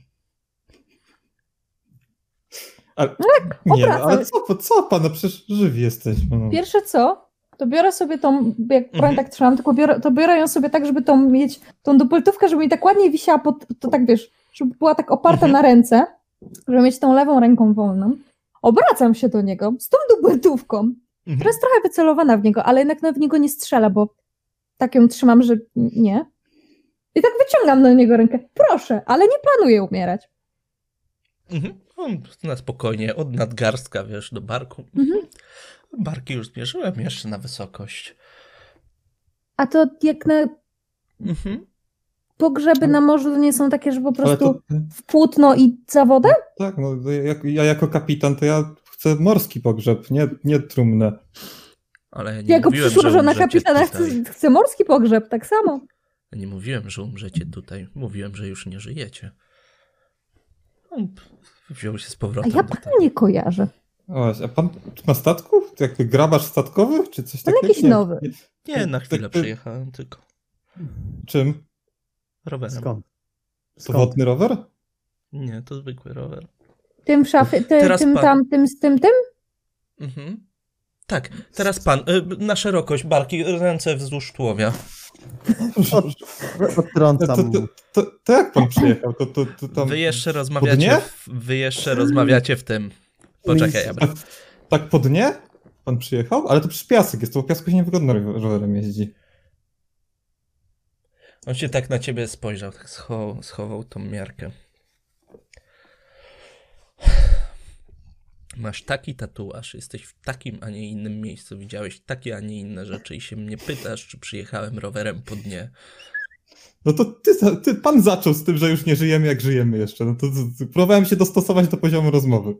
Ale, nie, no, obracam. ale co, co pan, no przecież żywi jesteśmy. No. Pierwsze co, to biorę sobie tą, jak broń Mhm. tak trzymam, tylko biorę, to biorę ją sobie tak, żeby tą mieć, tą dupeltówkę, żeby mi tak ładnie wisiała pod, to tak wiesz, żeby była tak oparta Mhm. na ręce, żeby mieć tą lewą ręką wolną. Obracam się do niego z tą dupeltówką, Mhm. która jest trochę wycelowana w niego, ale jednak w niego nie strzela, bo tak ją trzymam, że nie. I tak wyciągam do niego rękę. Proszę, ale nie planuję umierać. Mhm. On na spokojnie, od nadgarstka, wiesz, do barku. Mhm. Barki już zmierzyłem jeszcze na wysokość. A to jak na Mhm. pogrzeby na morzu to nie są takie, że po Ale prostu to, w płótno i za wodę? tak, no to jak, ja jako kapitan, to ja chcę morski pogrzeb, nie, nie trumnę. Ale ja nie Jako mówiłem, przyszła że żona umrzecie kapitana tutaj. chce, chce morski pogrzeb, tak samo. Ja nie mówiłem, że umrzecie tutaj. Mówiłem, że już nie żyjecie. On wziął się z A powrotem ja do pana tego. nie kojarzę. O, a pan ma statku? Jakby grabarz statkowy? Czy coś Pan takiego? jakiś Nie, nowy. nie. Nie, na chwilę Tak, tak. przyjechałem tylko Czym? rowerem. Skąd? To Skąd? wodny rower? Nie, to zwykły rower. Tym w szafie, ty, Teraz tym pan. tam, tym z tym, tym? Mhm. Tak, teraz pan, y, na szerokość barki, ręce wzdłuż tułowia. To, Odtrącam to, mu. to, to jak pan przyjechał? To, to, to tam... Wy jeszcze po rozmawiacie, dnie? w, wy jeszcze rozmawiacie w tym. Poczekaj, Abra. Tak, tak po dnie? Pan przyjechał? Ale to przecież piasek jest, to po piasku się nie wygodno rowerem jeździ. On się tak na ciebie spojrzał, tak schował, schował tą miarkę. Masz taki tatuaż, jesteś w takim, a nie innym miejscu, widziałeś takie, a nie inne rzeczy i się mnie pytasz, czy przyjechałem rowerem po dnie. No to ty, ty, pan zaczął z tym, że już nie żyjemy jak żyjemy jeszcze. No to, to, to próbowałem się dostosować do poziomu rozmowy.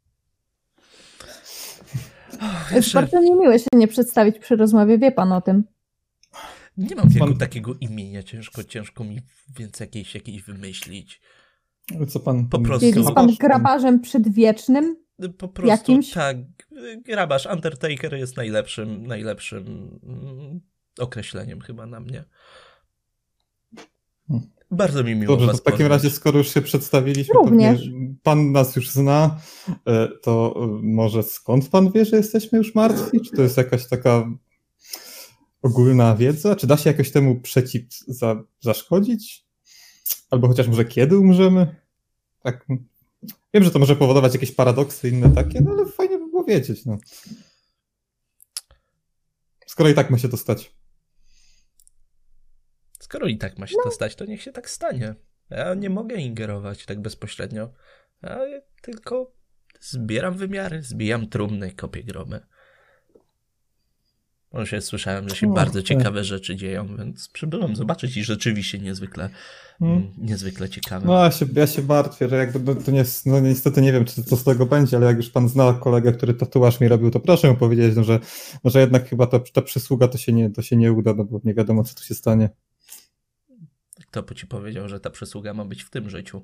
Och, Jest jeszcze bardzo niemiłe się nie przedstawić przy rozmowie, wie pan o tym. nie mam wielko pan- takiego imienia, ciężko, ciężko mi więc jakieś, jakieś wymyślić. Ale co pan... Po prostu. Czyli jest pan grabarzem przedwiecznym? Po prostu Jakimś? tak, grabarz, Undertaker jest najlepszym, najlepszym mm, określeniem chyba na mnie. Hmm. Bardzo mi miło Dobrze, was to w takim poznać. razie, skoro już się przedstawiliśmy, Również. pewnie pan nas już zna, e, to e, może skąd pan wie, że jesteśmy już martwi? Czy to jest jakaś taka ogólna wiedza? Czy da się jakoś temu przeciw za, zaszkodzić? Albo chociaż może kiedy umrzemy? Tak. Wiem, że to może powodować jakieś paradoksy inne takie, no ale fajnie by było wiedzieć, no. Skoro i tak ma się to stać. Skoro i tak ma się to stać, to niech się tak stanie. Ja nie mogę ingerować tak bezpośrednio. Ja tylko zbieram wymiary, zbijam trumny, kopię groby. Może słyszałem, że się O, bardzo tak. ciekawe rzeczy dzieją, więc przybyłem zobaczyć i rzeczywiście niezwykle, Hmm. niezwykle ciekawe. No ja się, ja się martwię, że jakby, no, to nie, no niestety nie wiem, czy co z tego będzie, ale jak już pan zna kolegę, który tatuaż mi robił, to proszę mu powiedzieć, no, że, no, że jednak chyba ta, ta przysługa to się, nie, to się nie uda, no bo nie wiadomo, co tu się stanie. Kto by ci powiedział, że ta przysługa ma być w tym życiu?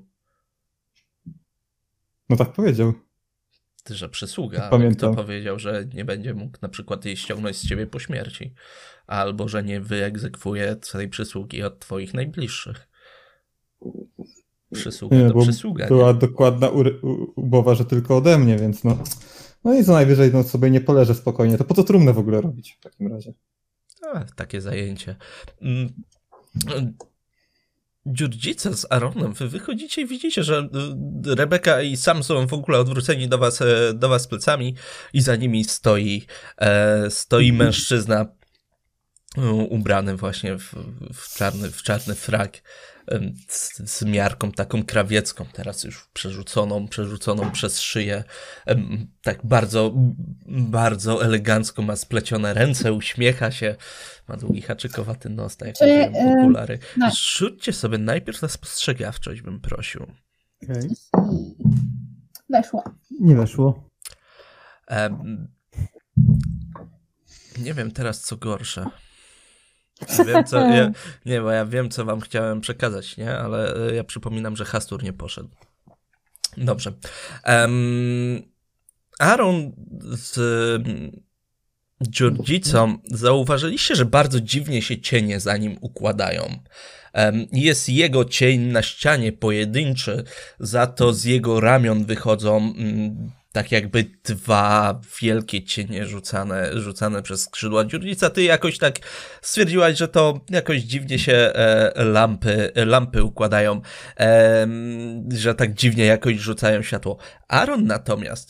No tak powiedział. Ty, że przysługa, ale Pamiętam. kto powiedział, że nie będzie mógł na przykład jej ściągnąć z ciebie po śmierci? Albo, że nie wyegzekwuje tej przysługi od twoich najbliższych? Przysługa Nie, to bo przysługa, była nie? dokładna ury- u- umowa, że tylko ode mnie, więc no. No i co najwyżej, no sobie nie poleżę spokojnie. To po co trumnę w ogóle robić w takim razie? A, takie zajęcie. Mm. Dziurdzica z Aaronem, wy wychodzicie i widzicie, że y, Rebeka i Sam są w ogóle odwróceni do was, e, do was plecami i za nimi stoi, e, stoi mężczyzna y, ubrany właśnie w, w, czarny, w czarny frak y, z, z miarką taką krawiecką, teraz już przerzuconą, przerzuconą przez szyję. Y, tak bardzo, bardzo elegancko ma splecione ręce, uśmiecha się. Ma długi haczykowaty nos, tak jak Czy, mówiłem, e, okulary. no. Rzućcie sobie najpierw na spostrzegawczość, bym prosił. Okej. Weszło. Nie weszło. Em, nie wiem teraz, co gorsze. Ja wiem, co, ja, nie, bo ja wiem, co wam chciałem przekazać, nie? Ale e, ja przypominam, że Hastur nie poszedł. Dobrze. Um, Aaron z Dziurdzicą zauważyliście, że bardzo dziwnie się cienie za nim układają. Um, jest jego cień na ścianie pojedynczy, za to z jego ramion wychodzą mm, tak jakby dwa wielkie cienie rzucane, rzucane przez skrzydła. Dziurdzica, ty jakoś tak stwierdziłaś, że to jakoś dziwnie się e, lampy, lampy układają, e, że tak dziwnie jakoś rzucają światło. Aaron natomiast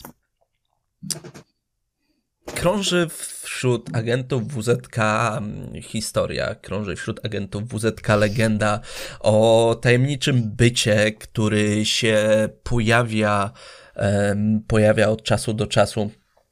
krąży wśród agentów W Z K historia, krąży wśród agentów W Z K legenda o tajemniczym bycie, który się pojawia, um, pojawia od czasu do czasu,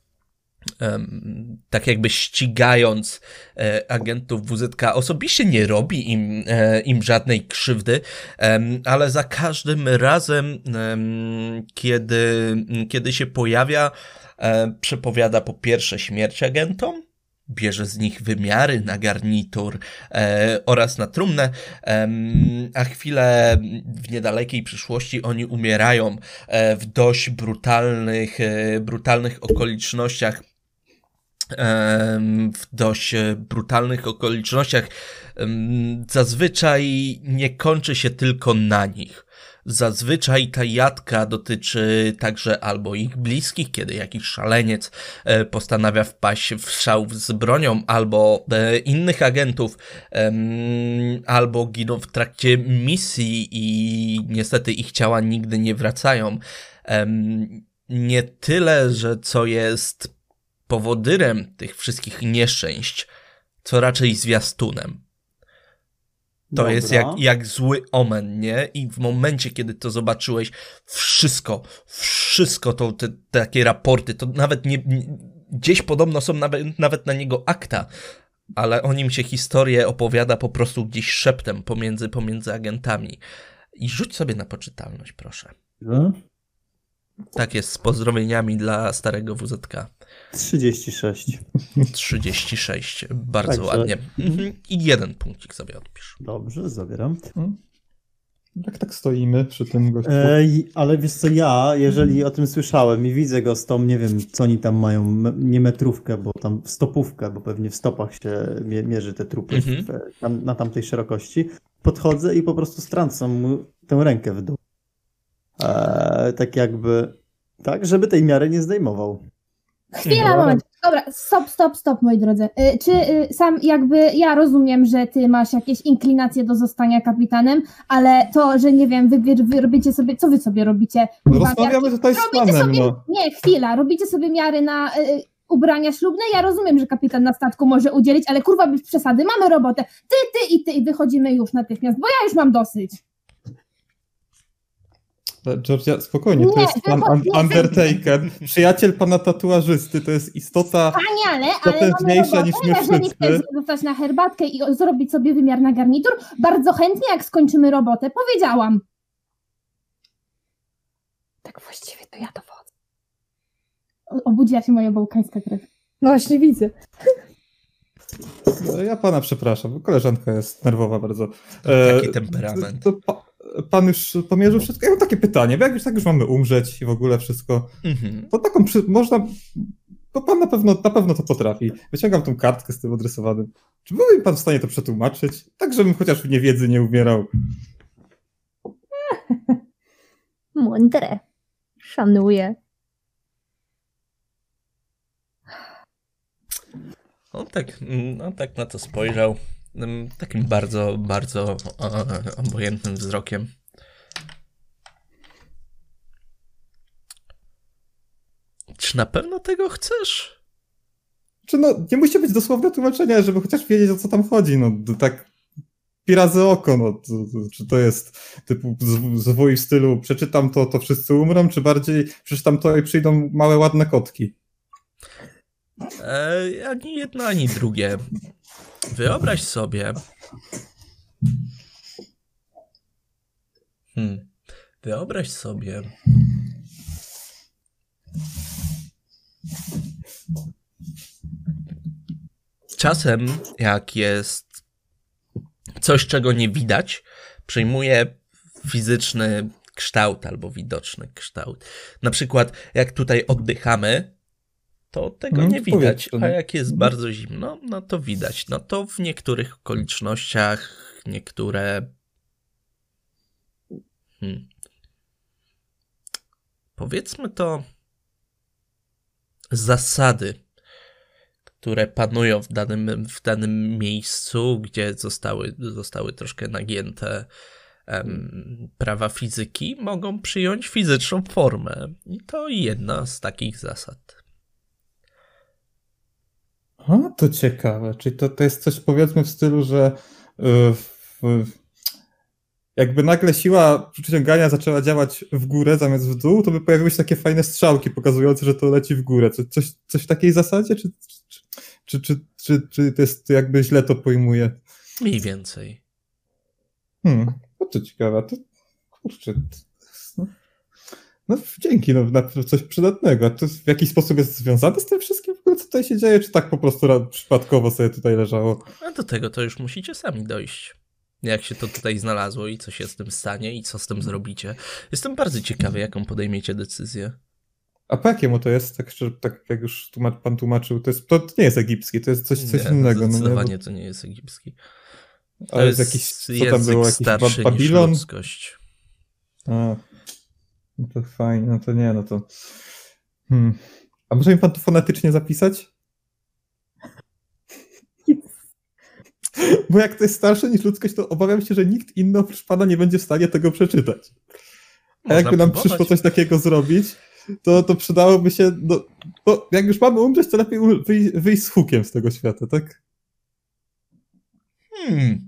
um, tak jakby ścigając e, agentów W Z K. Osobiście nie robi im, e, im żadnej krzywdy, um, ale za każdym razem, um, kiedy, kiedy się pojawia, E, przepowiada po pierwsze śmierć agentom, bierze z nich wymiary na garnitur e, oraz na trumnę, e, a chwilę w niedalekiej przyszłości oni umierają e, w dość brutalnych, e, brutalnych okolicznościach. E, w dość brutalnych okolicznościach. E, zazwyczaj nie kończy się tylko na nich. Zazwyczaj ta jadka dotyczy także albo ich bliskich, kiedy jakiś szaleniec e, postanawia wpaść w strzał z bronią, albo e, innych agentów, e, albo giną w trakcie misji i niestety ich ciała nigdy nie wracają. E, nie tyle, że co jest powodyrem tych wszystkich nieszczęść, co raczej zwiastunem. To Dobra. jest jak, jak zły omen, nie? I w momencie, kiedy to zobaczyłeś, wszystko, wszystko to, te takie raporty, to nawet nie, nie gdzieś podobno są nawet, nawet na niego akta, ale o nim się historię opowiada po prostu gdzieś szeptem pomiędzy, pomiędzy agentami. I rzuć sobie na poczytalność, proszę. Hmm? Tak jest, z pozdrowieniami dla starego W Z K. trzydzieści sześć. trzydzieści sześć, bardzo Także- ładnie. Mhm. I jeden punkcik sobie odpisz. Dobrze, zabieram. Jak tak stoimy przy tym gościu? Ej, ale wiesz co, ja, jeżeli o tym słyszałem i widzę go z tą, nie wiem, co oni tam mają, me, nie metrówkę, bo tam stopówkę, bo pewnie w stopach się mie, mierzy te trupy Mhm. w, tam, na tamtej szerokości, podchodzę i po prostu strącam mu tę rękę w dół. E, tak jakby, tak, żeby tej miary nie zdejmował. Chwila, Dobra. moment. Dobra, stop, stop, stop, moi drodzy. Y, Czy y, sam jakby, ja rozumiem, że ty masz jakieś inklinacje do zostania kapitanem, ale to, że nie wiem, wy, wy, wy robicie sobie, co wy sobie robicie? No Kurwa, rozmawiamy miarki- tutaj z robicie panem, sobie, no. nie, chwila, robicie sobie miary na y, ubrania ślubne, ja rozumiem, że kapitan na statku może udzielić, ale kurwa bez przesady, mamy robotę, ty, ty i ty i wychodzimy już natychmiast, bo ja już mam dosyć. Georgia, spokojnie, to Nie, jest pan wychodź, nie, Undertaker, przyjaciel pana tatuażysty, to jest istota Wspaniale, ale mamy potężniejsza robotę, niż my jeżeli chcesz wszyscy. zostać na herbatkę i o- zrobić sobie wymiar na garnitur, bardzo chętnie jak skończymy robotę, powiedziałam. Tak właściwie to ja dowodzę. O- Obudziła się moja bałkańska krew. No właśnie widzę. No, ja pana przepraszam, bo koleżanka jest nerwowa bardzo. Taki E, temperament. To, to pa, pan już pomierzył wszystko? Ja mam takie pytanie, bo jak już tak już mamy umrzeć i w ogóle wszystko, Mhm. to taką przy, można, to pan na pewno, na pewno to potrafi. Wyciągam tą kartkę z tym adresowanym. Czy byłby mi pan w stanie to przetłumaczyć? Tak, żebym chociaż w niewiedzy nie umierał. Mądre. Szanuję. On tak, no, tak na to spojrzał. mm, Takim bardzo, bardzo e, obojętnym wzrokiem. Czy na pewno tego chcesz? Czy no, nie musi być dosłowne tłumaczenia, żeby chociaż wiedzieć, o co tam chodzi, no, to tak pi razy oko, no, to, to, czy to jest typu z- zwój w stylu przeczytam to, to wszyscy umrą, czy bardziej przeczytam to i przyjdą małe, ładne kotki. E, ani jedno, ani drugie. Wyobraź sobie. Hmm. Wyobraź sobie. Czasem, jak jest coś, czego nie widać, przyjmuje fizyczny kształt albo widoczny kształt. Na przykład, jak tutaj oddychamy, to tego Mhm, nie widać, powietrze, a no. jak jest bardzo zimno, no to widać. No to w niektórych okolicznościach, niektóre... Hmm. Powiedzmy to zasady, które panują w danym, w danym miejscu, gdzie zostały, zostały troszkę nagięte em, prawa fizyki, mogą przyjąć fizyczną formę. I to jedna z takich zasad. A, to ciekawe. Czyli to, to jest coś, powiedzmy, w stylu, że y, w, jakby nagle siła przyciągania zaczęła działać w górę zamiast w dół, to by pojawiły się takie fajne strzałki pokazujące, że to leci w górę. Co- Coś, coś w takiej zasadzie? Czy, czy, czy, czy, czy to jest jakby źle to pojmuje? Mniej więcej. Hmm, no to ciekawe. To, kurczę, to, no, no dzięki, no, na coś przydatnego. A to w jakiś sposób jest związane z tym wszystkim, w ogóle, co tutaj się dzieje, czy tak po prostu ra- przypadkowo sobie tutaj leżało? A do tego to już musicie sami dojść. Jak się to tutaj znalazło i co się z tym stanie i co z tym zrobicie. Jestem bardzo ciekawy, jaką podejmiecie decyzję. A po jakiemu to jest? Tak, szczerze, tak jak już tłumacz, pan tłumaczył, to, jest, to nie jest egipskie, to jest coś, coś Nie, innego. No, nie? zdecydowanie to nie jest egipski. Bo, To ale jest jakiś, co tam język było, jakiś starszy ba- niż Babilon? ludzkość. A, no to fajnie, no to nie, no to... Hmm. A może mi pan to fonetycznie zapisać? Bo jak to jest starsze niż ludzkość, to obawiam się, że nikt inny oprócz pana nie będzie w stanie tego przeczytać. A Można jakby nam próbować. przyszło coś takiego zrobić, to, to przydałoby się, no, to jak już mamy umrzeć, to lepiej u- wyjść, wyjść z hukiem z tego świata, tak? Hmm.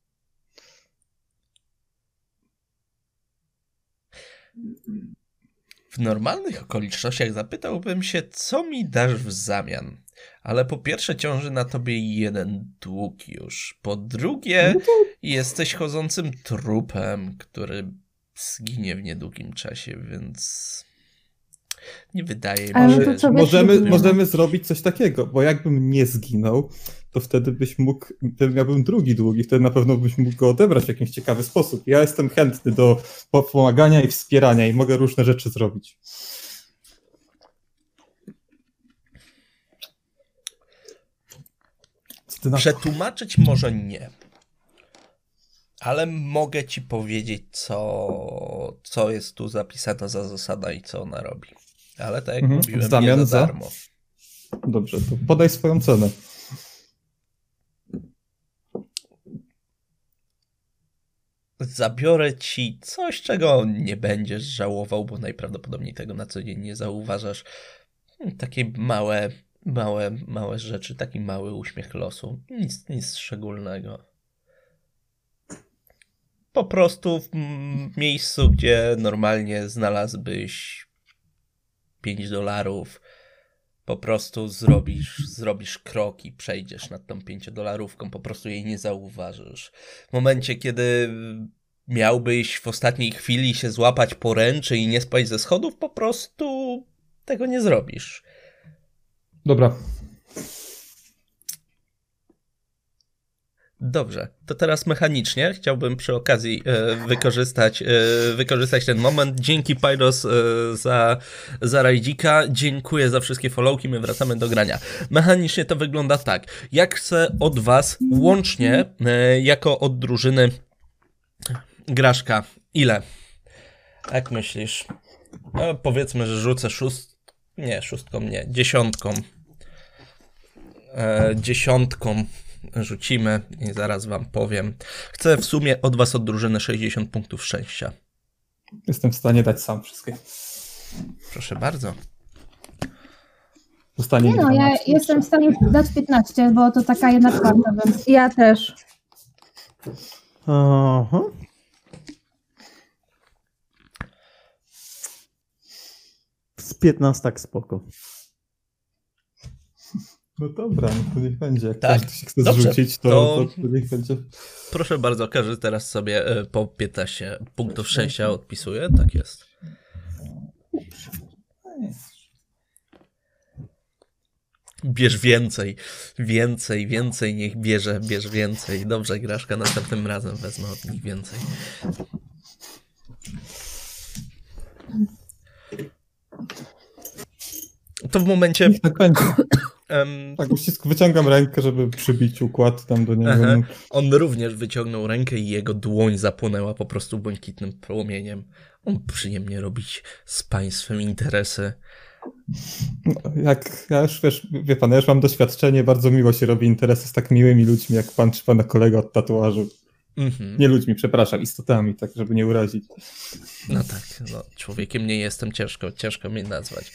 W normalnych okolicznościach zapytałbym się, co mi dasz w zamian. Ale po pierwsze ciąży na tobie jeden dług już. Po drugie No to jesteś chodzącym trupem, który zginie w niedługim czasie, więc nie wydaje mi Ale się, to co że... wiesz, możemy, zginiemy. możemy zrobić coś takiego, bo jakbym nie zginął, to wtedy byś mógł, wtedy miałbym drugi dług i wtedy na pewno byś mógł go odebrać w jakiś ciekawy sposób. Ja jestem chętny do pomagania i wspierania i mogę różne rzeczy zrobić. Co ty na to? Przetłumaczyć może nie. Ale mogę ci powiedzieć, co, co jest tu zapisane za zasada i co ona robi. Ale tak jak Mhm. mówiłem, W zamian nie za? za darmo. Dobrze, to podaj swoją cenę. Zabiorę ci coś, czego nie będziesz żałował, bo najprawdopodobniej tego na co dzień nie zauważasz. Takie małe, małe, małe rzeczy, taki mały uśmiech losu. Nic, nic szczególnego. Po prostu w miejscu, gdzie normalnie znalazłbyś pięć dolarów, po prostu zrobisz, zrobisz krok i przejdziesz nad tą pięciodolarówką, po prostu jej nie zauważysz. W momencie, kiedy miałbyś w ostatniej chwili się złapać poręczy i nie spać ze schodów, po prostu tego nie zrobisz. Dobra. Dobrze, to teraz mechanicznie chciałbym przy okazji e, wykorzystać, e, wykorzystać ten moment. Dzięki Pyros e, za, za rajdzika, dziękuję za wszystkie followki, my wracamy do grania. Mechanicznie to wygląda tak, jak chcę od was łącznie, e, jako od drużyny Graszka, ile? Jak myślisz? No, powiedzmy, że rzucę szóst... nie, szóstką nie, dziesiątką. E, dziesiątką. Rzucimy i zaraz wam powiem. Chcę w sumie od was od drużyny sześćdziesiąt punktów szczęścia. Jestem w stanie dać sam wszystkie. Proszę bardzo. Zostanie Nie no, ja jestem w stanie dać piętnaście, bo to taka jedna czwarta, więc Ja też. Aha. Z piętnaście tak spoko. No dobra, no to niech będzie. Jak Tak. każdy się chce Dobrze, zrzucić, to, to- to, to niech będzie. Proszę bardzo, każdy teraz sobie e, po piętnaście punktów szczęścia odpisuje. Tak jest. Bierz więcej, więcej, więcej, niech bierze, bierz więcej. Dobrze, Graszka, następnym razem wezmę od nich więcej. To w momencie... Niech tak będzie. em, Tak, uścisk, wyciągam rękę, żeby przybić układ tam do niego. Aha. No, On również wyciągnął rękę i jego dłoń zapłonęła po prostu błękitnym płomieniem. On przyjemnie robić z państwem interesy. no, jak ja już, wiesz, wie pan, ja już mam doświadczenie, bardzo miło się robi interesy z tak miłymi ludźmi, jak pan czy pana kolega od tatuażu. Mhm. Nie ludźmi, przepraszam, istotami, tak, żeby nie urazić. No tak, no, człowiekiem nie jestem, ciężko, ciężko mnie nazwać.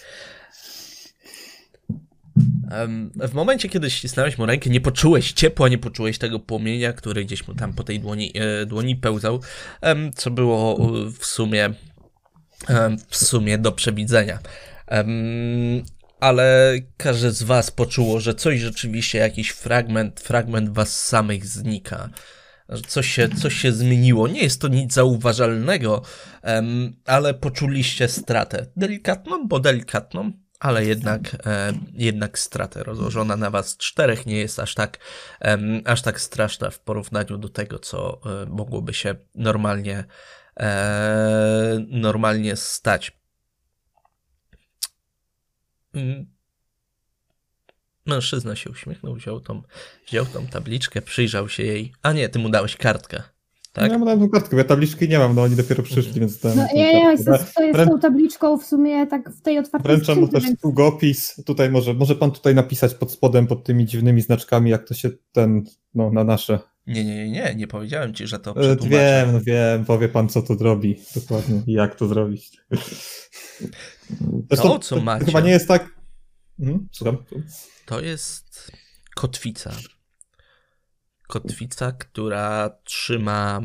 Em, w momencie, kiedy ścisnąłeś mu rękę, nie poczułeś ciepła, nie poczułeś tego płomienia, który gdzieś mu tam po tej dłoni, e, dłoni pełzał, em, co było e, w sumie, em, w sumie do przewidzenia. Em, ale każdy z was poczuło, że coś rzeczywiście, jakiś fragment, fragment was samych znika. Że coś się, coś się zmieniło. Nie jest to nic zauważalnego, em, ale poczuliście stratę. Delikatną, bo delikatną, ale jednak, e, jednak stratę rozłożona na was czterech nie jest aż tak, em, aż tak straszna w porównaniu do tego, co e, mogłoby się normalnie, e, normalnie stać. Mm. Mężczyzna się uśmiechnął, wziął tą, wziął tą tabliczkę, przyjrzał się jej. A nie, ty mu dałeś kartkę, tak? Ja mam kartkę, bo ja tabliczki nie mam, no oni dopiero przyszli, Mhm. więc tam... no, ja, ja jestem stoję z Wrę- tą tabliczką w sumie tak w tej otwartej Wręczam mu skrzynce, też więc długopis. Tutaj może, może pan tutaj napisać pod spodem, pod tymi dziwnymi znaczkami, jak to się ten, no na nasze. Nie, nie, nie, nie, nie powiedziałem ci, że to E, przetłumaczę. Wiem, no wiem, powie pan co to robi dokładnie i jak to zrobić. To, co macie. Chyba nie jest tak... Mhm, słucham. To jest kotwica. Kotwica, która trzyma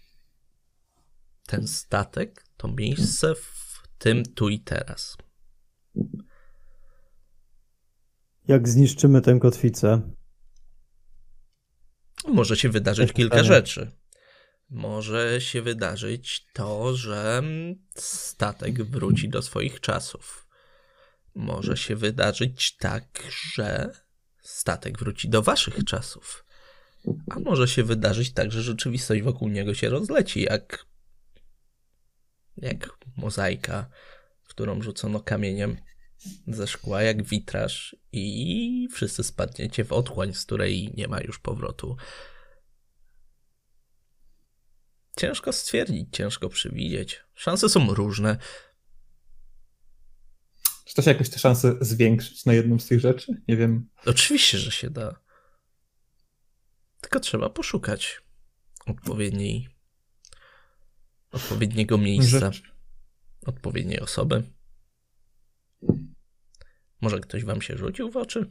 ten statek, to miejsce w tym tu i teraz. Jak zniszczymy tę kotwicę? Może się wydarzyć Też kilka pytanie. rzeczy. Może się wydarzyć to, że statek wróci do swoich czasów. Może się wydarzyć tak, że statek wróci do waszych czasów. A może się wydarzyć tak, że rzeczywistość wokół niego się rozleci, jak, jak mozaika, w którą rzucono kamieniem ze szkła, jak witraż i wszyscy spadniecie w otchłań, z której nie ma już powrotu. Ciężko stwierdzić, ciężko przewidzieć. Szanse są różne. Czy to się jakoś te szanse zwiększyć na jedną z tych rzeczy? Nie wiem. Oczywiście, że się da. Tylko trzeba poszukać odpowiedniej, odpowiedniego miejsca, Rzecz. odpowiedniej osoby. Może ktoś wam się rzucił w oczy?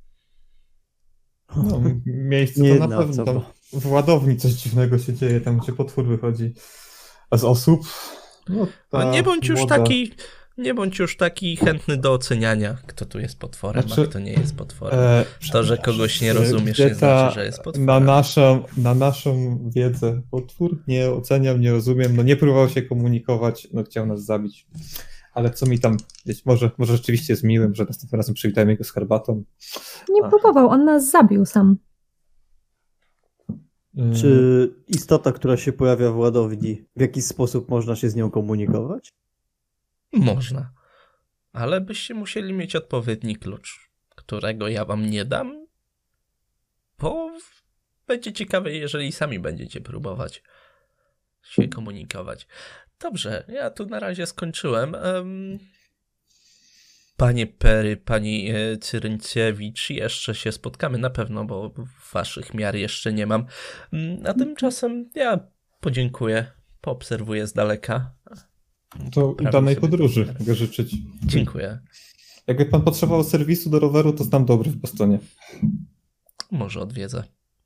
No, miejsce Nie to na jedna pewno. Tam osoba. w ładowni coś dziwnego się dzieje, tam gdzie potwór wychodzi. A z osób? No, ta No nie bądź już młoda- taki, nie bądź już taki chętny do oceniania, kto tu jest potworem, Znaczy, a kto nie jest potworem. E, To, że kogoś nie e, rozumiesz, gdzie nie znaczy, że jest Na potworem. naszą, na naszą wiedzę potwór nie oceniam, nie rozumiem, no nie próbował się komunikować, no chciał nas zabić. Ale co mi tam, wiecie, może, może rzeczywiście jest miłym, że następnym razem przywitajmy go z herbatą. Nie A. próbował, on nas zabił sam. Mm, Czy istota, która się pojawia w ładowni, w jakiś sposób można się z nią komunikować? Można. Ale byście musieli mieć odpowiedni klucz, którego ja wam nie dam, bo będzie ciekawe, jeżeli sami będziecie próbować się komunikować. Dobrze, ja tu na razie skończyłem. Um, Panie Pery, pani e, Cyrynciewicz, jeszcze się spotkamy na pewno, bo waszych miar jeszcze nie mam. Mm, A tymczasem ja podziękuję, poobserwuję z daleka. To Prawie udanej sobie podróży teraz. mogę życzyć. Dziękuję. Jakby pan potrzebował serwisu do roweru, to znam dobry w Bostonie. Może odwiedzę.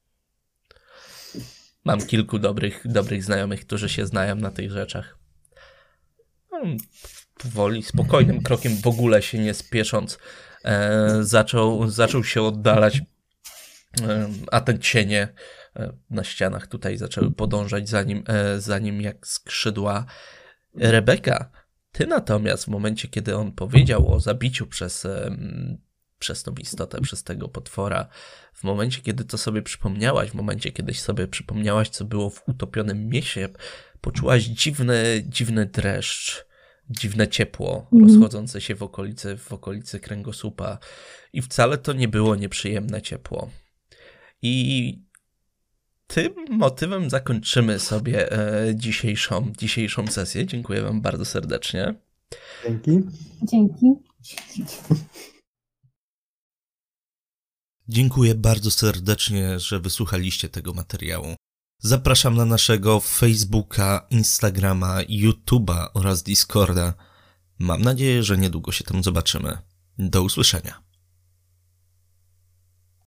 Mam kilku dobrych, dobrych znajomych, którzy się znają na tych rzeczach. Hmm, Powoli, spokojnym krokiem, w ogóle się nie spiesząc, e, zaczął, zaczął się oddalać, e, a te cienie e, na ścianach tutaj zaczęły podążać za nim, e, za nim jak skrzydła. Rebeka, ty natomiast w momencie, kiedy on powiedział o zabiciu przez, e, przez tą istotę, przez tego potwora, w momencie, kiedy to sobie przypomniałaś, w momencie, kiedyś sobie przypomniałaś, co było w utopionym mieście, poczułaś dziwny, dziwny dreszcz, dziwne ciepło Mhm. rozchodzące się w okolicy, w okolicy kręgosłupa i wcale to nie było nieprzyjemne ciepło. I tym motywem zakończymy sobie e, dzisiejszą, dzisiejszą sesję. Dziękuję wam bardzo serdecznie. Dzięki. Dzięki. Dziękuję bardzo serdecznie, że wysłuchaliście tego materiału. Zapraszam na naszego Facebooka, Instagrama, YouTube'a oraz Discorda. Mam nadzieję, że niedługo się tam zobaczymy. Do usłyszenia.